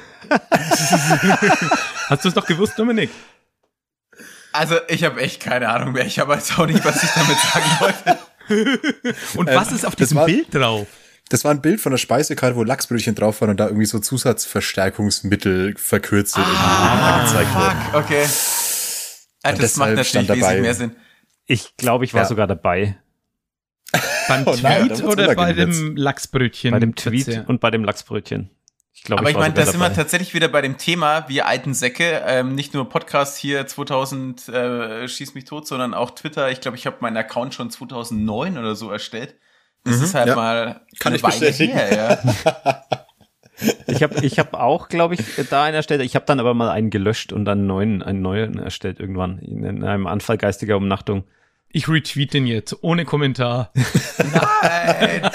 Hast du es doch gewusst, Dominik? Also, ich habe echt keine Ahnung mehr. Ich habe jetzt auch nicht, was ich damit sagen wollte. Und was ist auf diesem Bild drauf? Das war ein Bild von der Speisekarte, wo Lachsbrötchen drauf waren und da irgendwie so Zusatzverstärkungsmittel verkürzelt angezeigt wurden. Okay. Das macht natürlich wesentlich mehr Sinn. Ich glaube, ich war sogar dabei. Beim Tweet oder bei dem Lachsbrötchen? Bei dem Tweet und bei dem Lachsbrötchen. Aber ich meine, da sind wir tatsächlich wieder bei dem Thema, wir alten Säcke, nicht nur Podcast hier 2000 schieß mich tot, sondern auch Twitter. Ich glaube, ich habe meinen Account schon 2009 oder so erstellt. Das ist halt mal kann ich Weile bestätigen. her, ja. Ich hab auch, glaube ich, da einen erstellt. Ich habe dann aber mal einen gelöscht und dann einen neuen erstellt irgendwann in einem Anfall geistiger Umnachtung. Ich retweet den jetzt, ohne Kommentar. Nein!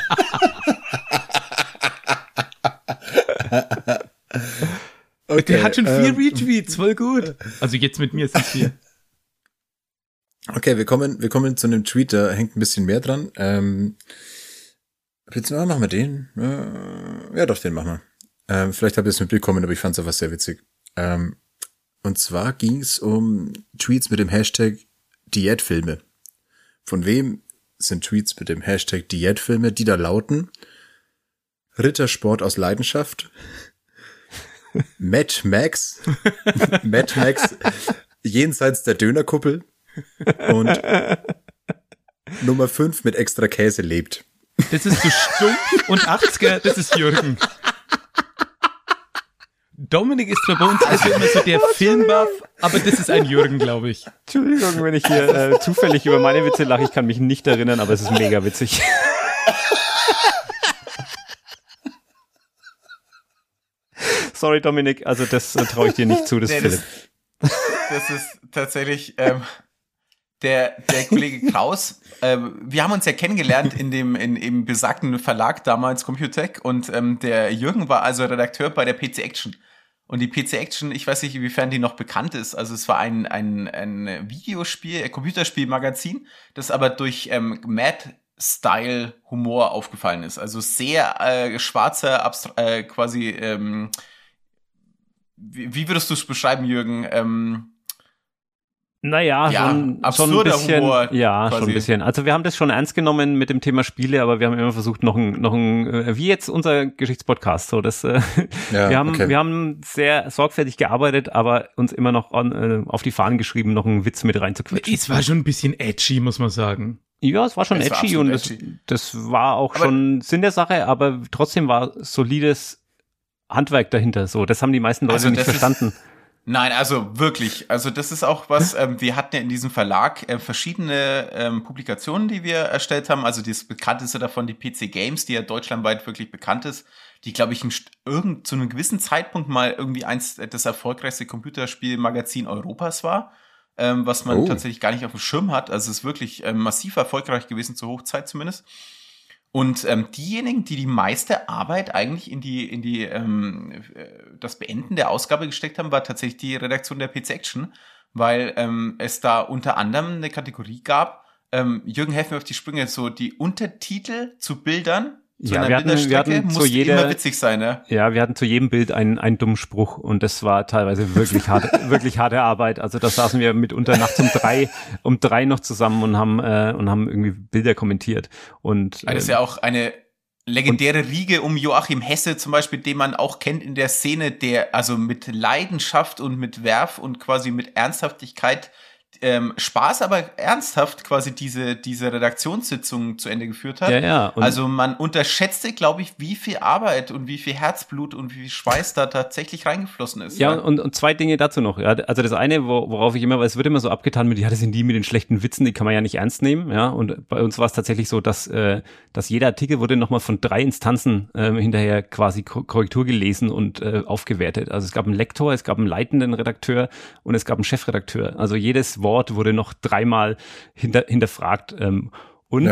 Okay, Der hat schon 4 Retweets, voll gut. Also jetzt mit mir sind es 4. Okay, wir kommen zu einem Tweet, da hängt ein bisschen mehr dran. Machen wir den? Ja, doch, den machen wir. Vielleicht habt ihr es mitbekommen, aber ich fand es einfach sehr witzig. Und zwar ging es um Tweets mit dem Hashtag Diätfilme. Von wem sind Tweets mit dem Hashtag Diätfilme, die da lauten: Rittersport aus Leidenschaft, Mad Max, jenseits der Dönerkuppel und Nummer 5 mit extra Käse lebt. Das ist so stumpf und 80er, das ist Jürgen. Dominik ist zwar bei uns also immer so der Filmbuff, aber das ist ein Jürgen, glaube ich. Entschuldigung, wenn ich hier zufällig über meine Witze lache, ich kann mich nicht erinnern, aber es ist mega witzig. Sorry, Dominik, also das traue ich dir nicht zu, das Nee, Philipp. Das ist tatsächlich der Kollege Kraus. Wir haben uns ja kennengelernt im besagten Verlag damals Computec und der Jürgen war also Redakteur bei der PC Action. Und die PC Action, ich weiß nicht, inwiefern die noch bekannt ist. Also es war ein Computerspielmagazin, das aber durch Mad-Style-Humor aufgefallen ist. Also sehr schwarzer, quasi, wie würdest du es beschreiben, Jürgen? Naja, Ja, schon ein absurder bisschen. Humor Ja, quasi. schon ein bisschen. Also wir haben das schon ernst genommen mit dem Thema Spiele, aber wir haben immer versucht, noch ein wie jetzt unser Geschichtspodcast. So, das, wir haben sehr sorgfältig gearbeitet, aber uns immer noch auf die Fahnen geschrieben, noch einen Witz mit reinzuquetschen. Es war schon ein bisschen edgy, muss man sagen. Ja, es war schon Es war edgy absolut und edgy. das war auch Aber schon Sinn der Sache, aber trotzdem war solides Handwerk dahinter. So, das haben die meisten Leute Also nicht das ist- verstanden. Nein, also wirklich. Also das ist auch was, wir hatten ja in diesem Verlag verschiedene Publikationen, die wir erstellt haben. Also das bekannteste davon, die PC Games, die ja deutschlandweit wirklich bekannt ist, die, glaube ich, zu einem gewissen Zeitpunkt mal irgendwie das erfolgreichste Computerspielmagazin Europas war, was man tatsächlich gar nicht auf dem Schirm hat. Also es ist wirklich massiv erfolgreich gewesen, zur Hochzeit zumindest. Und diejenigen, die meiste Arbeit eigentlich in das Beenden der Ausgabe gesteckt haben, war tatsächlich die Redaktion der PC Action, weil es da unter anderem eine Kategorie gab, Jürgen, helf mir auf die Sprünge, so die Untertitel zu Bildern, zu Ja, einer wir Bilderstrecke, hatten zu musste jeder- immer witzig sein, ne? Ja, wir hatten zu jedem Bild einen dummen Spruch und das war teilweise wirklich harte Arbeit. Also da saßen wir mitunter nachts um drei noch zusammen und haben irgendwie Bilder kommentiert. Und Das ist ja auch eine legendäre Riege um Joachim Hesse zum Beispiel, den man auch kennt in der Szene, der also mit Leidenschaft und mit Werf und quasi mit Ernsthaftigkeit Spaß, aber ernsthaft quasi diese Redaktionssitzung zu Ende geführt hat. Ja, und Also man unterschätzte, glaube ich, wie viel Arbeit und wie viel Herzblut und wie viel Schweiß da tatsächlich reingeflossen ist. ja, und zwei Dinge dazu noch. Ja, also das eine, worauf ich immer, weil es wird immer so abgetan mit, ja, das sind die mit den schlechten Witzen, die kann man ja nicht ernst nehmen. Ja, und bei uns war es tatsächlich so, dass jeder Artikel wurde nochmal von 3 Instanzen hinterher quasi Korrektur gelesen und aufgewertet. Also es gab einen Lektor, es gab einen leitenden Redakteur und es gab einen Chefredakteur. Also jedes Wort wurde noch 3-mal hinterfragt. Und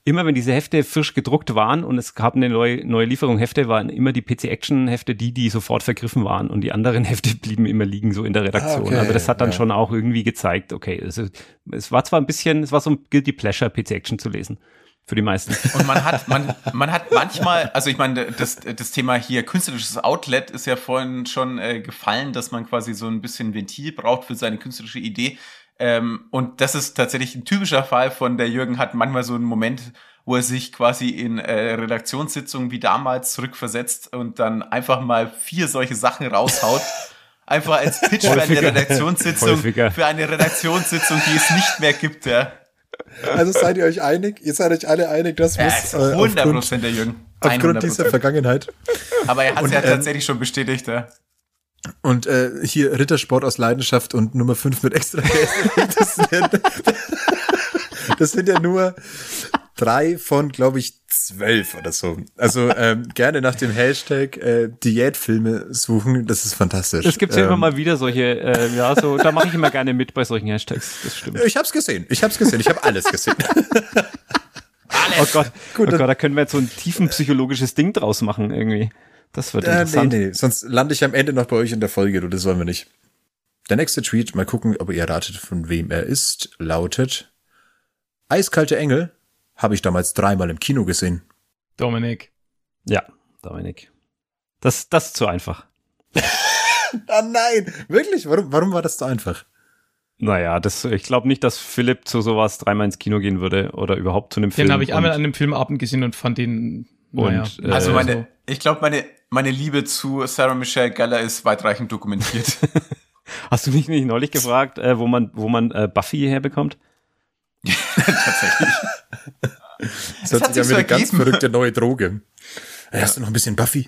immer wenn diese Hefte frisch gedruckt waren und es gab eine neue Lieferung Hefte, waren immer die PC-Action-Hefte die sofort vergriffen waren und die anderen Hefte blieben immer liegen, so in der Redaktion. Okay, aber das hat dann schon auch irgendwie gezeigt, okay, also, es war so ein Guilty Pleasure, PC-Action zu lesen. Für die meisten. Und man hat manchmal, also ich meine, das Thema hier künstlerisches Outlet ist ja vorhin schon gefallen, dass man quasi so ein bisschen Ventil braucht für seine künstlerische Idee. Und das ist tatsächlich ein typischer Fall von der Jürgen hat manchmal so einen Moment, wo er sich quasi in Redaktionssitzungen wie damals zurückversetzt und dann einfach mal 4 solche Sachen raushaut. Einfach als Pitch für eine Redaktionssitzung, für eine Redaktionssitzung, die es nicht mehr gibt, ja. Also seid ihr euch einig? Ihr seid euch alle einig, dass wir 100% der Jürgen. Aufgrund dieser Vergangenheit. Aber er hat es ja tatsächlich schon bestätigt, ja. Und hier Rittersport aus Leidenschaft und Nummer 5 mit extra Käse. Das sind ja nur 3 von, glaube ich, 12 oder so. Also gerne nach dem Hashtag Diätfilme suchen, das ist fantastisch. Es gibt ja immer mal wieder solche, da mache ich immer gerne mit bei solchen Hashtags, das stimmt. Ich hab's gesehen, ich habe alles gesehen. Oh Gott, da können wir jetzt so ein tiefenpsychologisches Ding draus machen irgendwie. Das wird interessant. Nee, sonst lande ich am Ende noch bei euch in der Folge, das wollen wir nicht. Der nächste Tweet, mal gucken, ob ihr ratet, von wem er ist, lautet: Eiskalte Engel habe ich damals 3-mal im Kino gesehen. Dominik. Ja, Dominik. Das ist zu einfach. Oh nein, wirklich? Warum war das so einfach? Naja, ich glaube nicht, dass Philipp zu sowas 3-mal ins Kino gehen würde oder überhaupt zu einem Film. Den habe ich einmal an einem Filmabend gesehen und fand den, also ich glaube, meine Liebe zu Sarah Michelle Gellar ist weitreichend dokumentiert. Hast du mich nicht neulich gefragt, wo man Buffy herbekommt? Tatsächlich. Das hört sich an wie eine ganz verrückte neue Droge. Hast du noch ein bisschen Buffy?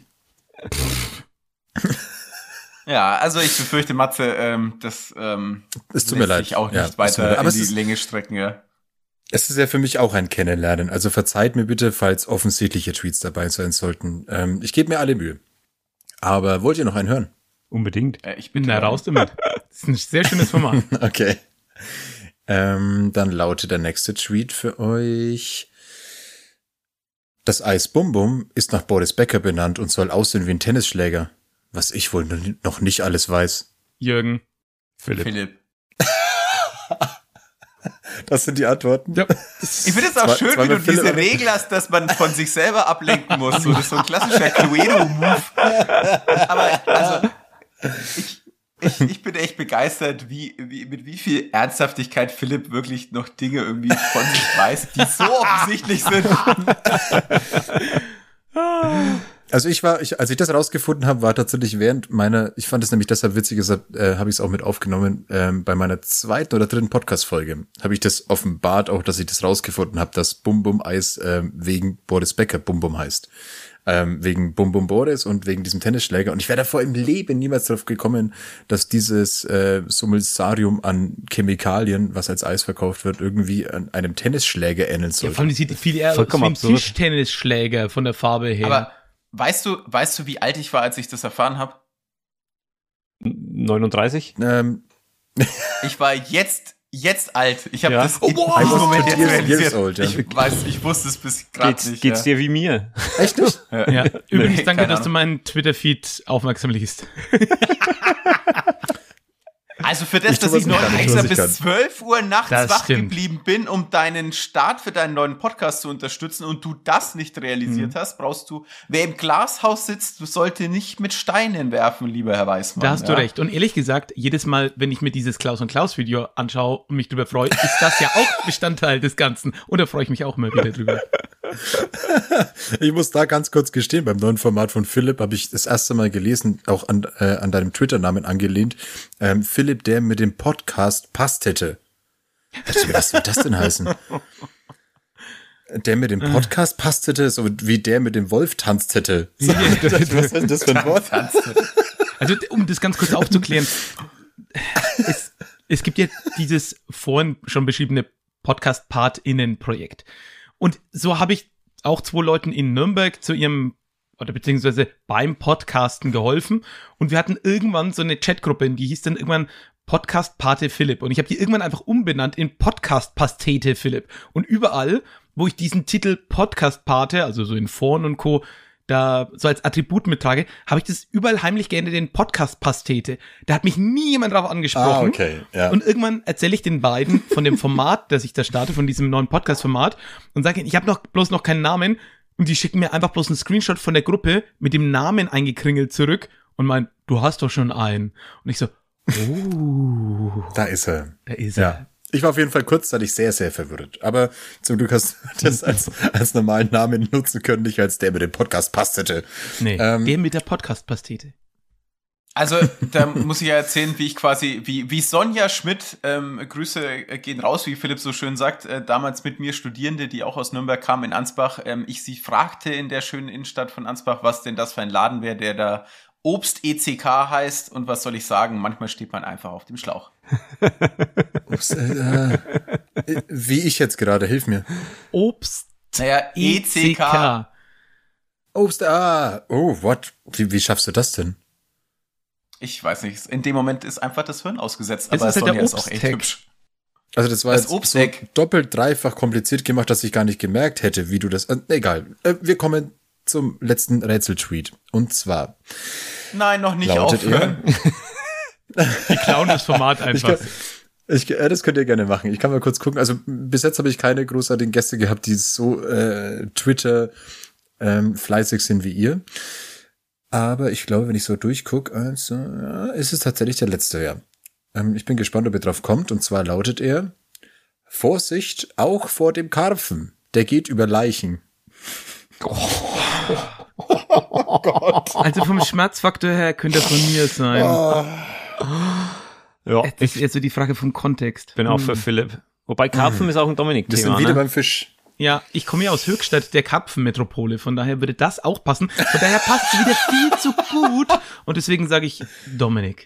Ja, also ich befürchte, Matze, das es tut mir leid. sich auch nicht weiter in die Länge strecken, ja. Es ist ja für mich auch ein Kennenlernen. Also verzeiht mir bitte, falls offensichtliche Tweets dabei sein sollten. Ich gebe mir alle Mühe. Aber wollt ihr noch einen hören? Unbedingt. Ich bin da raus damit. Das ist ein sehr schönes Format. Okay. Dann lautet der nächste Tweet für euch: Das Eis Bum Bum ist nach Boris Becker benannt und soll aussehen wie ein Tennisschläger. Was ich wohl noch nicht alles weiß. Jürgen. Philipp. Das sind die Antworten. Ja. Ich finde es auch schön, wie du diese Regel hast, dass man von sich selber ablenken muss. So, das ist so ein klassischer Cluedo-Move. Aber also, ich bin echt begeistert, mit wie viel Ernsthaftigkeit Philipp wirklich noch Dinge irgendwie von sich weiß, die so offensichtlich sind. Also als ich das rausgefunden habe, war tatsächlich ich fand es nämlich deshalb witzig, deshalb habe ich es auch mit aufgenommen, bei meiner 2. oder 3. Podcast-Folge habe ich das offenbart auch, dass ich das rausgefunden habe, dass Bum Bum Eis wegen Boris Becker Bum Bum heißt. Wegen Bum Bum Boris und wegen diesem Tennisschläger. Und ich wäre davor im Leben niemals drauf gekommen, dass dieses Summelsarium an Chemikalien, was als Eis verkauft wird, irgendwie an einem Tennisschläger ähneln soll. Ja, vor allem sieht viel eher aus wie ein Tischtennisschläger von der Farbe her. Aber weißt du, wie alt ich war, als ich das erfahren habe? 39? Ich war jetzt alt. Ich habe das in diesem Moment jetzt realisiert. Old, ja. Ich wusste es bis gerade nicht. Geht's dir wie mir? Echt nicht? Ja. Übrigens, danke, dass du meinen Twitter-Feed aufmerksam liest. Also für das, dass ich noch extra bis 12 Uhr nachts wach geblieben bin, um deinen Start für deinen neuen Podcast zu unterstützen und du das nicht realisiert hast, brauchst du, wer im Glashaus sitzt, sollte nicht mit Steinen werfen, lieber Herr Weismann. Da hast du recht. Und ehrlich gesagt, jedes Mal, wenn ich mir dieses Klaus und Klaus Video anschaue und mich drüber freue, ist das ja auch Bestandteil des Ganzen. Und da freue ich mich auch mal wieder drüber. Ich muss da ganz kurz gestehen, beim neuen Format von Philipp habe ich das erste Mal gelesen, auch an deinem Twitter-Namen angelehnt, Philipp, der mit dem Podcast passt hätte. Was wird das denn heißen? Der mit dem Podcast passt hätte, so wie der mit dem Wolf tanzt hätte. So, was ist das für ein Wort? Also, um das ganz kurz aufzuklären, es gibt ja dieses vorhin schon beschriebene Podcast-PartInnen-Projekt. Und so habe ich auch 2 Leuten in Nürnberg zu ihrem, oder beziehungsweise beim Podcasten geholfen. Und wir hatten irgendwann so eine Chatgruppe, die hieß dann irgendwann Podcast Pate Philipp. Und ich habe die irgendwann einfach umbenannt in Podcast Pastete Philipp. Und überall, wo ich diesen Titel Podcast-Pate, also so in Foren und Co., da so als Attribut mittrage, habe ich das überall heimlich geändert in Podcast-Pastete. Da hat mich nie jemand drauf angesprochen. Okay, ja. Und irgendwann erzähle ich den beiden von dem Format, das ich da starte, von diesem neuen Podcast-Format und sage ihnen, ich habe bloß noch keinen Namen und die schicken mir einfach bloß einen Screenshot von der Gruppe mit dem Namen eingekringelt zurück und meinen, du hast doch schon einen. Und ich so, oh. Da ist er. Da ist Ja. er. Ich war auf jeden Fall kurzzeitig sehr, sehr verwirrt. Aber zum Glück hast du das als normalen Namen nutzen können, nicht als der mit dem Podcast-Pastete. Nee, der mit der Podcast-Pastete. Also, da muss ich ja erzählen, wie ich quasi, wie Sonja Schmidt, Grüße gehen raus, wie Philipp so schön sagt, damals mit mir Studierende, die auch aus Nürnberg kamen, in Ansbach, ich sie fragte in der schönen Innenstadt von Ansbach, was denn das für ein Laden wäre, der da Obst ECK heißt, und was soll ich sagen, manchmal steht man einfach auf dem Schlauch. Ups, wie ich jetzt gerade, hilf mir. Obst Naja, ECK. Obst, oh, what? Wie schaffst du das denn? Ich weiß nicht, in dem Moment ist einfach das Hirn ausgesetzt, Es aber ist halt Sonja der ist auch echt Obsttag. hübsch. Also das war Das jetzt so Obsteck. doppelt, dreifach kompliziert gemacht, dass ich gar nicht gemerkt hätte, wie du das... egal, wir kommen zum letzten Rätseltweet. Und zwar Nein, noch nicht lautet aufhören. Die klauen das Format einfach. das könnt ihr gerne machen. Ich kann mal kurz gucken. Also bis jetzt habe ich keine großartigen Gäste gehabt, die so Twitter fleißig sind wie ihr. Aber ich glaube, wenn ich so durchgucke, also, ja, ist es tatsächlich der letzte, ja. Ich bin gespannt, ob er drauf kommt. Und zwar lautet er: Vorsicht, auch vor dem Karpfen. Der geht über Leichen. Oh Gott. Also vom Schmerzfaktor her könnte das von mir sein. Ja, Das ist jetzt so die Frage vom Kontext. bin auch für Philipp. Wobei Karpfen ist auch ein Wir Dominik-Thema, sind wieder ne? beim Fisch. Ja, ich komme ja aus Höchstadt, der Karpfenmetropole, von daher würde das auch passen. Von daher passt es wieder viel zu gut. Und deswegen sage ich Dominik.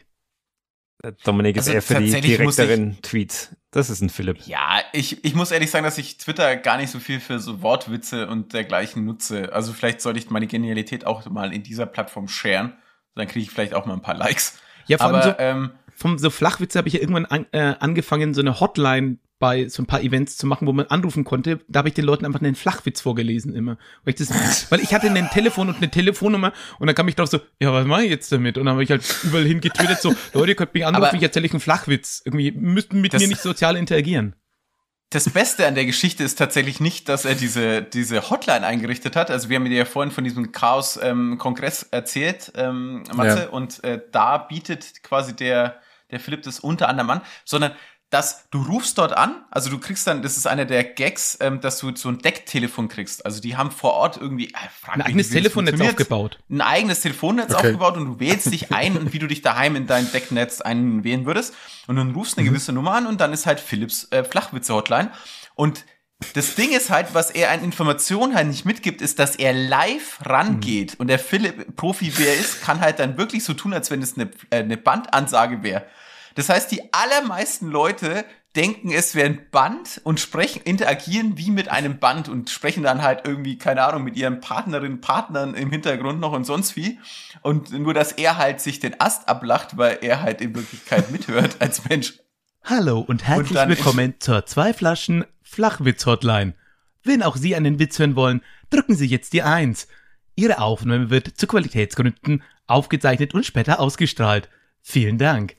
Dominik ist Also eher für die tatsächlich muss direkteren Tweets. Das ist ein Philipp. Ja, ich muss ehrlich sagen, dass ich Twitter gar nicht so viel für so Wortwitze und dergleichen nutze. Also vielleicht sollte ich meine Genialität auch mal in dieser Plattform sharen. Dann kriege ich vielleicht auch mal ein paar Likes. Ja, vor allem Aber vom so Flachwitze habe ich ja irgendwann angefangen, so eine Hotline bei so ein paar Events zu machen, wo man anrufen konnte. Da habe ich den Leuten einfach einen Flachwitz vorgelesen immer. Weil ich hatte ein Telefon und eine Telefonnummer und dann kam ich drauf so, ja, was mache ich jetzt damit? Und dann habe ich halt überall hingetwittert so, Leute, ihr könnt mich anrufen, Aber ich erzähle euch einen Flachwitz. Irgendwie müssten mit mir nicht sozial interagieren. das Beste an der Geschichte ist tatsächlich nicht, dass er diese Hotline eingerichtet hat. Also wir haben dir ja vorhin von diesem Chaos-Kongress erzählt, Matze, Ja. und da bietet quasi der Philipp das unter anderem an, sondern dass du rufst dort an, also du kriegst dann, das ist einer der Gags, dass du so ein Decktelefon kriegst. Also die haben vor Ort irgendwie Ein eigenes Telefonnetz aufgebaut. Ein eigenes Telefonnetz aufgebaut und du wählst dich ein und wie du dich daheim in dein Decknetz einwählen würdest. Und dann rufst eine gewisse Nummer an und dann ist halt Philipps Flachwitze-Hotline. Und das Ding ist halt, was er an Informationen halt nicht mitgibt, ist, dass er live rangeht. Und der Philipp, Profi wie er ist, kann halt dann wirklich so tun, als wenn es eine Bandansage wäre. Das heißt, die allermeisten Leute denken, es wäre ein Band und interagieren wie mit einem Band und sprechen dann halt irgendwie, keine Ahnung, mit ihren Partnern im Hintergrund noch und sonst wie. Und nur, dass er halt sich den Ast ablacht, weil er halt in Wirklichkeit mithört als Mensch. Hallo und herzlich dann willkommen zur 2 Flaschen Flachwitz-Hotline. Wenn auch Sie einen Witz hören wollen, drücken Sie jetzt die 1. Ihre Aufnahme wird zu Qualitätsgründen aufgezeichnet und später ausgestrahlt. Vielen Dank.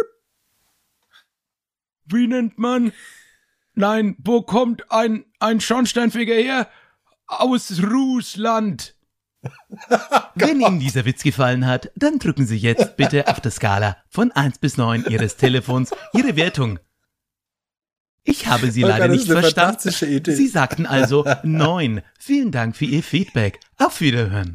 Wie nennt man? Nein, wo kommt ein Schornsteinfeger her? Aus Russland. Wenn Ihnen dieser Witz gefallen hat, dann drücken Sie jetzt bitte auf der Skala von 1 bis 9 Ihres Telefons Ihre Wertung. Ich habe Sie leider das nicht ist eine verstanden. fantastische Idee. Sie sagten also 9. Vielen Dank für Ihr Feedback. Auf Wiederhören.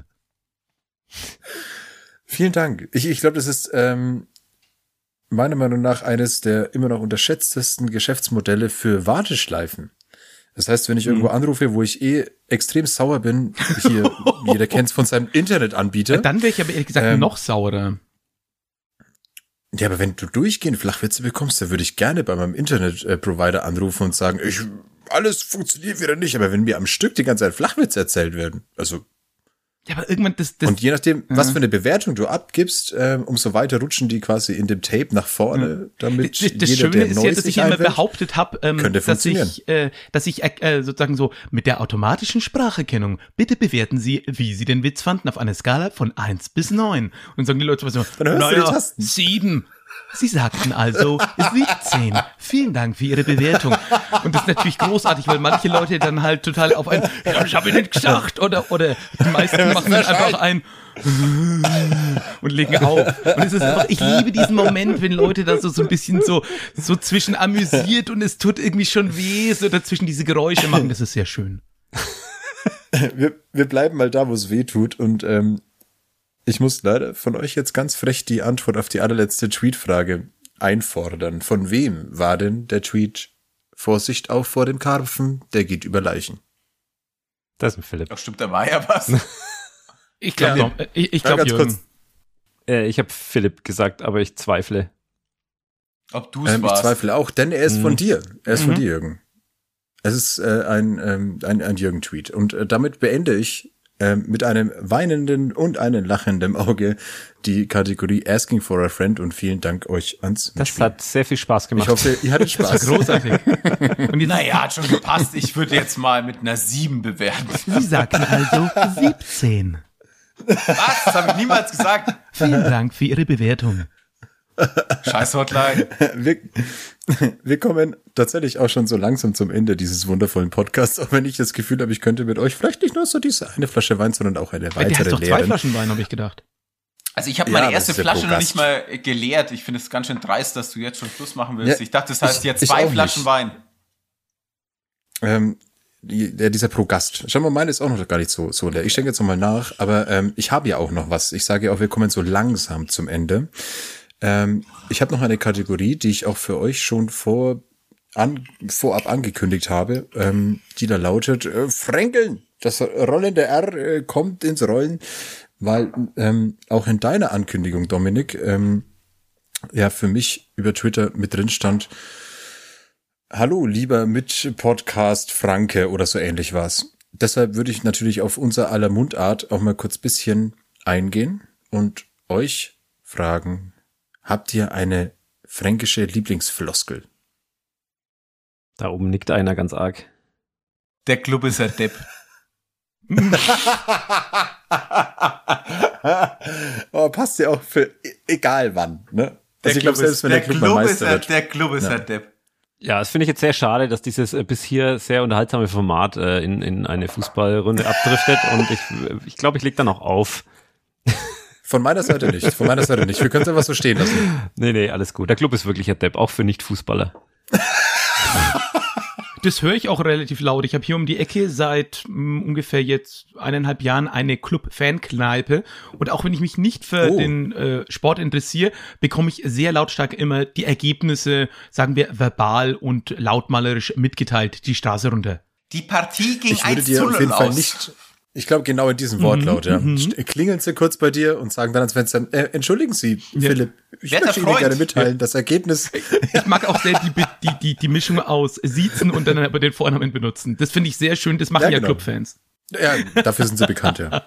Vielen Dank. Ich glaube, das ist meiner Meinung nach eines der immer noch unterschätztesten Geschäftsmodelle für Warteschleifen. Das heißt, wenn ich irgendwo anrufe, wo ich extrem sauer bin, hier, jeder kennt es von seinem Internetanbieter. Dann wäre ich aber ehrlich gesagt noch saurer. Ja, aber wenn du durchgehend Flachwitze bekommst, dann würde ich gerne bei meinem Internetprovider anrufen und sagen, alles funktioniert wieder nicht, aber wenn mir am Stück die ganze Zeit Flachwitze erzählt werden, also Ja, aber irgendwann und je nachdem, was für eine Bewertung du abgibst, umso weiter rutschen die quasi in dem Tape nach vorne, damit das jeder, Schöne der ist neu ja, dass ich sich immer einwählt, behauptet habe, dass ich sozusagen so mit der automatischen Spracherkennung, bitte bewerten Sie, wie Sie den Witz fanden, auf einer Skala von 1 bis 9. Und dann sagen die Leute so, dann hörst du die Tasten. 7. Sie sagten also 17. Vielen Dank für Ihre Bewertung. Und das ist natürlich großartig, weil manche Leute dann halt total auf ein, ja, ich habe Ihnen gesagt, oder die meisten machen dann einfach ein und legen auf. Und es ist einfach, ich liebe diesen Moment, wenn Leute da so ein bisschen so zwischen amüsiert und es tut irgendwie schon weh, so dazwischen diese Geräusche machen. Das ist sehr schön. Wir bleiben mal da, wo es weh tut und ich muss leider von euch jetzt ganz frech die Antwort auf die allerletzte Tweetfrage einfordern. Von wem war denn der Tweet Vorsicht auch vor dem Karpfen, der geht über Leichen? Das ist ein Philipp. Doch, stimmt, da war ja was. Ich glaube, Jürgen. Ich habe Philipp gesagt, aber ich zweifle. Ob du es warst. Ich zweifle auch, denn er ist von dir. Er ist von dir, Jürgen. Es ist ein Jürgen-Tweet. Und damit beende ich mit einem weinenden und einem lachenden Auge die Kategorie Asking for a Friend und vielen Dank euch ans Das Mitspielen. hat sehr viel Spaß gemacht. Ich hoffe, ihr hattet Spaß. Das war großartig. Und Naja, hat schon gepasst. Ich würde jetzt mal mit einer 7 bewerten. Sie sagten also 17. Was? Das habe ich niemals gesagt. Vielen Dank für Ihre Bewertung. Scheiß Hotline. Wir kommen tatsächlich auch schon so langsam zum Ende dieses wundervollen Podcasts, auch wenn ich das Gefühl habe, ich könnte mit euch vielleicht nicht nur so diese eine Flasche Wein, sondern auch eine weitere Der heißt doch leeren. 2 Flaschen Wein, habe ich gedacht. Also ich habe Ja, meine aber erste das ist ja Flasche pro noch Gast. nicht mal geleert. Ich finde es ganz schön dreist, dass du jetzt schon Schluss machen willst. Ja, Ich dachte, das heißt jetzt ich 2 auch Flaschen nicht. Wein. Dieser pro Gast. Schau mal, meine ist auch noch gar nicht so leer. Ich denke jetzt nochmal nach, aber ich habe ja auch noch was. Ich sage ja auch, wir kommen so langsam zum Ende. Ich habe noch eine Kategorie, die ich auch für euch schon vorab angekündigt habe, die da lautet Fränkeln. Das rollende R kommt ins Rollen, weil auch in deiner Ankündigung, Dominik, ja für mich über Twitter mit drin stand, hallo, lieber Mit-Podcast Franke oder so ähnlich war's. Deshalb würde ich natürlich auf unser aller Mundart auch mal kurz bisschen eingehen und euch fragen, habt ihr eine fränkische Lieblingsfloskel? Da oben nickt einer ganz arg. Der Club ist ein Depp. Oh, passt ja auch für egal wann, ne? Also ich glaube, selbst wenn der Club mal Meister wird. Der Club ist ein Depp. Ja, das finde ich jetzt sehr schade, dass dieses bis hier sehr unterhaltsame Format in eine Fußballrunde abdriftet und ich glaube, ich leg dann auch auf. Von meiner Seite nicht. Wir können es einfach so stehen lassen. Nee, alles gut. Der Club ist wirklich ein Depp, auch für Nicht-Fußballer. Das höre ich auch relativ laut. Ich habe hier um die Ecke seit ungefähr jetzt 1,5 Jahren eine Club-Fankneipe. Und auch wenn ich mich nicht für den Sport interessiere, bekomme ich sehr lautstark immer die Ergebnisse, sagen wir, verbal und lautmalerisch mitgeteilt, die Straße runter. Die Partie ging Ich würde 1 dir zu auf 0 jeden Fall aus. nicht, ich glaube genau in diesem Wortlaut, ja. Klingeln sie kurz bei dir und sagen dann ans Fenster, entschuldigen Sie, Philipp, ich Werter möchte Ihnen Freund. gerne mitteilen, das Ergebnis. Ich mag auch sehr die Mischung aus Siezen und dann aber den Vornamen benutzen. Das finde ich sehr schön, das machen ja genau. Clubfans. Ja, dafür sind sie bekannt, ja.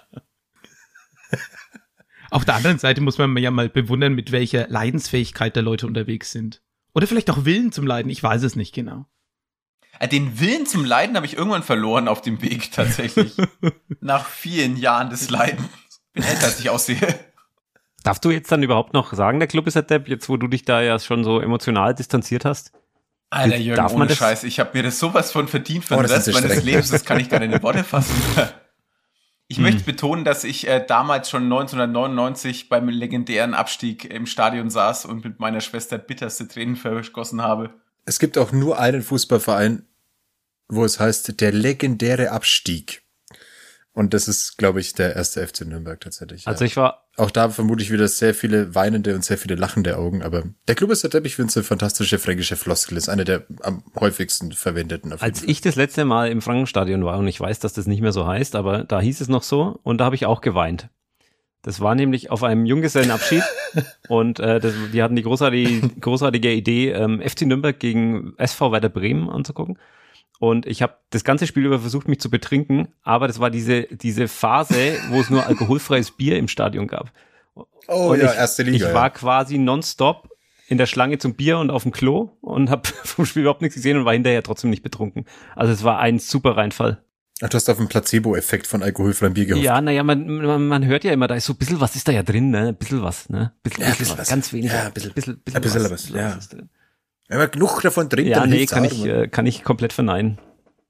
Auf der anderen Seite muss man ja mal bewundern, mit welcher Leidensfähigkeit da Leute unterwegs sind. Oder vielleicht auch Willen zum Leiden, ich weiß es nicht genau. Den Willen zum Leiden habe ich irgendwann verloren auf dem Weg tatsächlich. Nach vielen Jahren des Leidens. Bin älter, als ich aussehe. Darfst du jetzt dann überhaupt noch sagen, der Club ist ein Depp, jetzt wo du dich da ja schon so emotional distanziert hast? Alter Jürgen, Darf man ohne das? Scheiß. Ich habe mir das sowas von verdient für den das ist Rest so meines streng. Lebens. Das kann ich gar nicht in Worte fassen. Ich möchte betonen, dass ich damals schon 1999 beim legendären Abstieg im Stadion saß und mit meiner Schwester bitterste Tränen vergossen habe. Es gibt auch nur einen Fußballverein, wo es heißt, der legendäre Abstieg. Und das ist, glaube ich, der erste FC Nürnberg tatsächlich. Also ich war auch da vermute ich wieder sehr viele weinende und sehr viele lachende Augen. Aber der Club ist der Depp, ich finde es eine fantastische fränkische Floskel. Ist eine der am häufigsten verwendeten. Auf jeden Als Fall. ich das letzte Mal im Frankenstadion war, und ich weiß, dass das nicht mehr so heißt, aber da hieß es noch so, und da habe ich auch geweint. Das war nämlich auf einem Junggesellenabschied und die hatten die großartige Idee, FC Nürnberg gegen SV Werder Bremen anzugucken. Und ich habe das ganze Spiel über versucht, mich zu betrinken, aber das war diese Phase, wo es nur alkoholfreies Bier im Stadion gab. Oh und ja, erste Liga. Ich war quasi nonstop in der Schlange zum Bier und auf dem Klo und habe vom Spiel überhaupt nichts gesehen und war hinterher trotzdem nicht betrunken. Also es war ein super Reinfall. Ach, du hast auf den Placebo-Effekt von alkoholfreiem Bier gehofft. Ja, naja, man hört ja immer, da ist so ein bisschen was ist da ja drin, ne? Ein bisschen was, ne? Bisschen was. Ganz wenig. Ja, ein bisschen was, ja. Ist drin. Wenn man genug davon trinkt, ja, dann nee, hilft's kann ich komplett verneinen.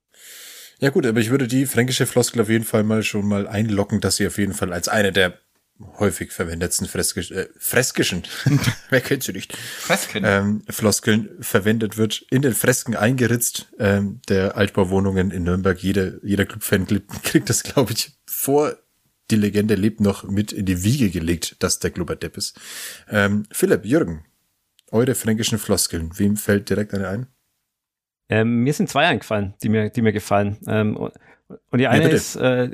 Ja gut, aber ich würde die fränkische Floskel auf jeden Fall schon mal einloggen, dass sie auf jeden Fall als eine der häufig verwendetsten freskischen, wer kennt sie nicht, Floskeln verwendet wird, in den Fresken eingeritzt, der Altbauwohnungen in Nürnberg. Jeder Clubfan kriegt das, glaube ich, vor die Legende lebt noch mit in die Wiege gelegt, dass der Club ein Depp ist. Philipp, Jürgen, eure fränkischen Floskeln, wem fällt direkt eine ein? Mir sind zwei eingefallen, die mir gefallen. Und die eine ist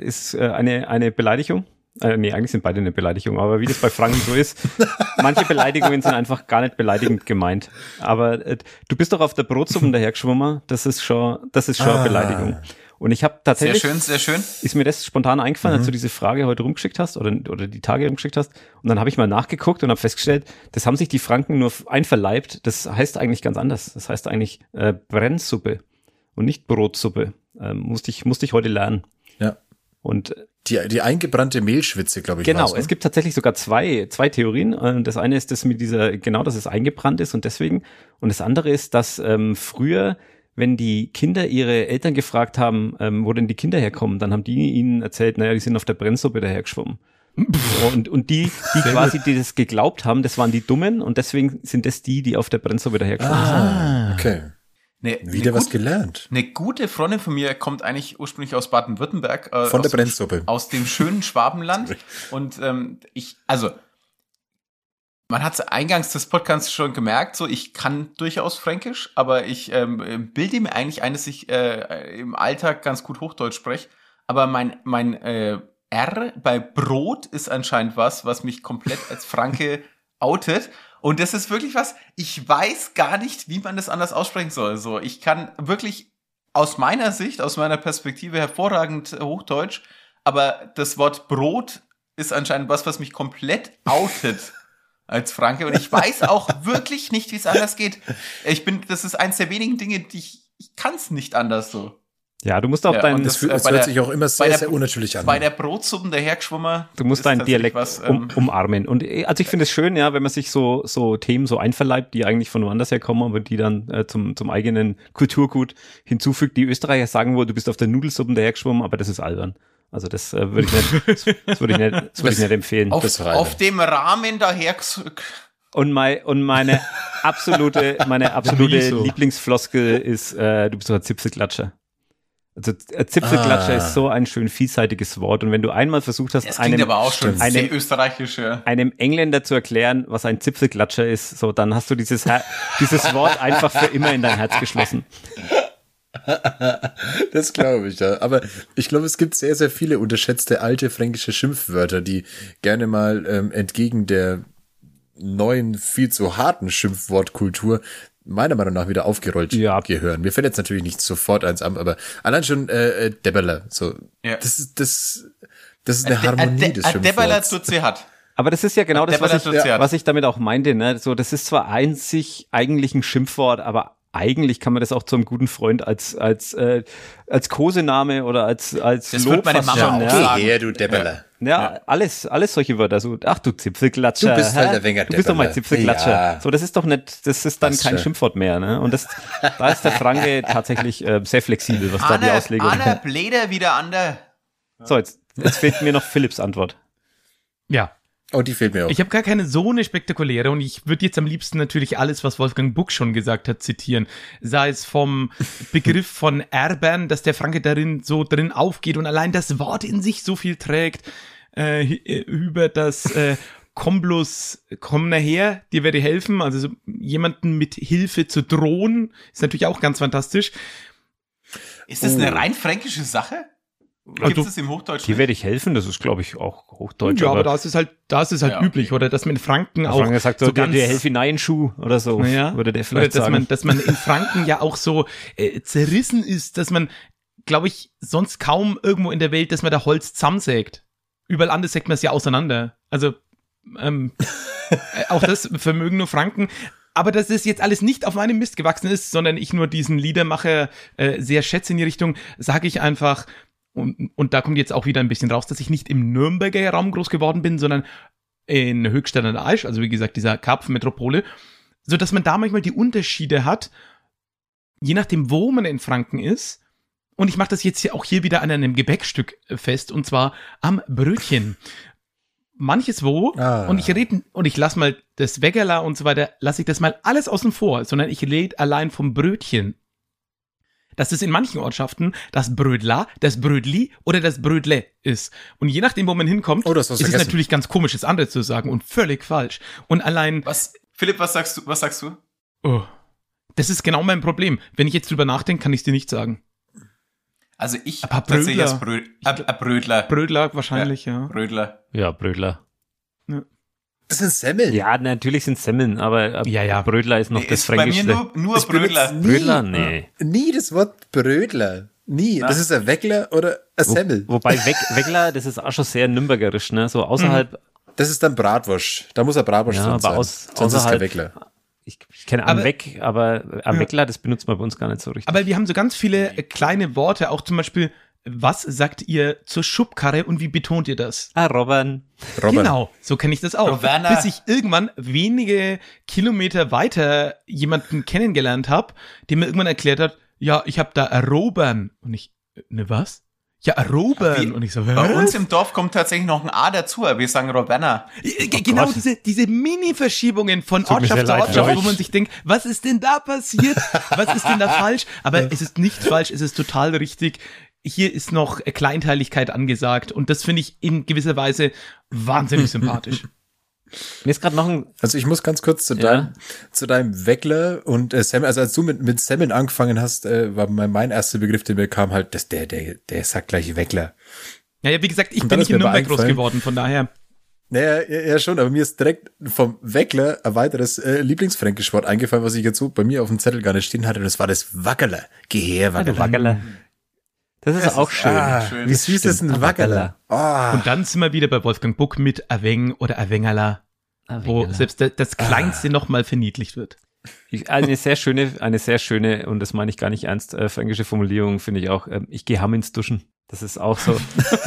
eine Beleidigung. Nee, eigentlich sind beide eine Beleidigung, aber wie das bei Franken so ist, manche Beleidigungen sind einfach gar nicht beleidigend gemeint. Aber du bist doch auf der Brotsuppe dahergeschwommen, das ist schon eine Beleidigung. Und ich habe tatsächlich, sehr schön, ist mir das spontan eingefallen, als du diese Frage heute rumgeschickt hast oder die Tage rumgeschickt hast. Und dann habe ich mal nachgeguckt und habe festgestellt, das haben sich die Franken nur einverleibt. Das heißt eigentlich ganz anders. Das heißt eigentlich Brennsuppe und nicht Brotsuppe. Musste ich heute lernen. Ja. Und die eingebrannte Mehlschwitze, glaube ich. Genau, es gibt tatsächlich sogar zwei Theorien. Das eine ist das mit dass es eingebrannt ist und deswegen. Und das andere ist, dass früher, wenn die Kinder ihre Eltern gefragt haben, wo denn die Kinder herkommen, dann haben die ihnen erzählt, naja, die sind auf der Brennsuppe dahergeschwommen. Und die quasi, die das geglaubt haben, das waren die Dummen und deswegen sind das die auf der Brennsuppe dahergeschwommen sind. Okay. Wieder was gelernt. Eine gute Freundin von mir kommt eigentlich ursprünglich aus Baden-Württemberg. Von der Brennsuppe. Aus dem schönen Schwabenland. Und man hat es eingangs des Podcasts schon gemerkt, so ich kann durchaus Fränkisch, aber ich bilde mir eigentlich ein, dass ich im Alltag ganz gut Hochdeutsch spreche. Aber mein R bei Brot ist anscheinend was mich komplett als Franke outet. Und das ist wirklich was, ich weiß gar nicht, wie man das anders aussprechen soll. So, ich kann wirklich aus meiner Sicht, aus meiner Perspektive hervorragend Hochdeutsch, aber das Wort Brot ist anscheinend was mich komplett outet als Franke. Und ich weiß auch wirklich nicht, wie es anders geht. Das ist eins der wenigen Dinge, die ich kann es nicht anders so. Ja, du musst auch das hört sich auch immer sehr, sehr unnatürlich an. Bei der Brotsuppen dahergeschwommen. Du musst deinen Dialekt umarmen. Und also ich finde es schön, ja, wenn man sich so Themen so einverleibt, die eigentlich von woanders herkommen, aber die dann zum eigenen Kulturgut hinzufügt. Die Österreicher sagen wohl, du bist auf der Nudelsuppen dahergeschwommen, aber das ist albern. Also das würde ich nicht empfehlen. Auf dem Rahmen daher. Und meine absolute Lieblingsfloskel ist, du bist doch ein Zipfelklatscher. Also Zipfelklatscher ist so ein schön vielseitiges Wort und wenn du einmal versucht hast, einem Engländer zu erklären, was ein Zipfelklatscher ist, so dann hast du dieses Wort einfach für immer in dein Herz geschlossen. Das glaube ich, ja. Aber ich glaube, es gibt sehr, sehr viele unterschätzte alte fränkische Schimpfwörter, die gerne mal entgegen der neuen, viel zu harten Schimpfwortkultur meiner Meinung nach wieder aufgerollt gehören. Mir fällt jetzt natürlich nicht sofort eins an, aber allein schon Debberler. So, ja. Das ist eine Harmonie des Schimpfworts. Debberler zu CH. Aber das ist ja genau das, was ich damit auch meinte. Ne? So, das ist zwar eigentlich ein Schimpfwort, aber eigentlich kann man das auch zu einem guten Freund als Kosename oder als das Lob wird meine Mama auch sagen. Geh her, du Debberler. Ja, alles solche Wörter. So, ach du Zipfelklatscher. Du bist halt der Wenger. Du bist doch mal Zipfelklatscher. Ja. So, das ist doch nicht, das ist dann kein Schimpfwort mehr, ne? Und da ist der Franke tatsächlich sehr flexibel, was da die Auslegung ist. Anna Bläder wieder an der. So, jetzt fehlt mir noch Philipps Antwort. Ja. Oh, die fehlt mir auch. Ich habe gar keine so eine spektakuläre und ich würde jetzt am liebsten natürlich alles, was Wolfgang Buck schon gesagt hat, zitieren. Sei es vom Begriff von Erbern, dass der Franke drin aufgeht und allein das Wort in sich so viel trägt, über das komm nachher, dir werde ich helfen, also so jemanden mit Hilfe zu drohen, ist natürlich auch ganz fantastisch. Ist das eine rein fränkische Sache? Gibt es im Hochdeutsch Hier werde ich helfen, das ist, glaube ich, auch Hochdeutsch. Ja, aber da ist es halt üblich, oder dass man in Franken auch Franken sagt so ganz, der helf hinein Schuh oder so, würde der vielleicht oder sagen. dass man in Franken ja auch so zerrissen ist, dass man, glaube ich, sonst kaum irgendwo in der Welt, dass man da Holz zusammensägt. Überall anders sägt man es ja auseinander. Also auch das vermögen nur Franken. Aber dass das jetzt alles nicht auf meinem Mist gewachsen ist, sondern ich nur diesen Liedermacher sehr schätze in die Richtung, sage ich einfach, und da kommt jetzt auch wieder ein bisschen raus, dass ich nicht im Nürnberger Raum groß geworden bin, sondern in Höchstadt an der Aisch, also wie gesagt, dieser Karpfenmetropole, so dass man da manchmal die Unterschiede hat, je nachdem, wo man in Franken ist. Und ich mache das jetzt auch hier wieder an einem Gebäckstück fest, und zwar am Brötchen. Manches und ich lasse mal das Weggerla und so weiter, lasse ich das mal alles außen vor, sondern ich rede allein vom Brötchen. Dass es in manchen Ortschaften das Brödla, das Brödli oder das Brödle ist. Und je nachdem, wo man hinkommt, ist es natürlich ganz komisch, das andere zu sagen und völlig falsch. Und allein... Philipp, was sagst du? Oh, das ist genau mein Problem. Wenn ich jetzt drüber nachdenke, kann ich es dir nicht sagen. Also ich tatsächlich als Brödler. Brödler wahrscheinlich, ja. Brödler. Ja, Brödler. Ja. Das sind Semmeln. Ja, natürlich sind Semmeln, aber Brödler ist noch das Fränkische. Bei mir nur Brödler. Brödler? Nee. Nie das Wort Brödler. Nie. Na? Das ist ein Weckler oder ein Semmel. Wobei Weckler, das ist auch schon sehr nürnbergerisch, ne? So außerhalb. Das ist dann Bratwurst. Da muss ein Bratwurst drin sein. Sonst ist kein Weckler. Ich kenne Amweck, aber Amweckler, das benutzt man bei uns gar nicht so richtig. Aber wir haben so ganz viele kleine Worte, auch zum Beispiel, was sagt ihr zur Schubkarre und wie betont ihr das? Robben. Genau, so kenne ich das auch. Roberna. Bis ich irgendwann wenige Kilometer weiter jemanden kennengelernt habe, der mir irgendwann erklärt hat, ja, ich habe da erobern. Und ich, ne was? Ja, erobern. Und ich so, bei uns im Dorf kommt tatsächlich noch ein A dazu, aber wir sagen Roberna. Genau, diese Mini-Verschiebungen von Ortschaft zu Ortschaft, wo man sich denkt, was ist denn da passiert? Was ist denn da falsch? Aber es ist nicht falsch, es ist total richtig. Hier ist noch Kleinteiligkeit angesagt und das finde ich in gewisser Weise wahnsinnig sympathisch. Mir ist gerade noch Also ich muss ganz kurz zu deinem Weckler und Semmel, also als du mit Semmeln angefangen hast, war mein erster Begriff, der mir kam, halt, dass der sagt gleich Weckler. Ja, wie gesagt, ich bin nicht in Nürnberg groß geworden, von daher. Naja, ja schon, aber mir ist direkt vom Weckler ein weiteres Lieblingsfränkischwort eingefallen, was ich jetzt so bei mir auf dem Zettel gar nicht stehen hatte, und das war das Wackerler. Wackerler. Das ist auch schön. Wie süß ist ein Wackerler. Oh. Und dann sind wir wieder bei Wolfgang Buck mit Aweng oder Awengerla, wo selbst das Kleinste nochmal verniedlicht wird. Eine sehr schöne, und das meine ich gar nicht ernst, fränkische Formulierung finde ich auch, ich gehe ham ins Duschen. Das ist auch so,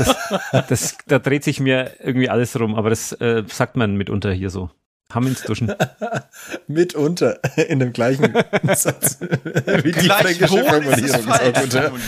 da dreht sich mir irgendwie alles rum, aber das sagt man mitunter hier so. Ham ins Duschen. Mitunter in dem gleichen Satz wie die fränkische Formulierung.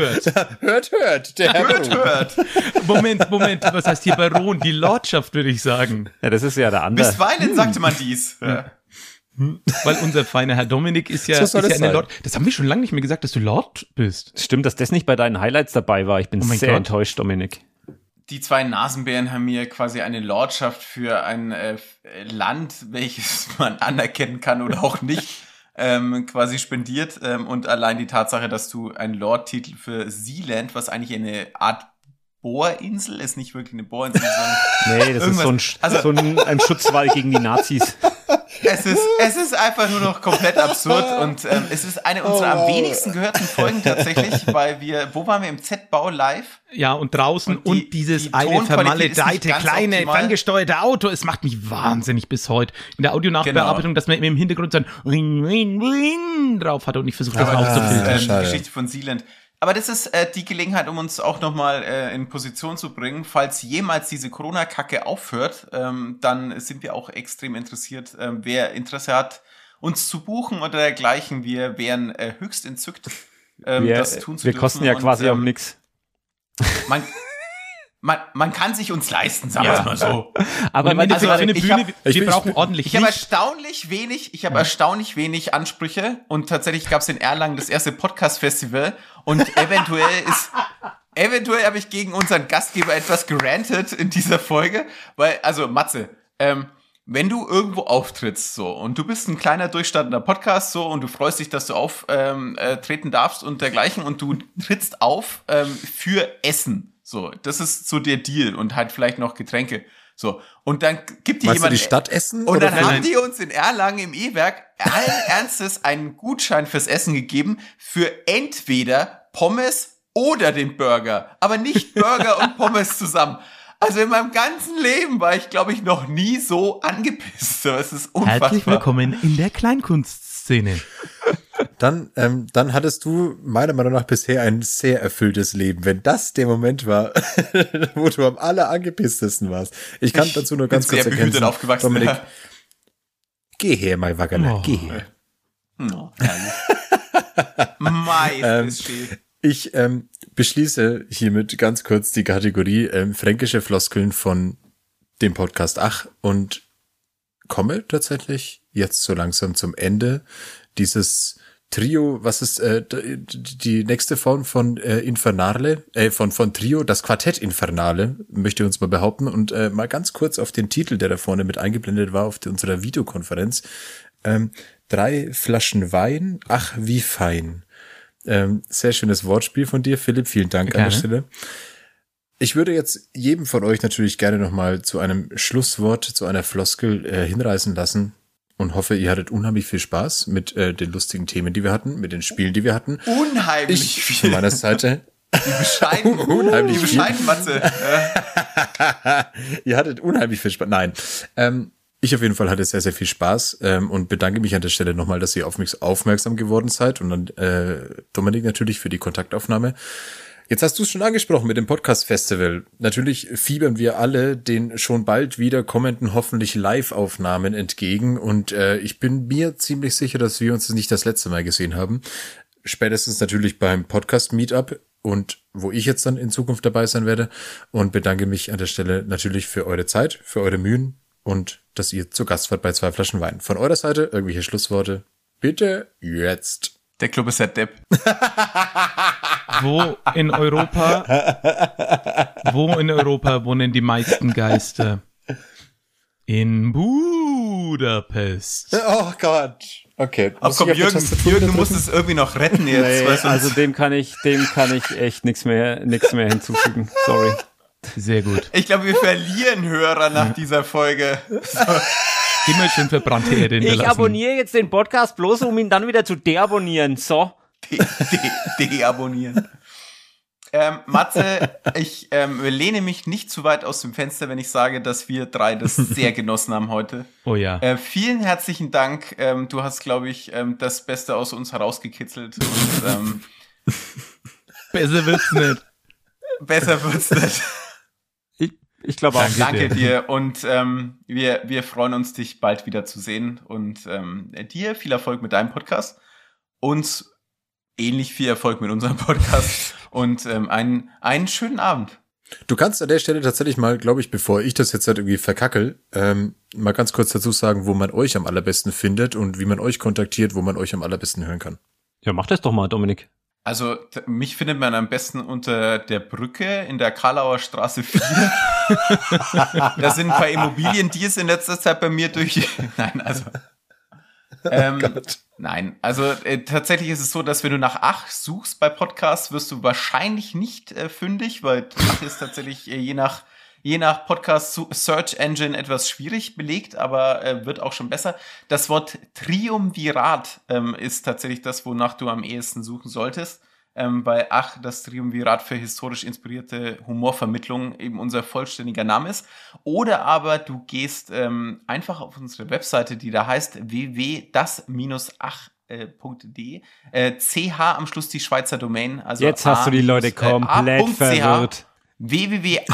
Hört. Der Herr Hört. Moment, was heißt hier Baron? Die Lordschaft, würde ich sagen. Ja, das ist ja der andere. Bisweilen sagte man dies. Ja. Weil unser feiner Herr Dominik ist ja eine Lord. Das haben wir schon lange nicht mehr gesagt, dass du Lord bist. Stimmt, dass das nicht bei deinen Highlights dabei war. Ich bin sehr enttäuscht, Dominik. Die zwei Nasenbären haben mir quasi eine Lordschaft für ein Land, welches man anerkennen kann oder auch nicht, quasi spendiert. Und allein die Tatsache, dass du einen Lord-Titel für Sealand, was eigentlich eine Art Bohrinsel ist, nicht wirklich eine Bohrinsel, sondern nee, das ist so ein Schutzwall gegen die Nazis. Es ist einfach nur noch komplett absurd und es ist eine unserer am wenigsten gehörten Folgen tatsächlich, weil wo waren wir im Z-Bau live? Ja, und draußen und dieses eine vermaledeite, kleine, ferngesteuerte Auto, es macht mich wahnsinnig bis heute. In der Audionachbearbeitung, dass man im Hintergrund so ein Ring, Ring, Ring drauf hatte und ich versuche das rauszufiltern. Die Geschichte von Sealand. Aber das ist die Gelegenheit, um uns auch nochmal in Position zu bringen. Falls jemals diese Corona-Kacke aufhört, dann sind wir auch extrem interessiert. Wer Interesse hat, uns zu buchen oder dergleichen, wir wären höchst entzückt, das tun zu dürfen. Wir kosten ja quasi auch nichts. Man kann sich uns leisten, sagen wir es mal so. Aber wir brauchen ordentlich Ich habe erstaunlich wenig Ansprüche und tatsächlich gab es in Erlangen das erste Podcast-Festival und eventuell habe ich gegen unseren Gastgeber etwas gerantet in dieser Folge, weil, also Matze, wenn du irgendwo auftrittst so und du bist ein kleiner durchstartender Podcast so und du freust dich, dass du auftreten darfst und dergleichen und du trittst auf für Essen, so, das ist so der Deal und halt vielleicht noch Getränke, so, und dann gibt dir jemand die Stadt Essen? Und oder dann haben die uns in Erlangen im E-Werk allen Ernstes einen Gutschein fürs Essen gegeben für entweder Pommes oder den Burger, aber nicht Burger und Pommes zusammen. Also in meinem ganzen Leben war ich, glaube ich, noch nie so angepisst. Es ist unfassbar. Herzlich willkommen in der Kleinkunstszene. Dann hattest du meiner Meinung nach bisher ein sehr erfülltes Leben. Wenn das der Moment war, wo du am angepisstesten warst. Ich kann dazu nur ganz kurz ergänzen. Aufgewachsen, Dominik, ja. Geh her, mein Wackerle, geh her. Oh, Majestät. Ich beschließe hiermit ganz kurz die Kategorie fränkische Floskeln von dem Podcast Ach und komme tatsächlich jetzt so langsam zum Ende dieses Trio, was ist die nächste Form von Infernale, von Trio, das Quartett Infernale, möchte ich uns mal behaupten und mal ganz kurz auf den Titel, der da vorne mit eingeblendet war auf unserer Videokonferenz. 3 Flaschen Wein, ach wie fein. Sehr schönes Wortspiel von dir, Philipp. Vielen Dank Gerne. an der Stelle. Ich würde jetzt jedem von euch natürlich gerne nochmal zu einem Schlusswort, zu einer Floskel hinreißen lassen und hoffe, ihr hattet unheimlich viel Spaß mit den lustigen Themen, die wir hatten, mit den Spielen, die wir hatten. Unheimlich viel. Von meiner Seite. Unheimlich viel. Matze. Ihr hattet unheimlich viel Spaß. Nein. Ich auf jeden Fall hatte sehr, sehr viel Spaß und bedanke mich an der Stelle nochmal, dass ihr auf mich aufmerksam geworden seid und dann Dominik natürlich für die Kontaktaufnahme. Jetzt hast du es schon angesprochen mit dem Podcast-Festival. Natürlich fiebern wir alle den schon bald wieder kommenden, hoffentlich Live-Aufnahmen entgegen und ich bin mir ziemlich sicher, dass wir uns nicht das letzte Mal gesehen haben. Spätestens natürlich beim Podcast-Meetup und wo ich jetzt dann in Zukunft dabei sein werde und bedanke mich an der Stelle natürlich für eure Zeit, für eure Mühen und dass ihr zu Gast wart bei 2 Flaschen Wein. Von eurer Seite irgendwelche Schlussworte? Bitte jetzt. Der Club ist der Depp. Wo in Europa wohnen die meisten Geister? In Budapest. Oh Gott. Okay. Aber komm, Jürgen, du musst es irgendwie noch retten jetzt. Nee, weil sonst- also dem kann ich echt nichts mehr hinzufügen. Sorry. Sehr gut. Ich glaube, wir verlieren Hörer nach dieser Folge. Immer schön verbrannte Erde hinterlassen. Ich abonniere jetzt den Podcast bloß, um ihn dann wieder zu deabonnieren. So. Deabonnieren. Matze, ich lehne mich nicht zu weit aus dem Fenster, wenn ich sage, dass wir 3 das sehr genossen haben heute. Oh ja. Vielen herzlichen Dank. Du hast, glaube ich, das Beste aus uns herausgekitzelt. Und, Besser wird's nicht. besser wird's nicht. Ich glaube auch. Danke dir. Und wir freuen uns, dich bald wieder zu sehen. Und dir viel Erfolg mit deinem Podcast. Uns ähnlich viel Erfolg mit unserem Podcast. Und einen schönen Abend. Du kannst an der Stelle tatsächlich mal, glaube ich, bevor ich das jetzt halt irgendwie verkackel, mal ganz kurz dazu sagen, wo man euch am allerbesten findet und wie man euch kontaktiert, wo man euch am allerbesten hören kann. Ja, mach das doch mal, Dominik. Also, mich findet man am besten unter der Brücke in der Karlauer Straße 4. Da sind ein paar Immobiliendeals in letzter Zeit bei mir durch. Nein, also. Nein, also tatsächlich ist es so, dass wenn du nach Ach suchst bei Podcasts, wirst du wahrscheinlich nicht fündig, weil Ach ist tatsächlich je nach Podcast Search Engine etwas schwierig belegt, aber wird auch schon besser. Das Wort Triumvirat ist tatsächlich das, wonach du am ehesten suchen solltest. Weil Ach, das Triumvirat für historisch inspirierte Humorvermittlung eben unser vollständiger Name ist. Oder aber du gehst einfach auf unsere Webseite, die da heißt www.das-ach.de. CH am Schluss die Schweizer Domain. Also Jetzt hast du die Leute komplett verwirrt. www.a.ch.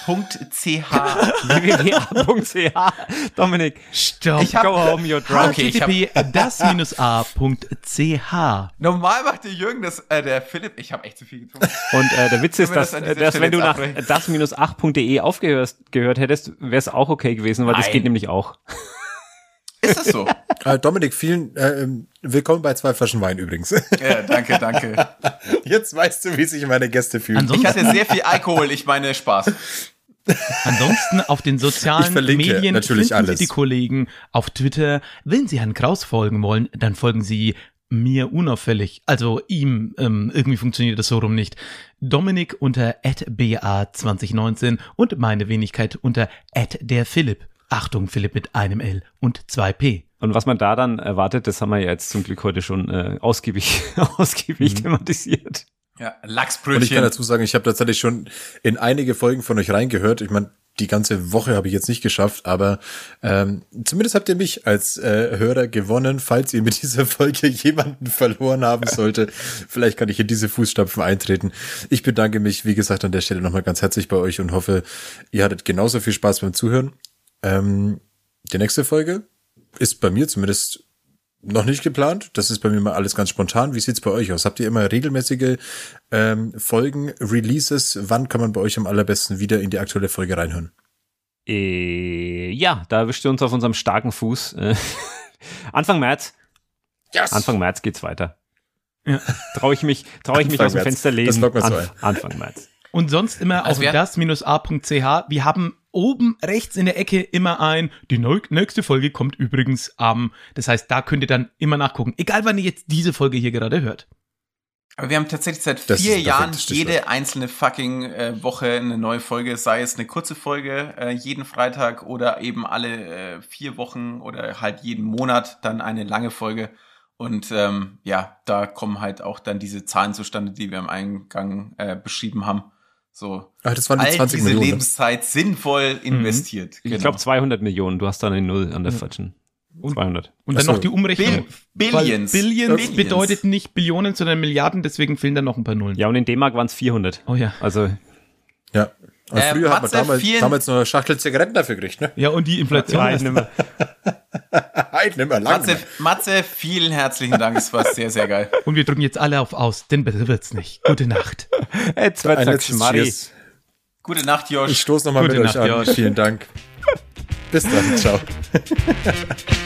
www.a.ch. Dominik, Stopp. go home, you're drunk. Okay, http://das-a.ch. Normal macht der Jürgen das, der Philipp, ich habe echt zu viel getrunken. Und der Witz ist, Können wir dass das an dieser wenn Stelle du jetzt nach abbrechen? das-ach.de gehört hättest, wäre es auch okay gewesen, weil das Nein. geht nämlich auch. Ist das so? Dominik, vielen willkommen bei 2 Flaschen Wein übrigens. Ja, danke. Jetzt weißt du, wie sich meine Gäste fühlen. Ich hatte sehr viel Alkohol, ich meine Spaß. Ansonsten auf den sozialen Medien natürlich finden alles. Sie die Kollegen auf Twitter. Wenn Sie Herrn Kraus folgen wollen, dann folgen Sie mir unauffällig. Also ihm, irgendwie funktioniert das so rum nicht. Dominik unter @ba2019 und meine Wenigkeit unter @derphilipp. Achtung, Philipp mit einem L und 2P. Und was man da dann erwartet, das haben wir ja jetzt zum Glück heute schon ausgiebig thematisiert. Ja, Lachsbrötchen. Und ich kann dazu sagen, ich habe tatsächlich schon in einige Folgen von euch reingehört. Ich meine, die ganze Woche habe ich jetzt nicht geschafft, aber zumindest habt ihr mich als Hörer gewonnen. Falls ihr mit dieser Folge jemanden verloren haben sollte, vielleicht kann ich in diese Fußstapfen eintreten. Ich bedanke mich, wie gesagt, an der Stelle nochmal ganz herzlich bei euch und hoffe, ihr hattet genauso viel Spaß beim Zuhören. Die nächste Folge ist bei mir zumindest noch nicht geplant. Das ist bei mir mal alles ganz spontan. Wie sieht's bei euch aus? Habt ihr immer regelmäßige Folgen, Releases? Wann kann man bei euch am allerbesten wieder in die aktuelle Folge reinhören? Ja, da erwischt ihr uns auf unserem starken Fuß. Anfang März. Yes. Anfang März geht's weiter. Ja. Trau ich mich aus dem Fenster lesen. Das lockt man so ein. Anfang März. Und sonst immer Also auf das-a.ch. Wir haben oben rechts in der Ecke immer die nächste Folge kommt übrigens das heißt, da könnt ihr dann immer nachgucken. Egal, wann ihr jetzt diese Folge hier gerade hört. Aber wir haben tatsächlich seit Das ist 4 ein Jahren perfektes Stichwort. jede einzelne fucking Woche eine neue Folge, sei es eine kurze Folge jeden Freitag oder eben alle 4 Wochen oder halt jeden Monat dann eine lange Folge. Und da kommen halt auch dann diese Zahlen zustande, die wir am Eingang beschrieben haben. So, Ach, das waren die 20 diese Millionen. Lebenszeit sinnvoll investiert. Ich glaube 200 Millionen. Du hast da eine Null an der falschen. 200. Und dann Ach so. noch die Umrechnung. Billions. Weil Billions Billions. bedeutet nicht Billionen, sondern Milliarden, deswegen fehlen dann noch ein paar Nullen. Ja, und in D-Mark waren es 400. Oh ja. Also, Ja. Und früher hat man Matze, damals noch eine Schachtel Zigaretten dafür gekriegt, ne? Ja, und die Inflation. ja, nimmer. Halt, nimmer lang. Matze, vielen herzlichen Dank. Es war sehr, sehr geil. Und wir drücken jetzt alle auf Aus, denn besser wird's nicht. Gute Nacht. Jetzt Ein wird's letztes Schmarri. Cheers. Gute Nacht, Josh. Ich stoße nochmal mit Gute euch Nacht, an. Josh. Vielen Dank. Bis dann. Ciao.